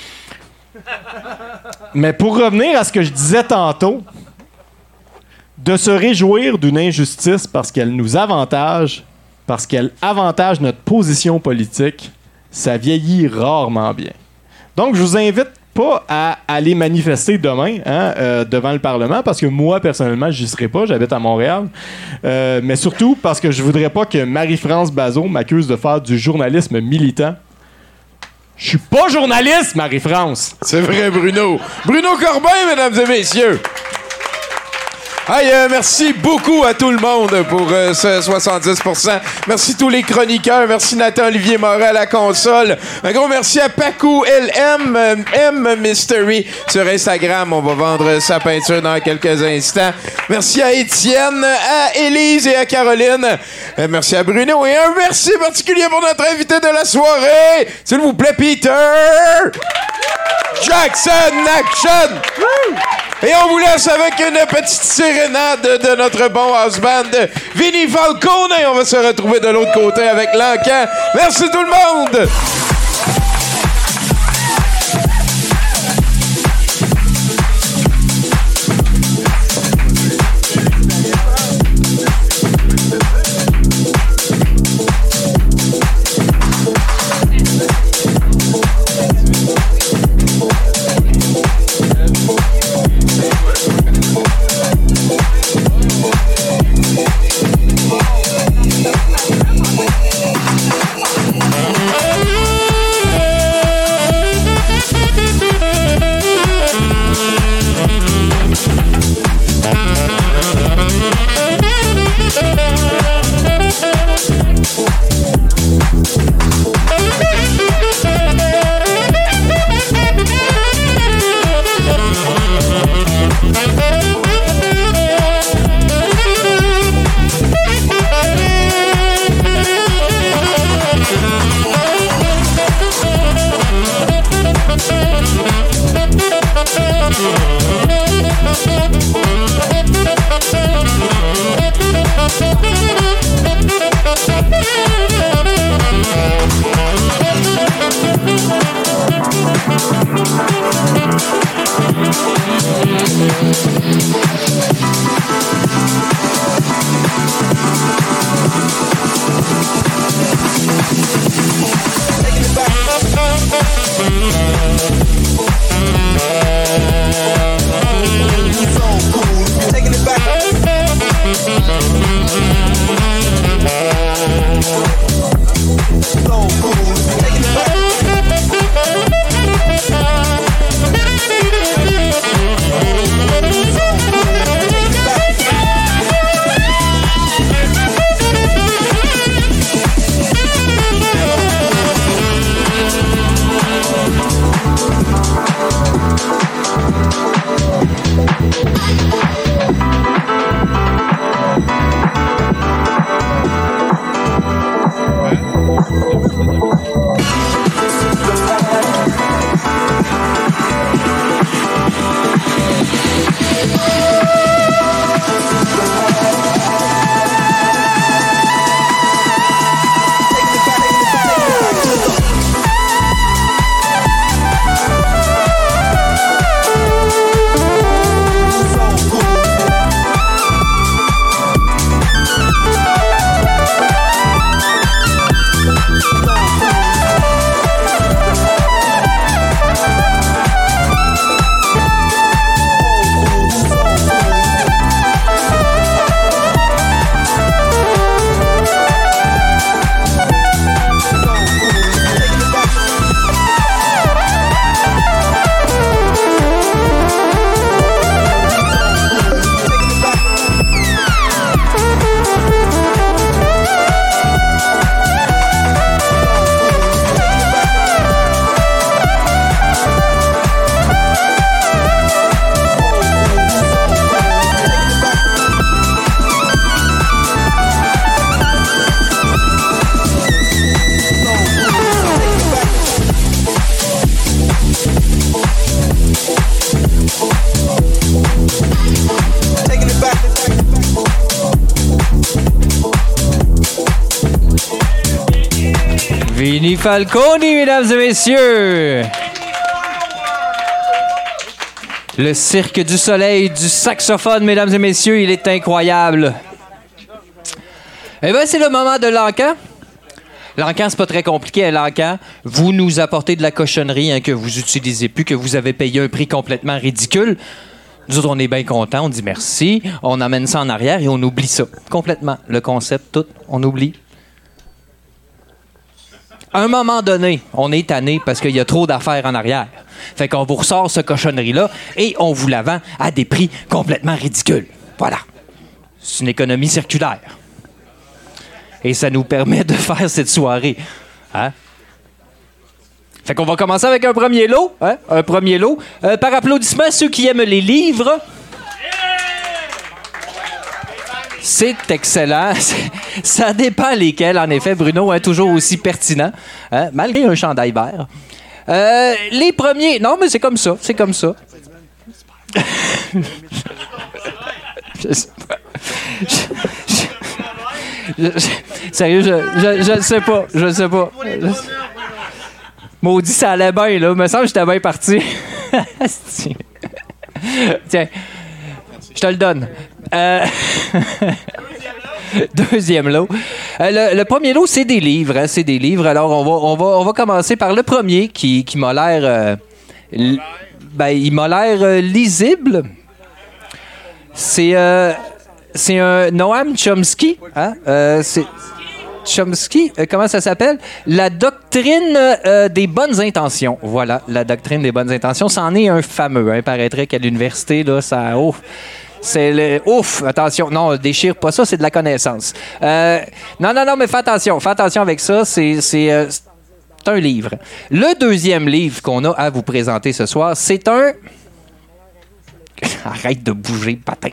Mais pour revenir à ce que je disais tantôt, de se réjouir d'une injustice parce qu'elle nous avantage, parce qu'elle avantage notre position politique, ça vieillit rarement bien. Donc, je vous invite pas à aller manifester demain devant le Parlement, parce que moi, personnellement, j'y serai pas, j'habite à Montréal. Mais surtout parce que je voudrais pas que Marie-France Bazot m'accuse de faire du journalisme militant. Je suis pas journaliste, Marie-France! C'est vrai, Bruno. Bruno Corbin, mesdames et messieurs. Hey, merci beaucoup à tout le monde pour ce 70%. Merci tous les chroniqueurs. Merci Nathan-Olivier Morin à la console. Un gros merci à Paco LM, M Mystery sur Instagram. On va vendre sa peinture dans quelques instants. Merci à Étienne, à Élise et à Caroline. Merci à Bruno et un merci particulier pour notre invité de la soirée. S'il vous plaît, Peter Jackson Action. Et on vous laisse avec une petite sérénade de notre bon house band Vinnie Falcone. Et on va se retrouver de l'autre côté avec l'encan. Merci tout le monde! Vini Falconi, mesdames et messieurs. Le cirque du soleil du saxophone, mesdames et messieurs, il est incroyable. Eh bien, c'est le moment de l'encan. L'encan, c'est pas très compliqué. L'encan, vous nous apportez de la cochonnerie que vous utilisez plus, que vous avez payé un prix complètement ridicule. Nous autres, on est bien contents, on dit merci, on amène ça en arrière et on oublie ça. Complètement. Le concept, tout, on oublie. À un moment donné, on est tanné parce qu'il y a trop d'affaires en arrière. Fait qu'on vous ressort ce cochonnerie-là et on vous la vend à des prix complètement ridicules. Voilà. C'est une économie circulaire. Et ça nous permet de faire cette soirée. Hein? Fait qu'on va commencer avec un premier lot. Hein? Un premier lot. Par applaudissement, ceux qui aiment les livres. C'est excellent. Ça dépend lesquels, en effet. Bruno est toujours aussi pertinent, hein? Malgré un chandail vert. Les premiers... Non, mais c'est comme ça. C'est comme ça. Je sais pas. Sérieux, je ne sais pas. Je ne sais pas. Maudit, ça allait bien, là. Il me semble que j'étais bien parti. Tiens, je te le donne. Deuxième lot. Le premier lot, c'est des livres. Hein, c'est des livres. Alors, on va commencer par le premier qui m'a l'air... il m'a l'air lisible. C'est un Noam Chomsky. Hein? C'est Chomsky, comment ça s'appelle? La doctrine des bonnes intentions. Voilà, la doctrine des bonnes intentions. C'en est un fameux. Hein. Il paraîtrait qu'à l'université, là, ça... Ouf, c'est le... Ouf, attention. Non, déchire pas ça, c'est de la connaissance. Non, mais fais attention avec ça. C'est un livre. Le deuxième livre qu'on a à vous présenter ce soir, c'est un... Arrête de bouger, patin.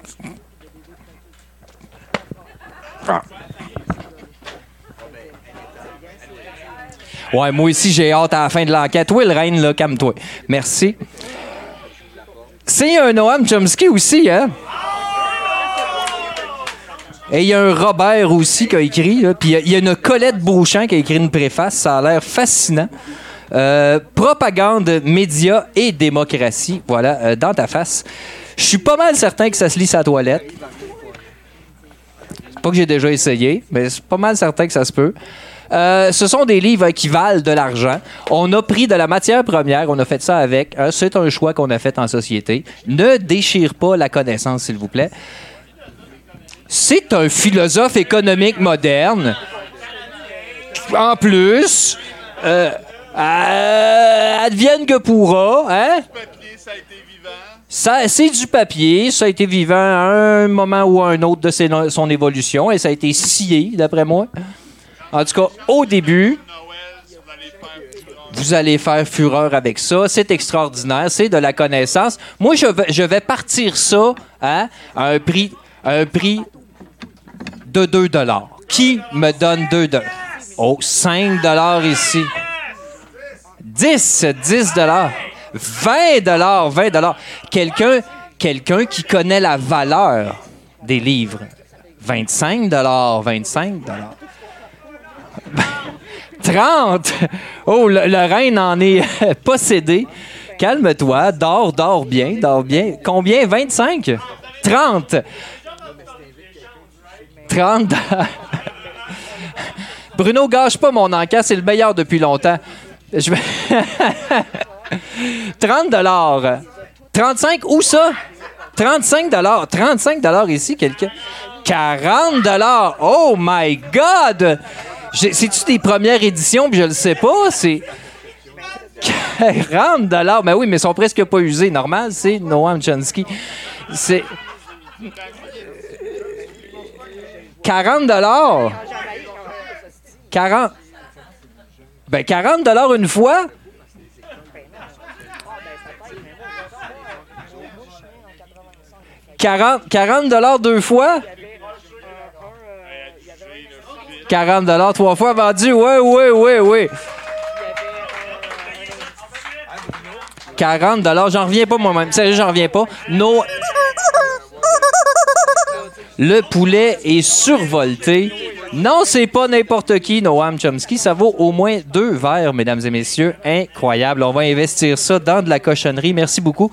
Ouais, moi aussi, j'ai hâte à la fin de l'enquête. Oui, le reine, là, calme-toi. Merci. C'est un Noam Chomsky aussi, hein? Et il y a un Robert aussi qui a écrit, là. Puis il y a une Colette Beauchamp qui a écrit une préface. Ça a l'air fascinant. Propagande, médias et démocratie. Voilà, dans ta face. Je suis pas mal certain que ça se lit sa toilette. C'est pas que j'ai déjà essayé, mais c'est pas mal certain que ça se peut. Ce sont des livres qui valent de l'argent. On a pris de la matière première, on a fait ça avec. C'est un choix qu'on a fait en société. Ne déchire pas la connaissance, s'il vous plaît. C'est un philosophe économique moderne. En plus, advienne que pourra, hein? Ça, c'est du papier, ça a été vivant à un moment ou à un autre de son évolution et ça a été scié, d'après moi. En tout cas, au début, vous allez faire fureur avec ça. C'est extraordinaire, c'est de la connaissance. Moi, je vais partir ça hein, à un prix de 2 $. Qui me donne 2 $? Oh, 5 $ ici. 10 $. 20 $. Quelqu'un qui connaît la valeur des livres. 25 $. 30! Oh, le reine en est possédé. Calme-toi, dors bien. Combien? 25? 30! 30 Bruno, gâche pas mon encas, c'est le meilleur depuis longtemps. Je vais... 30 $. 35? Où ça? 35 $. 35 $ ici, quelqu'un. 40 $. Oh my God! C'est-tu des premières éditions, puis je le sais pas? C'est 40 $. Ben oui, mais ils sont presque pas usés. Normal, c'est Noam Chomsky. C'est 40 $. 40. Ben 40 $ une fois? $40 2 fois? 40 $ 3 fois vendu? Oui. 40 $, j'en reviens pas moi-même. Sérieux, j'en reviens pas. Le poulet est survolté Non, c'est pas n'importe qui, Noam Chomsky. Ça vaut au moins 2 verres, mesdames et messieurs. Incroyable. On va investir ça dans de la cochonnerie. Merci beaucoup.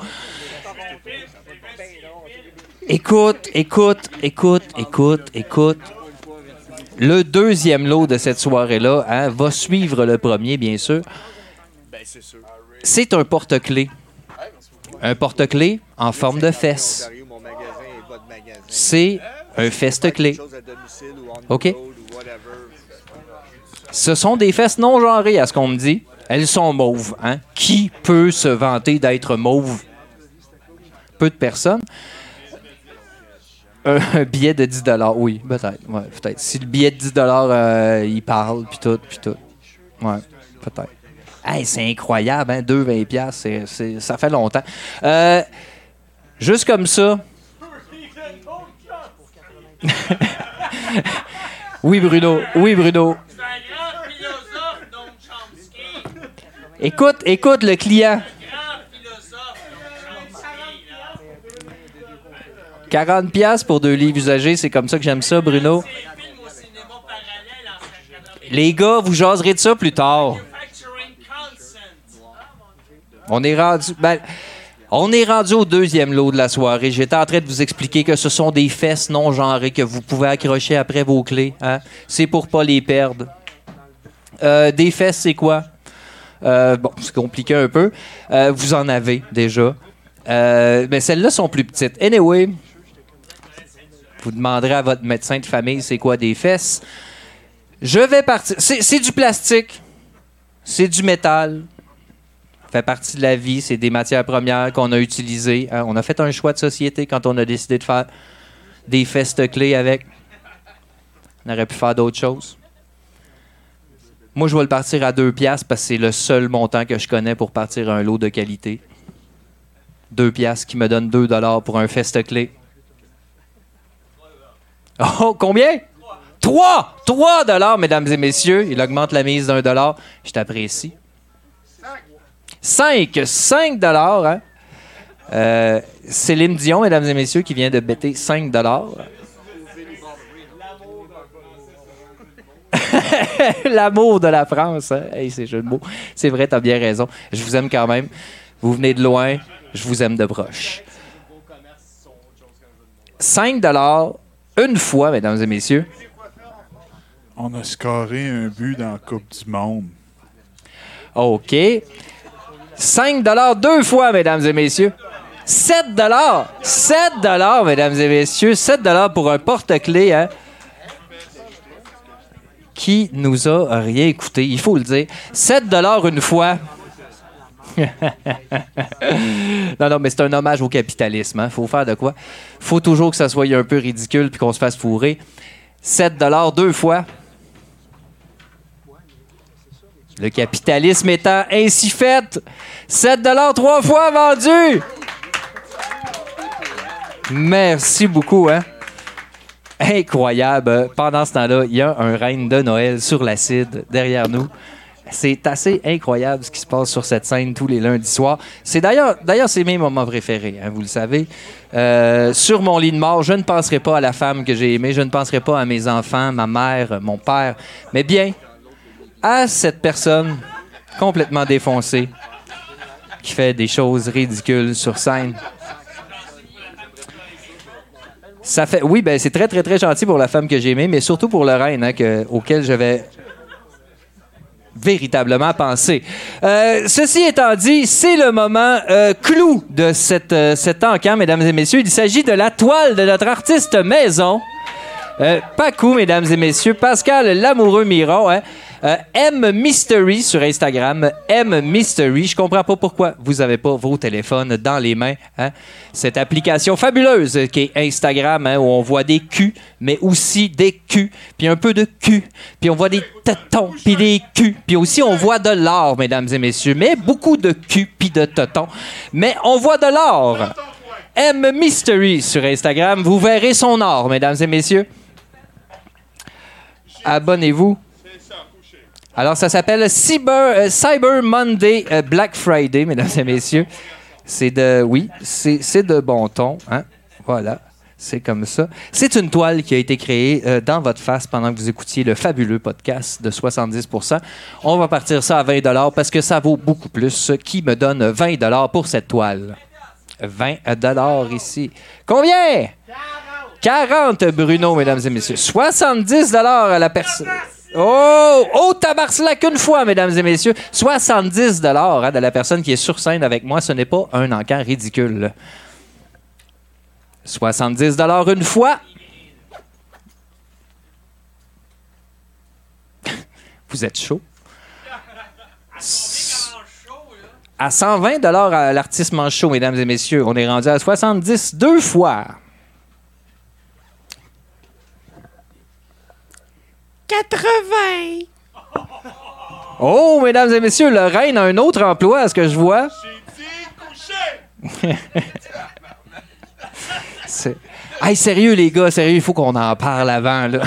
Écoute. Le deuxième lot de cette soirée-là, hein, va suivre le premier, bien sûr. C'est un porte-clés. Un porte-clés en forme de fesse. C'est un feste-clés. OK? Ce sont des fesses non genrées, à ce qu'on me dit. Elles sont mauves. Hein? Qui peut se vanter d'être mauve? Peu de personnes. Un billet de 10 $, oui, peut-être. Ouais, peut-être. Si le billet de 10 $, il parle, puis tout. Ouais, peut-être. Hey, c'est incroyable, hein? 2 $20, ça fait longtemps. Juste comme ça. Oui, Bruno. Écoute le client. 40$ pour 2 livres usagés, c'est comme ça que j'aime ça, Bruno. Les gars, vous jaserez de ça plus tard. On est rendu au deuxième lot de la soirée. J'étais en train de vous expliquer que ce sont des fesses non genrées que vous pouvez accrocher après vos clés. Hein? C'est pour pas les perdre. Des fesses, c'est quoi? Bon, c'est compliqué un peu. Vous en avez déjà. Mais celles-là sont plus petites. Anyway, vous demanderez à votre médecin de famille c'est quoi des fesses. Je vais partir. C'est du plastique. C'est du métal. Ça fait partie de la vie. C'est des matières premières qu'on a utilisées. Hein? On a fait un choix de société quand on a décidé de faire des festes-clés avec. On aurait pu faire d'autres choses. Moi, je vais le partir à 2$ parce que c'est le seul montant que je connais pour partir un lot de qualité. 2$ qui me donne 2 $ pour un feste-clé. Oh, combien? 3 $, mesdames et messieurs. Il augmente la mise d'1 $. Je t'apprécie. 5 $, hein? Céline Dion, mesdames et messieurs, qui vient de bêter 5 $. L'amour de la France. Hein? Hey, c'est jeu de mots. C'est vrai, t'as bien raison. Je vous aime quand même. Vous venez de loin. Je vous aime de proche. 5 $ une fois, mesdames et messieurs. On a scoré un but dans la Coupe du Monde. OK. 5 $ 2 fois, mesdames et messieurs. 7 $. 7 $, mesdames et messieurs. 7 $ pour un porte-clés, hein? Qui nous a rien écouté, il faut le dire. 7 $ une fois. Non, mais c'est un hommage au capitalisme. Faut faire de quoi? Faut toujours que ça soit un peu ridicule puis qu'on se fasse fourrer. 7 $ 2 fois. Le capitalisme étant ainsi fait. 7 $ 3 fois vendu. Merci beaucoup, hein? Incroyable. Pendant ce temps-là, il y a un règne de Noël sur l'acide derrière nous. C'est assez incroyable ce qui se passe sur cette scène tous les lundis soirs. C'est d'ailleurs, c'est mes moments préférés, hein, vous le savez. Sur mon lit de mort, je ne penserai pas à la femme que j'ai aimée, je ne penserai pas à mes enfants, ma mère, mon père, mais bien à cette personne complètement défoncée qui fait des choses ridicules sur scène. Ça fait, oui, ben c'est très, très, très gentil pour la femme que j'ai aimée, mais surtout pour le reine hein, auquel j'avais véritablement pensé. Ceci étant dit, c'est le moment clou de cet encamp, mesdames et messieurs. Il s'agit de la toile de notre artiste maison. Pacou, mesdames et messieurs. Pascal Lamoureux Miron, hein? M Mystery sur Instagram. M Mystery. Je comprends pas pourquoi vous n'avez pas vos téléphones dans les mains. Hein? Cette application fabuleuse qui est Instagram, hein, où on voit des culs, mais aussi des culs, puis un peu de cul, puis on voit des tétons, puis des culs, puis aussi on voit de l'or, mesdames et messieurs, mais beaucoup de culs, puis de tétons. Mais on voit de l'or. M Mystery sur Instagram. Vous verrez son or, mesdames et messieurs. Abonnez-vous. Alors, ça s'appelle Cyber Monday Black Friday, mesdames et messieurs. C'est de bon ton. Hein? Voilà. C'est comme ça. C'est une toile qui a été créée dans votre face pendant que vous écoutiez le fabuleux podcast de 70%. On va partir ça à 20 $ parce que ça vaut beaucoup plus. Qui me donne 20 $ pour cette toile? 20 $ ici. Combien? 40, Bruno, mesdames et messieurs. 70 $ à la personne. Oh, tabarcelac une fois, mesdames et messieurs. 70 $ de la personne qui est sur scène avec moi. Ce n'est pas un encart ridicule. 70 $ une fois. Vous êtes chaud. À 120 $ à l'artiste manchot, mesdames et messieurs. On est rendu à 70 deux fois. 80. Oh, mesdames et messieurs, le Reine a un autre emploi, à ce que je vois. Hey, sérieux, les gars, sérieux, il faut qu'on en parle avant, là.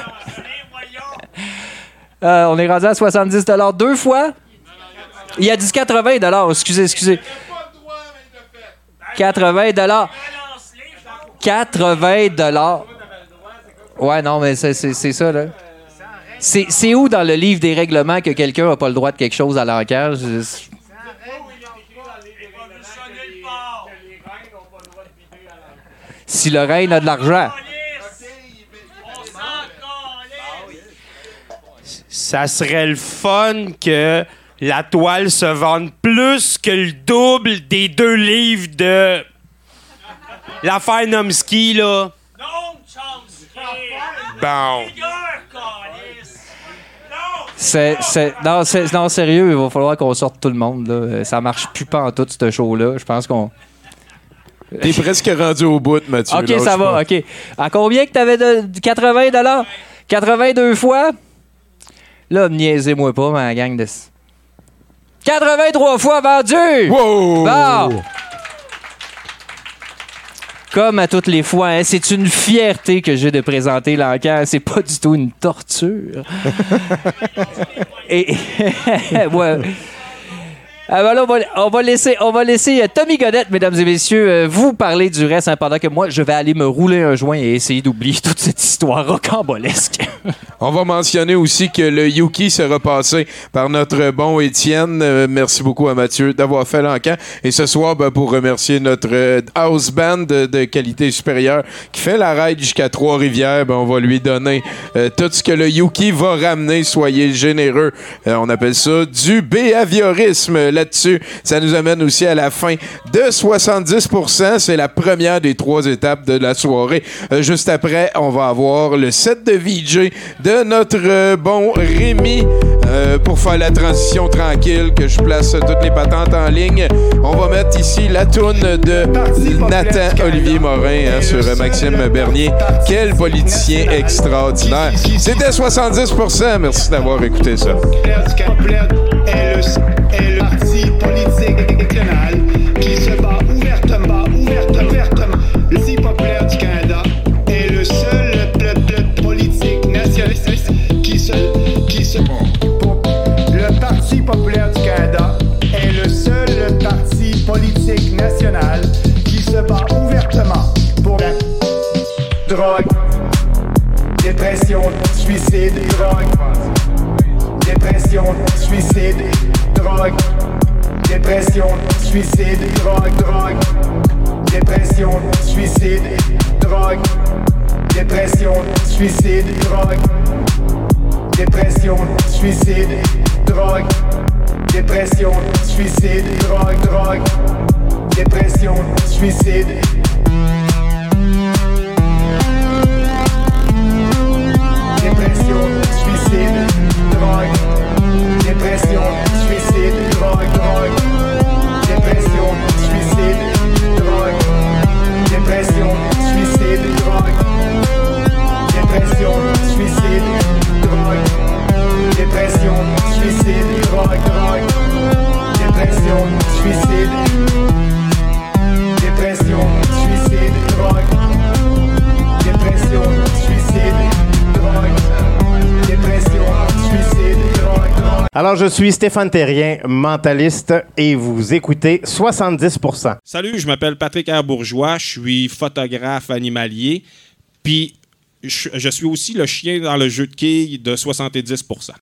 On est rendu à 70 $ deux fois. Il a dit 80 $. Excusez. 80 $. 80 $. Ouais, non, mais c'est ça, là. C'est où dans le livre des règlements que quelqu'un n'a pas le droit de quelque chose à l'enquête? Si le Reine a de l'argent. Ça serait le fun que la toile se vende plus que le double des 2 livres de l'affaire Nomsky, là. Bon. Non, sérieux, il va falloir qu'on sorte tout le monde, là. Ça marche plus pas en tout, ce show-là. Je pense qu'on... T'es presque rendu au bout, Mathieu. OK, ça va, OK. À combien que t'avais de 80 $? 82 fois? Là, niaisez-moi pas, ma gang de... 83 fois vendu! Wow! Bon! Comme à toutes les fois, hein, c'est une fierté que j'ai de présenter l'enquête. C'est pas du tout une torture. Et... ouais. Ah ben là, on va laisser Tommy Godette, mesdames et messieurs, vous parler du reste, hein, pendant que moi, je vais aller me rouler un joint et essayer d'oublier toute cette histoire rocambolesque. On va mentionner aussi que le Yuki sera passé par notre bon Étienne. Merci beaucoup à Mathieu d'avoir fait l'encan. Et ce soir, pour remercier notre house band de qualité supérieure qui fait la ride jusqu'à Trois-Rivières, on va lui donner tout ce que le Yuki va ramener. Soyez généreux. On appelle ça du behaviorisme. Là-dessus, ça nous amène aussi à la fin de 70%. C'est la première des 3 étapes de la soirée. Juste après, on va avoir le set de VJ de notre bon Rémi pour faire la transition tranquille, que je place toutes les patentes en ligne. On va mettre ici la toune de Nathan Olivier Morin sur Maxime Bernier. Quel politicien extraordinaire. C'était 70%. Merci d'avoir écouté ça. Est le parti politique national qui se bat ouvertement. Le Parti populaire du Canada est le seul politique nationaliste qui se... Le Parti populaire du Canada est le seul parti politique national qui se bat ouvertement pour la drogue, dépression, suicide, drogue, dépression, suicide, drogue, dépression, suicide, drogue, dépression, suicide, drogue, dépression, suicide, drogue, dépression, suicide, drogue, dépression, suicide, drogue, dépression, suicide. Dépression, suicide, drogue, dépression, suicide, drogue, dépression, suicide, drogue, dépression, suicide, drogue, dépression, suicide, drogue, dépression, suicide, drogue, dépression, suicide, dépression, Alors, je suis Stéphane Terrien, mentaliste, et vous écoutez 70%. Salut, je m'appelle Patrick Herbourgeois, je suis photographe animalier, puis je suis aussi le chien dans le jeu de quilles de 70%.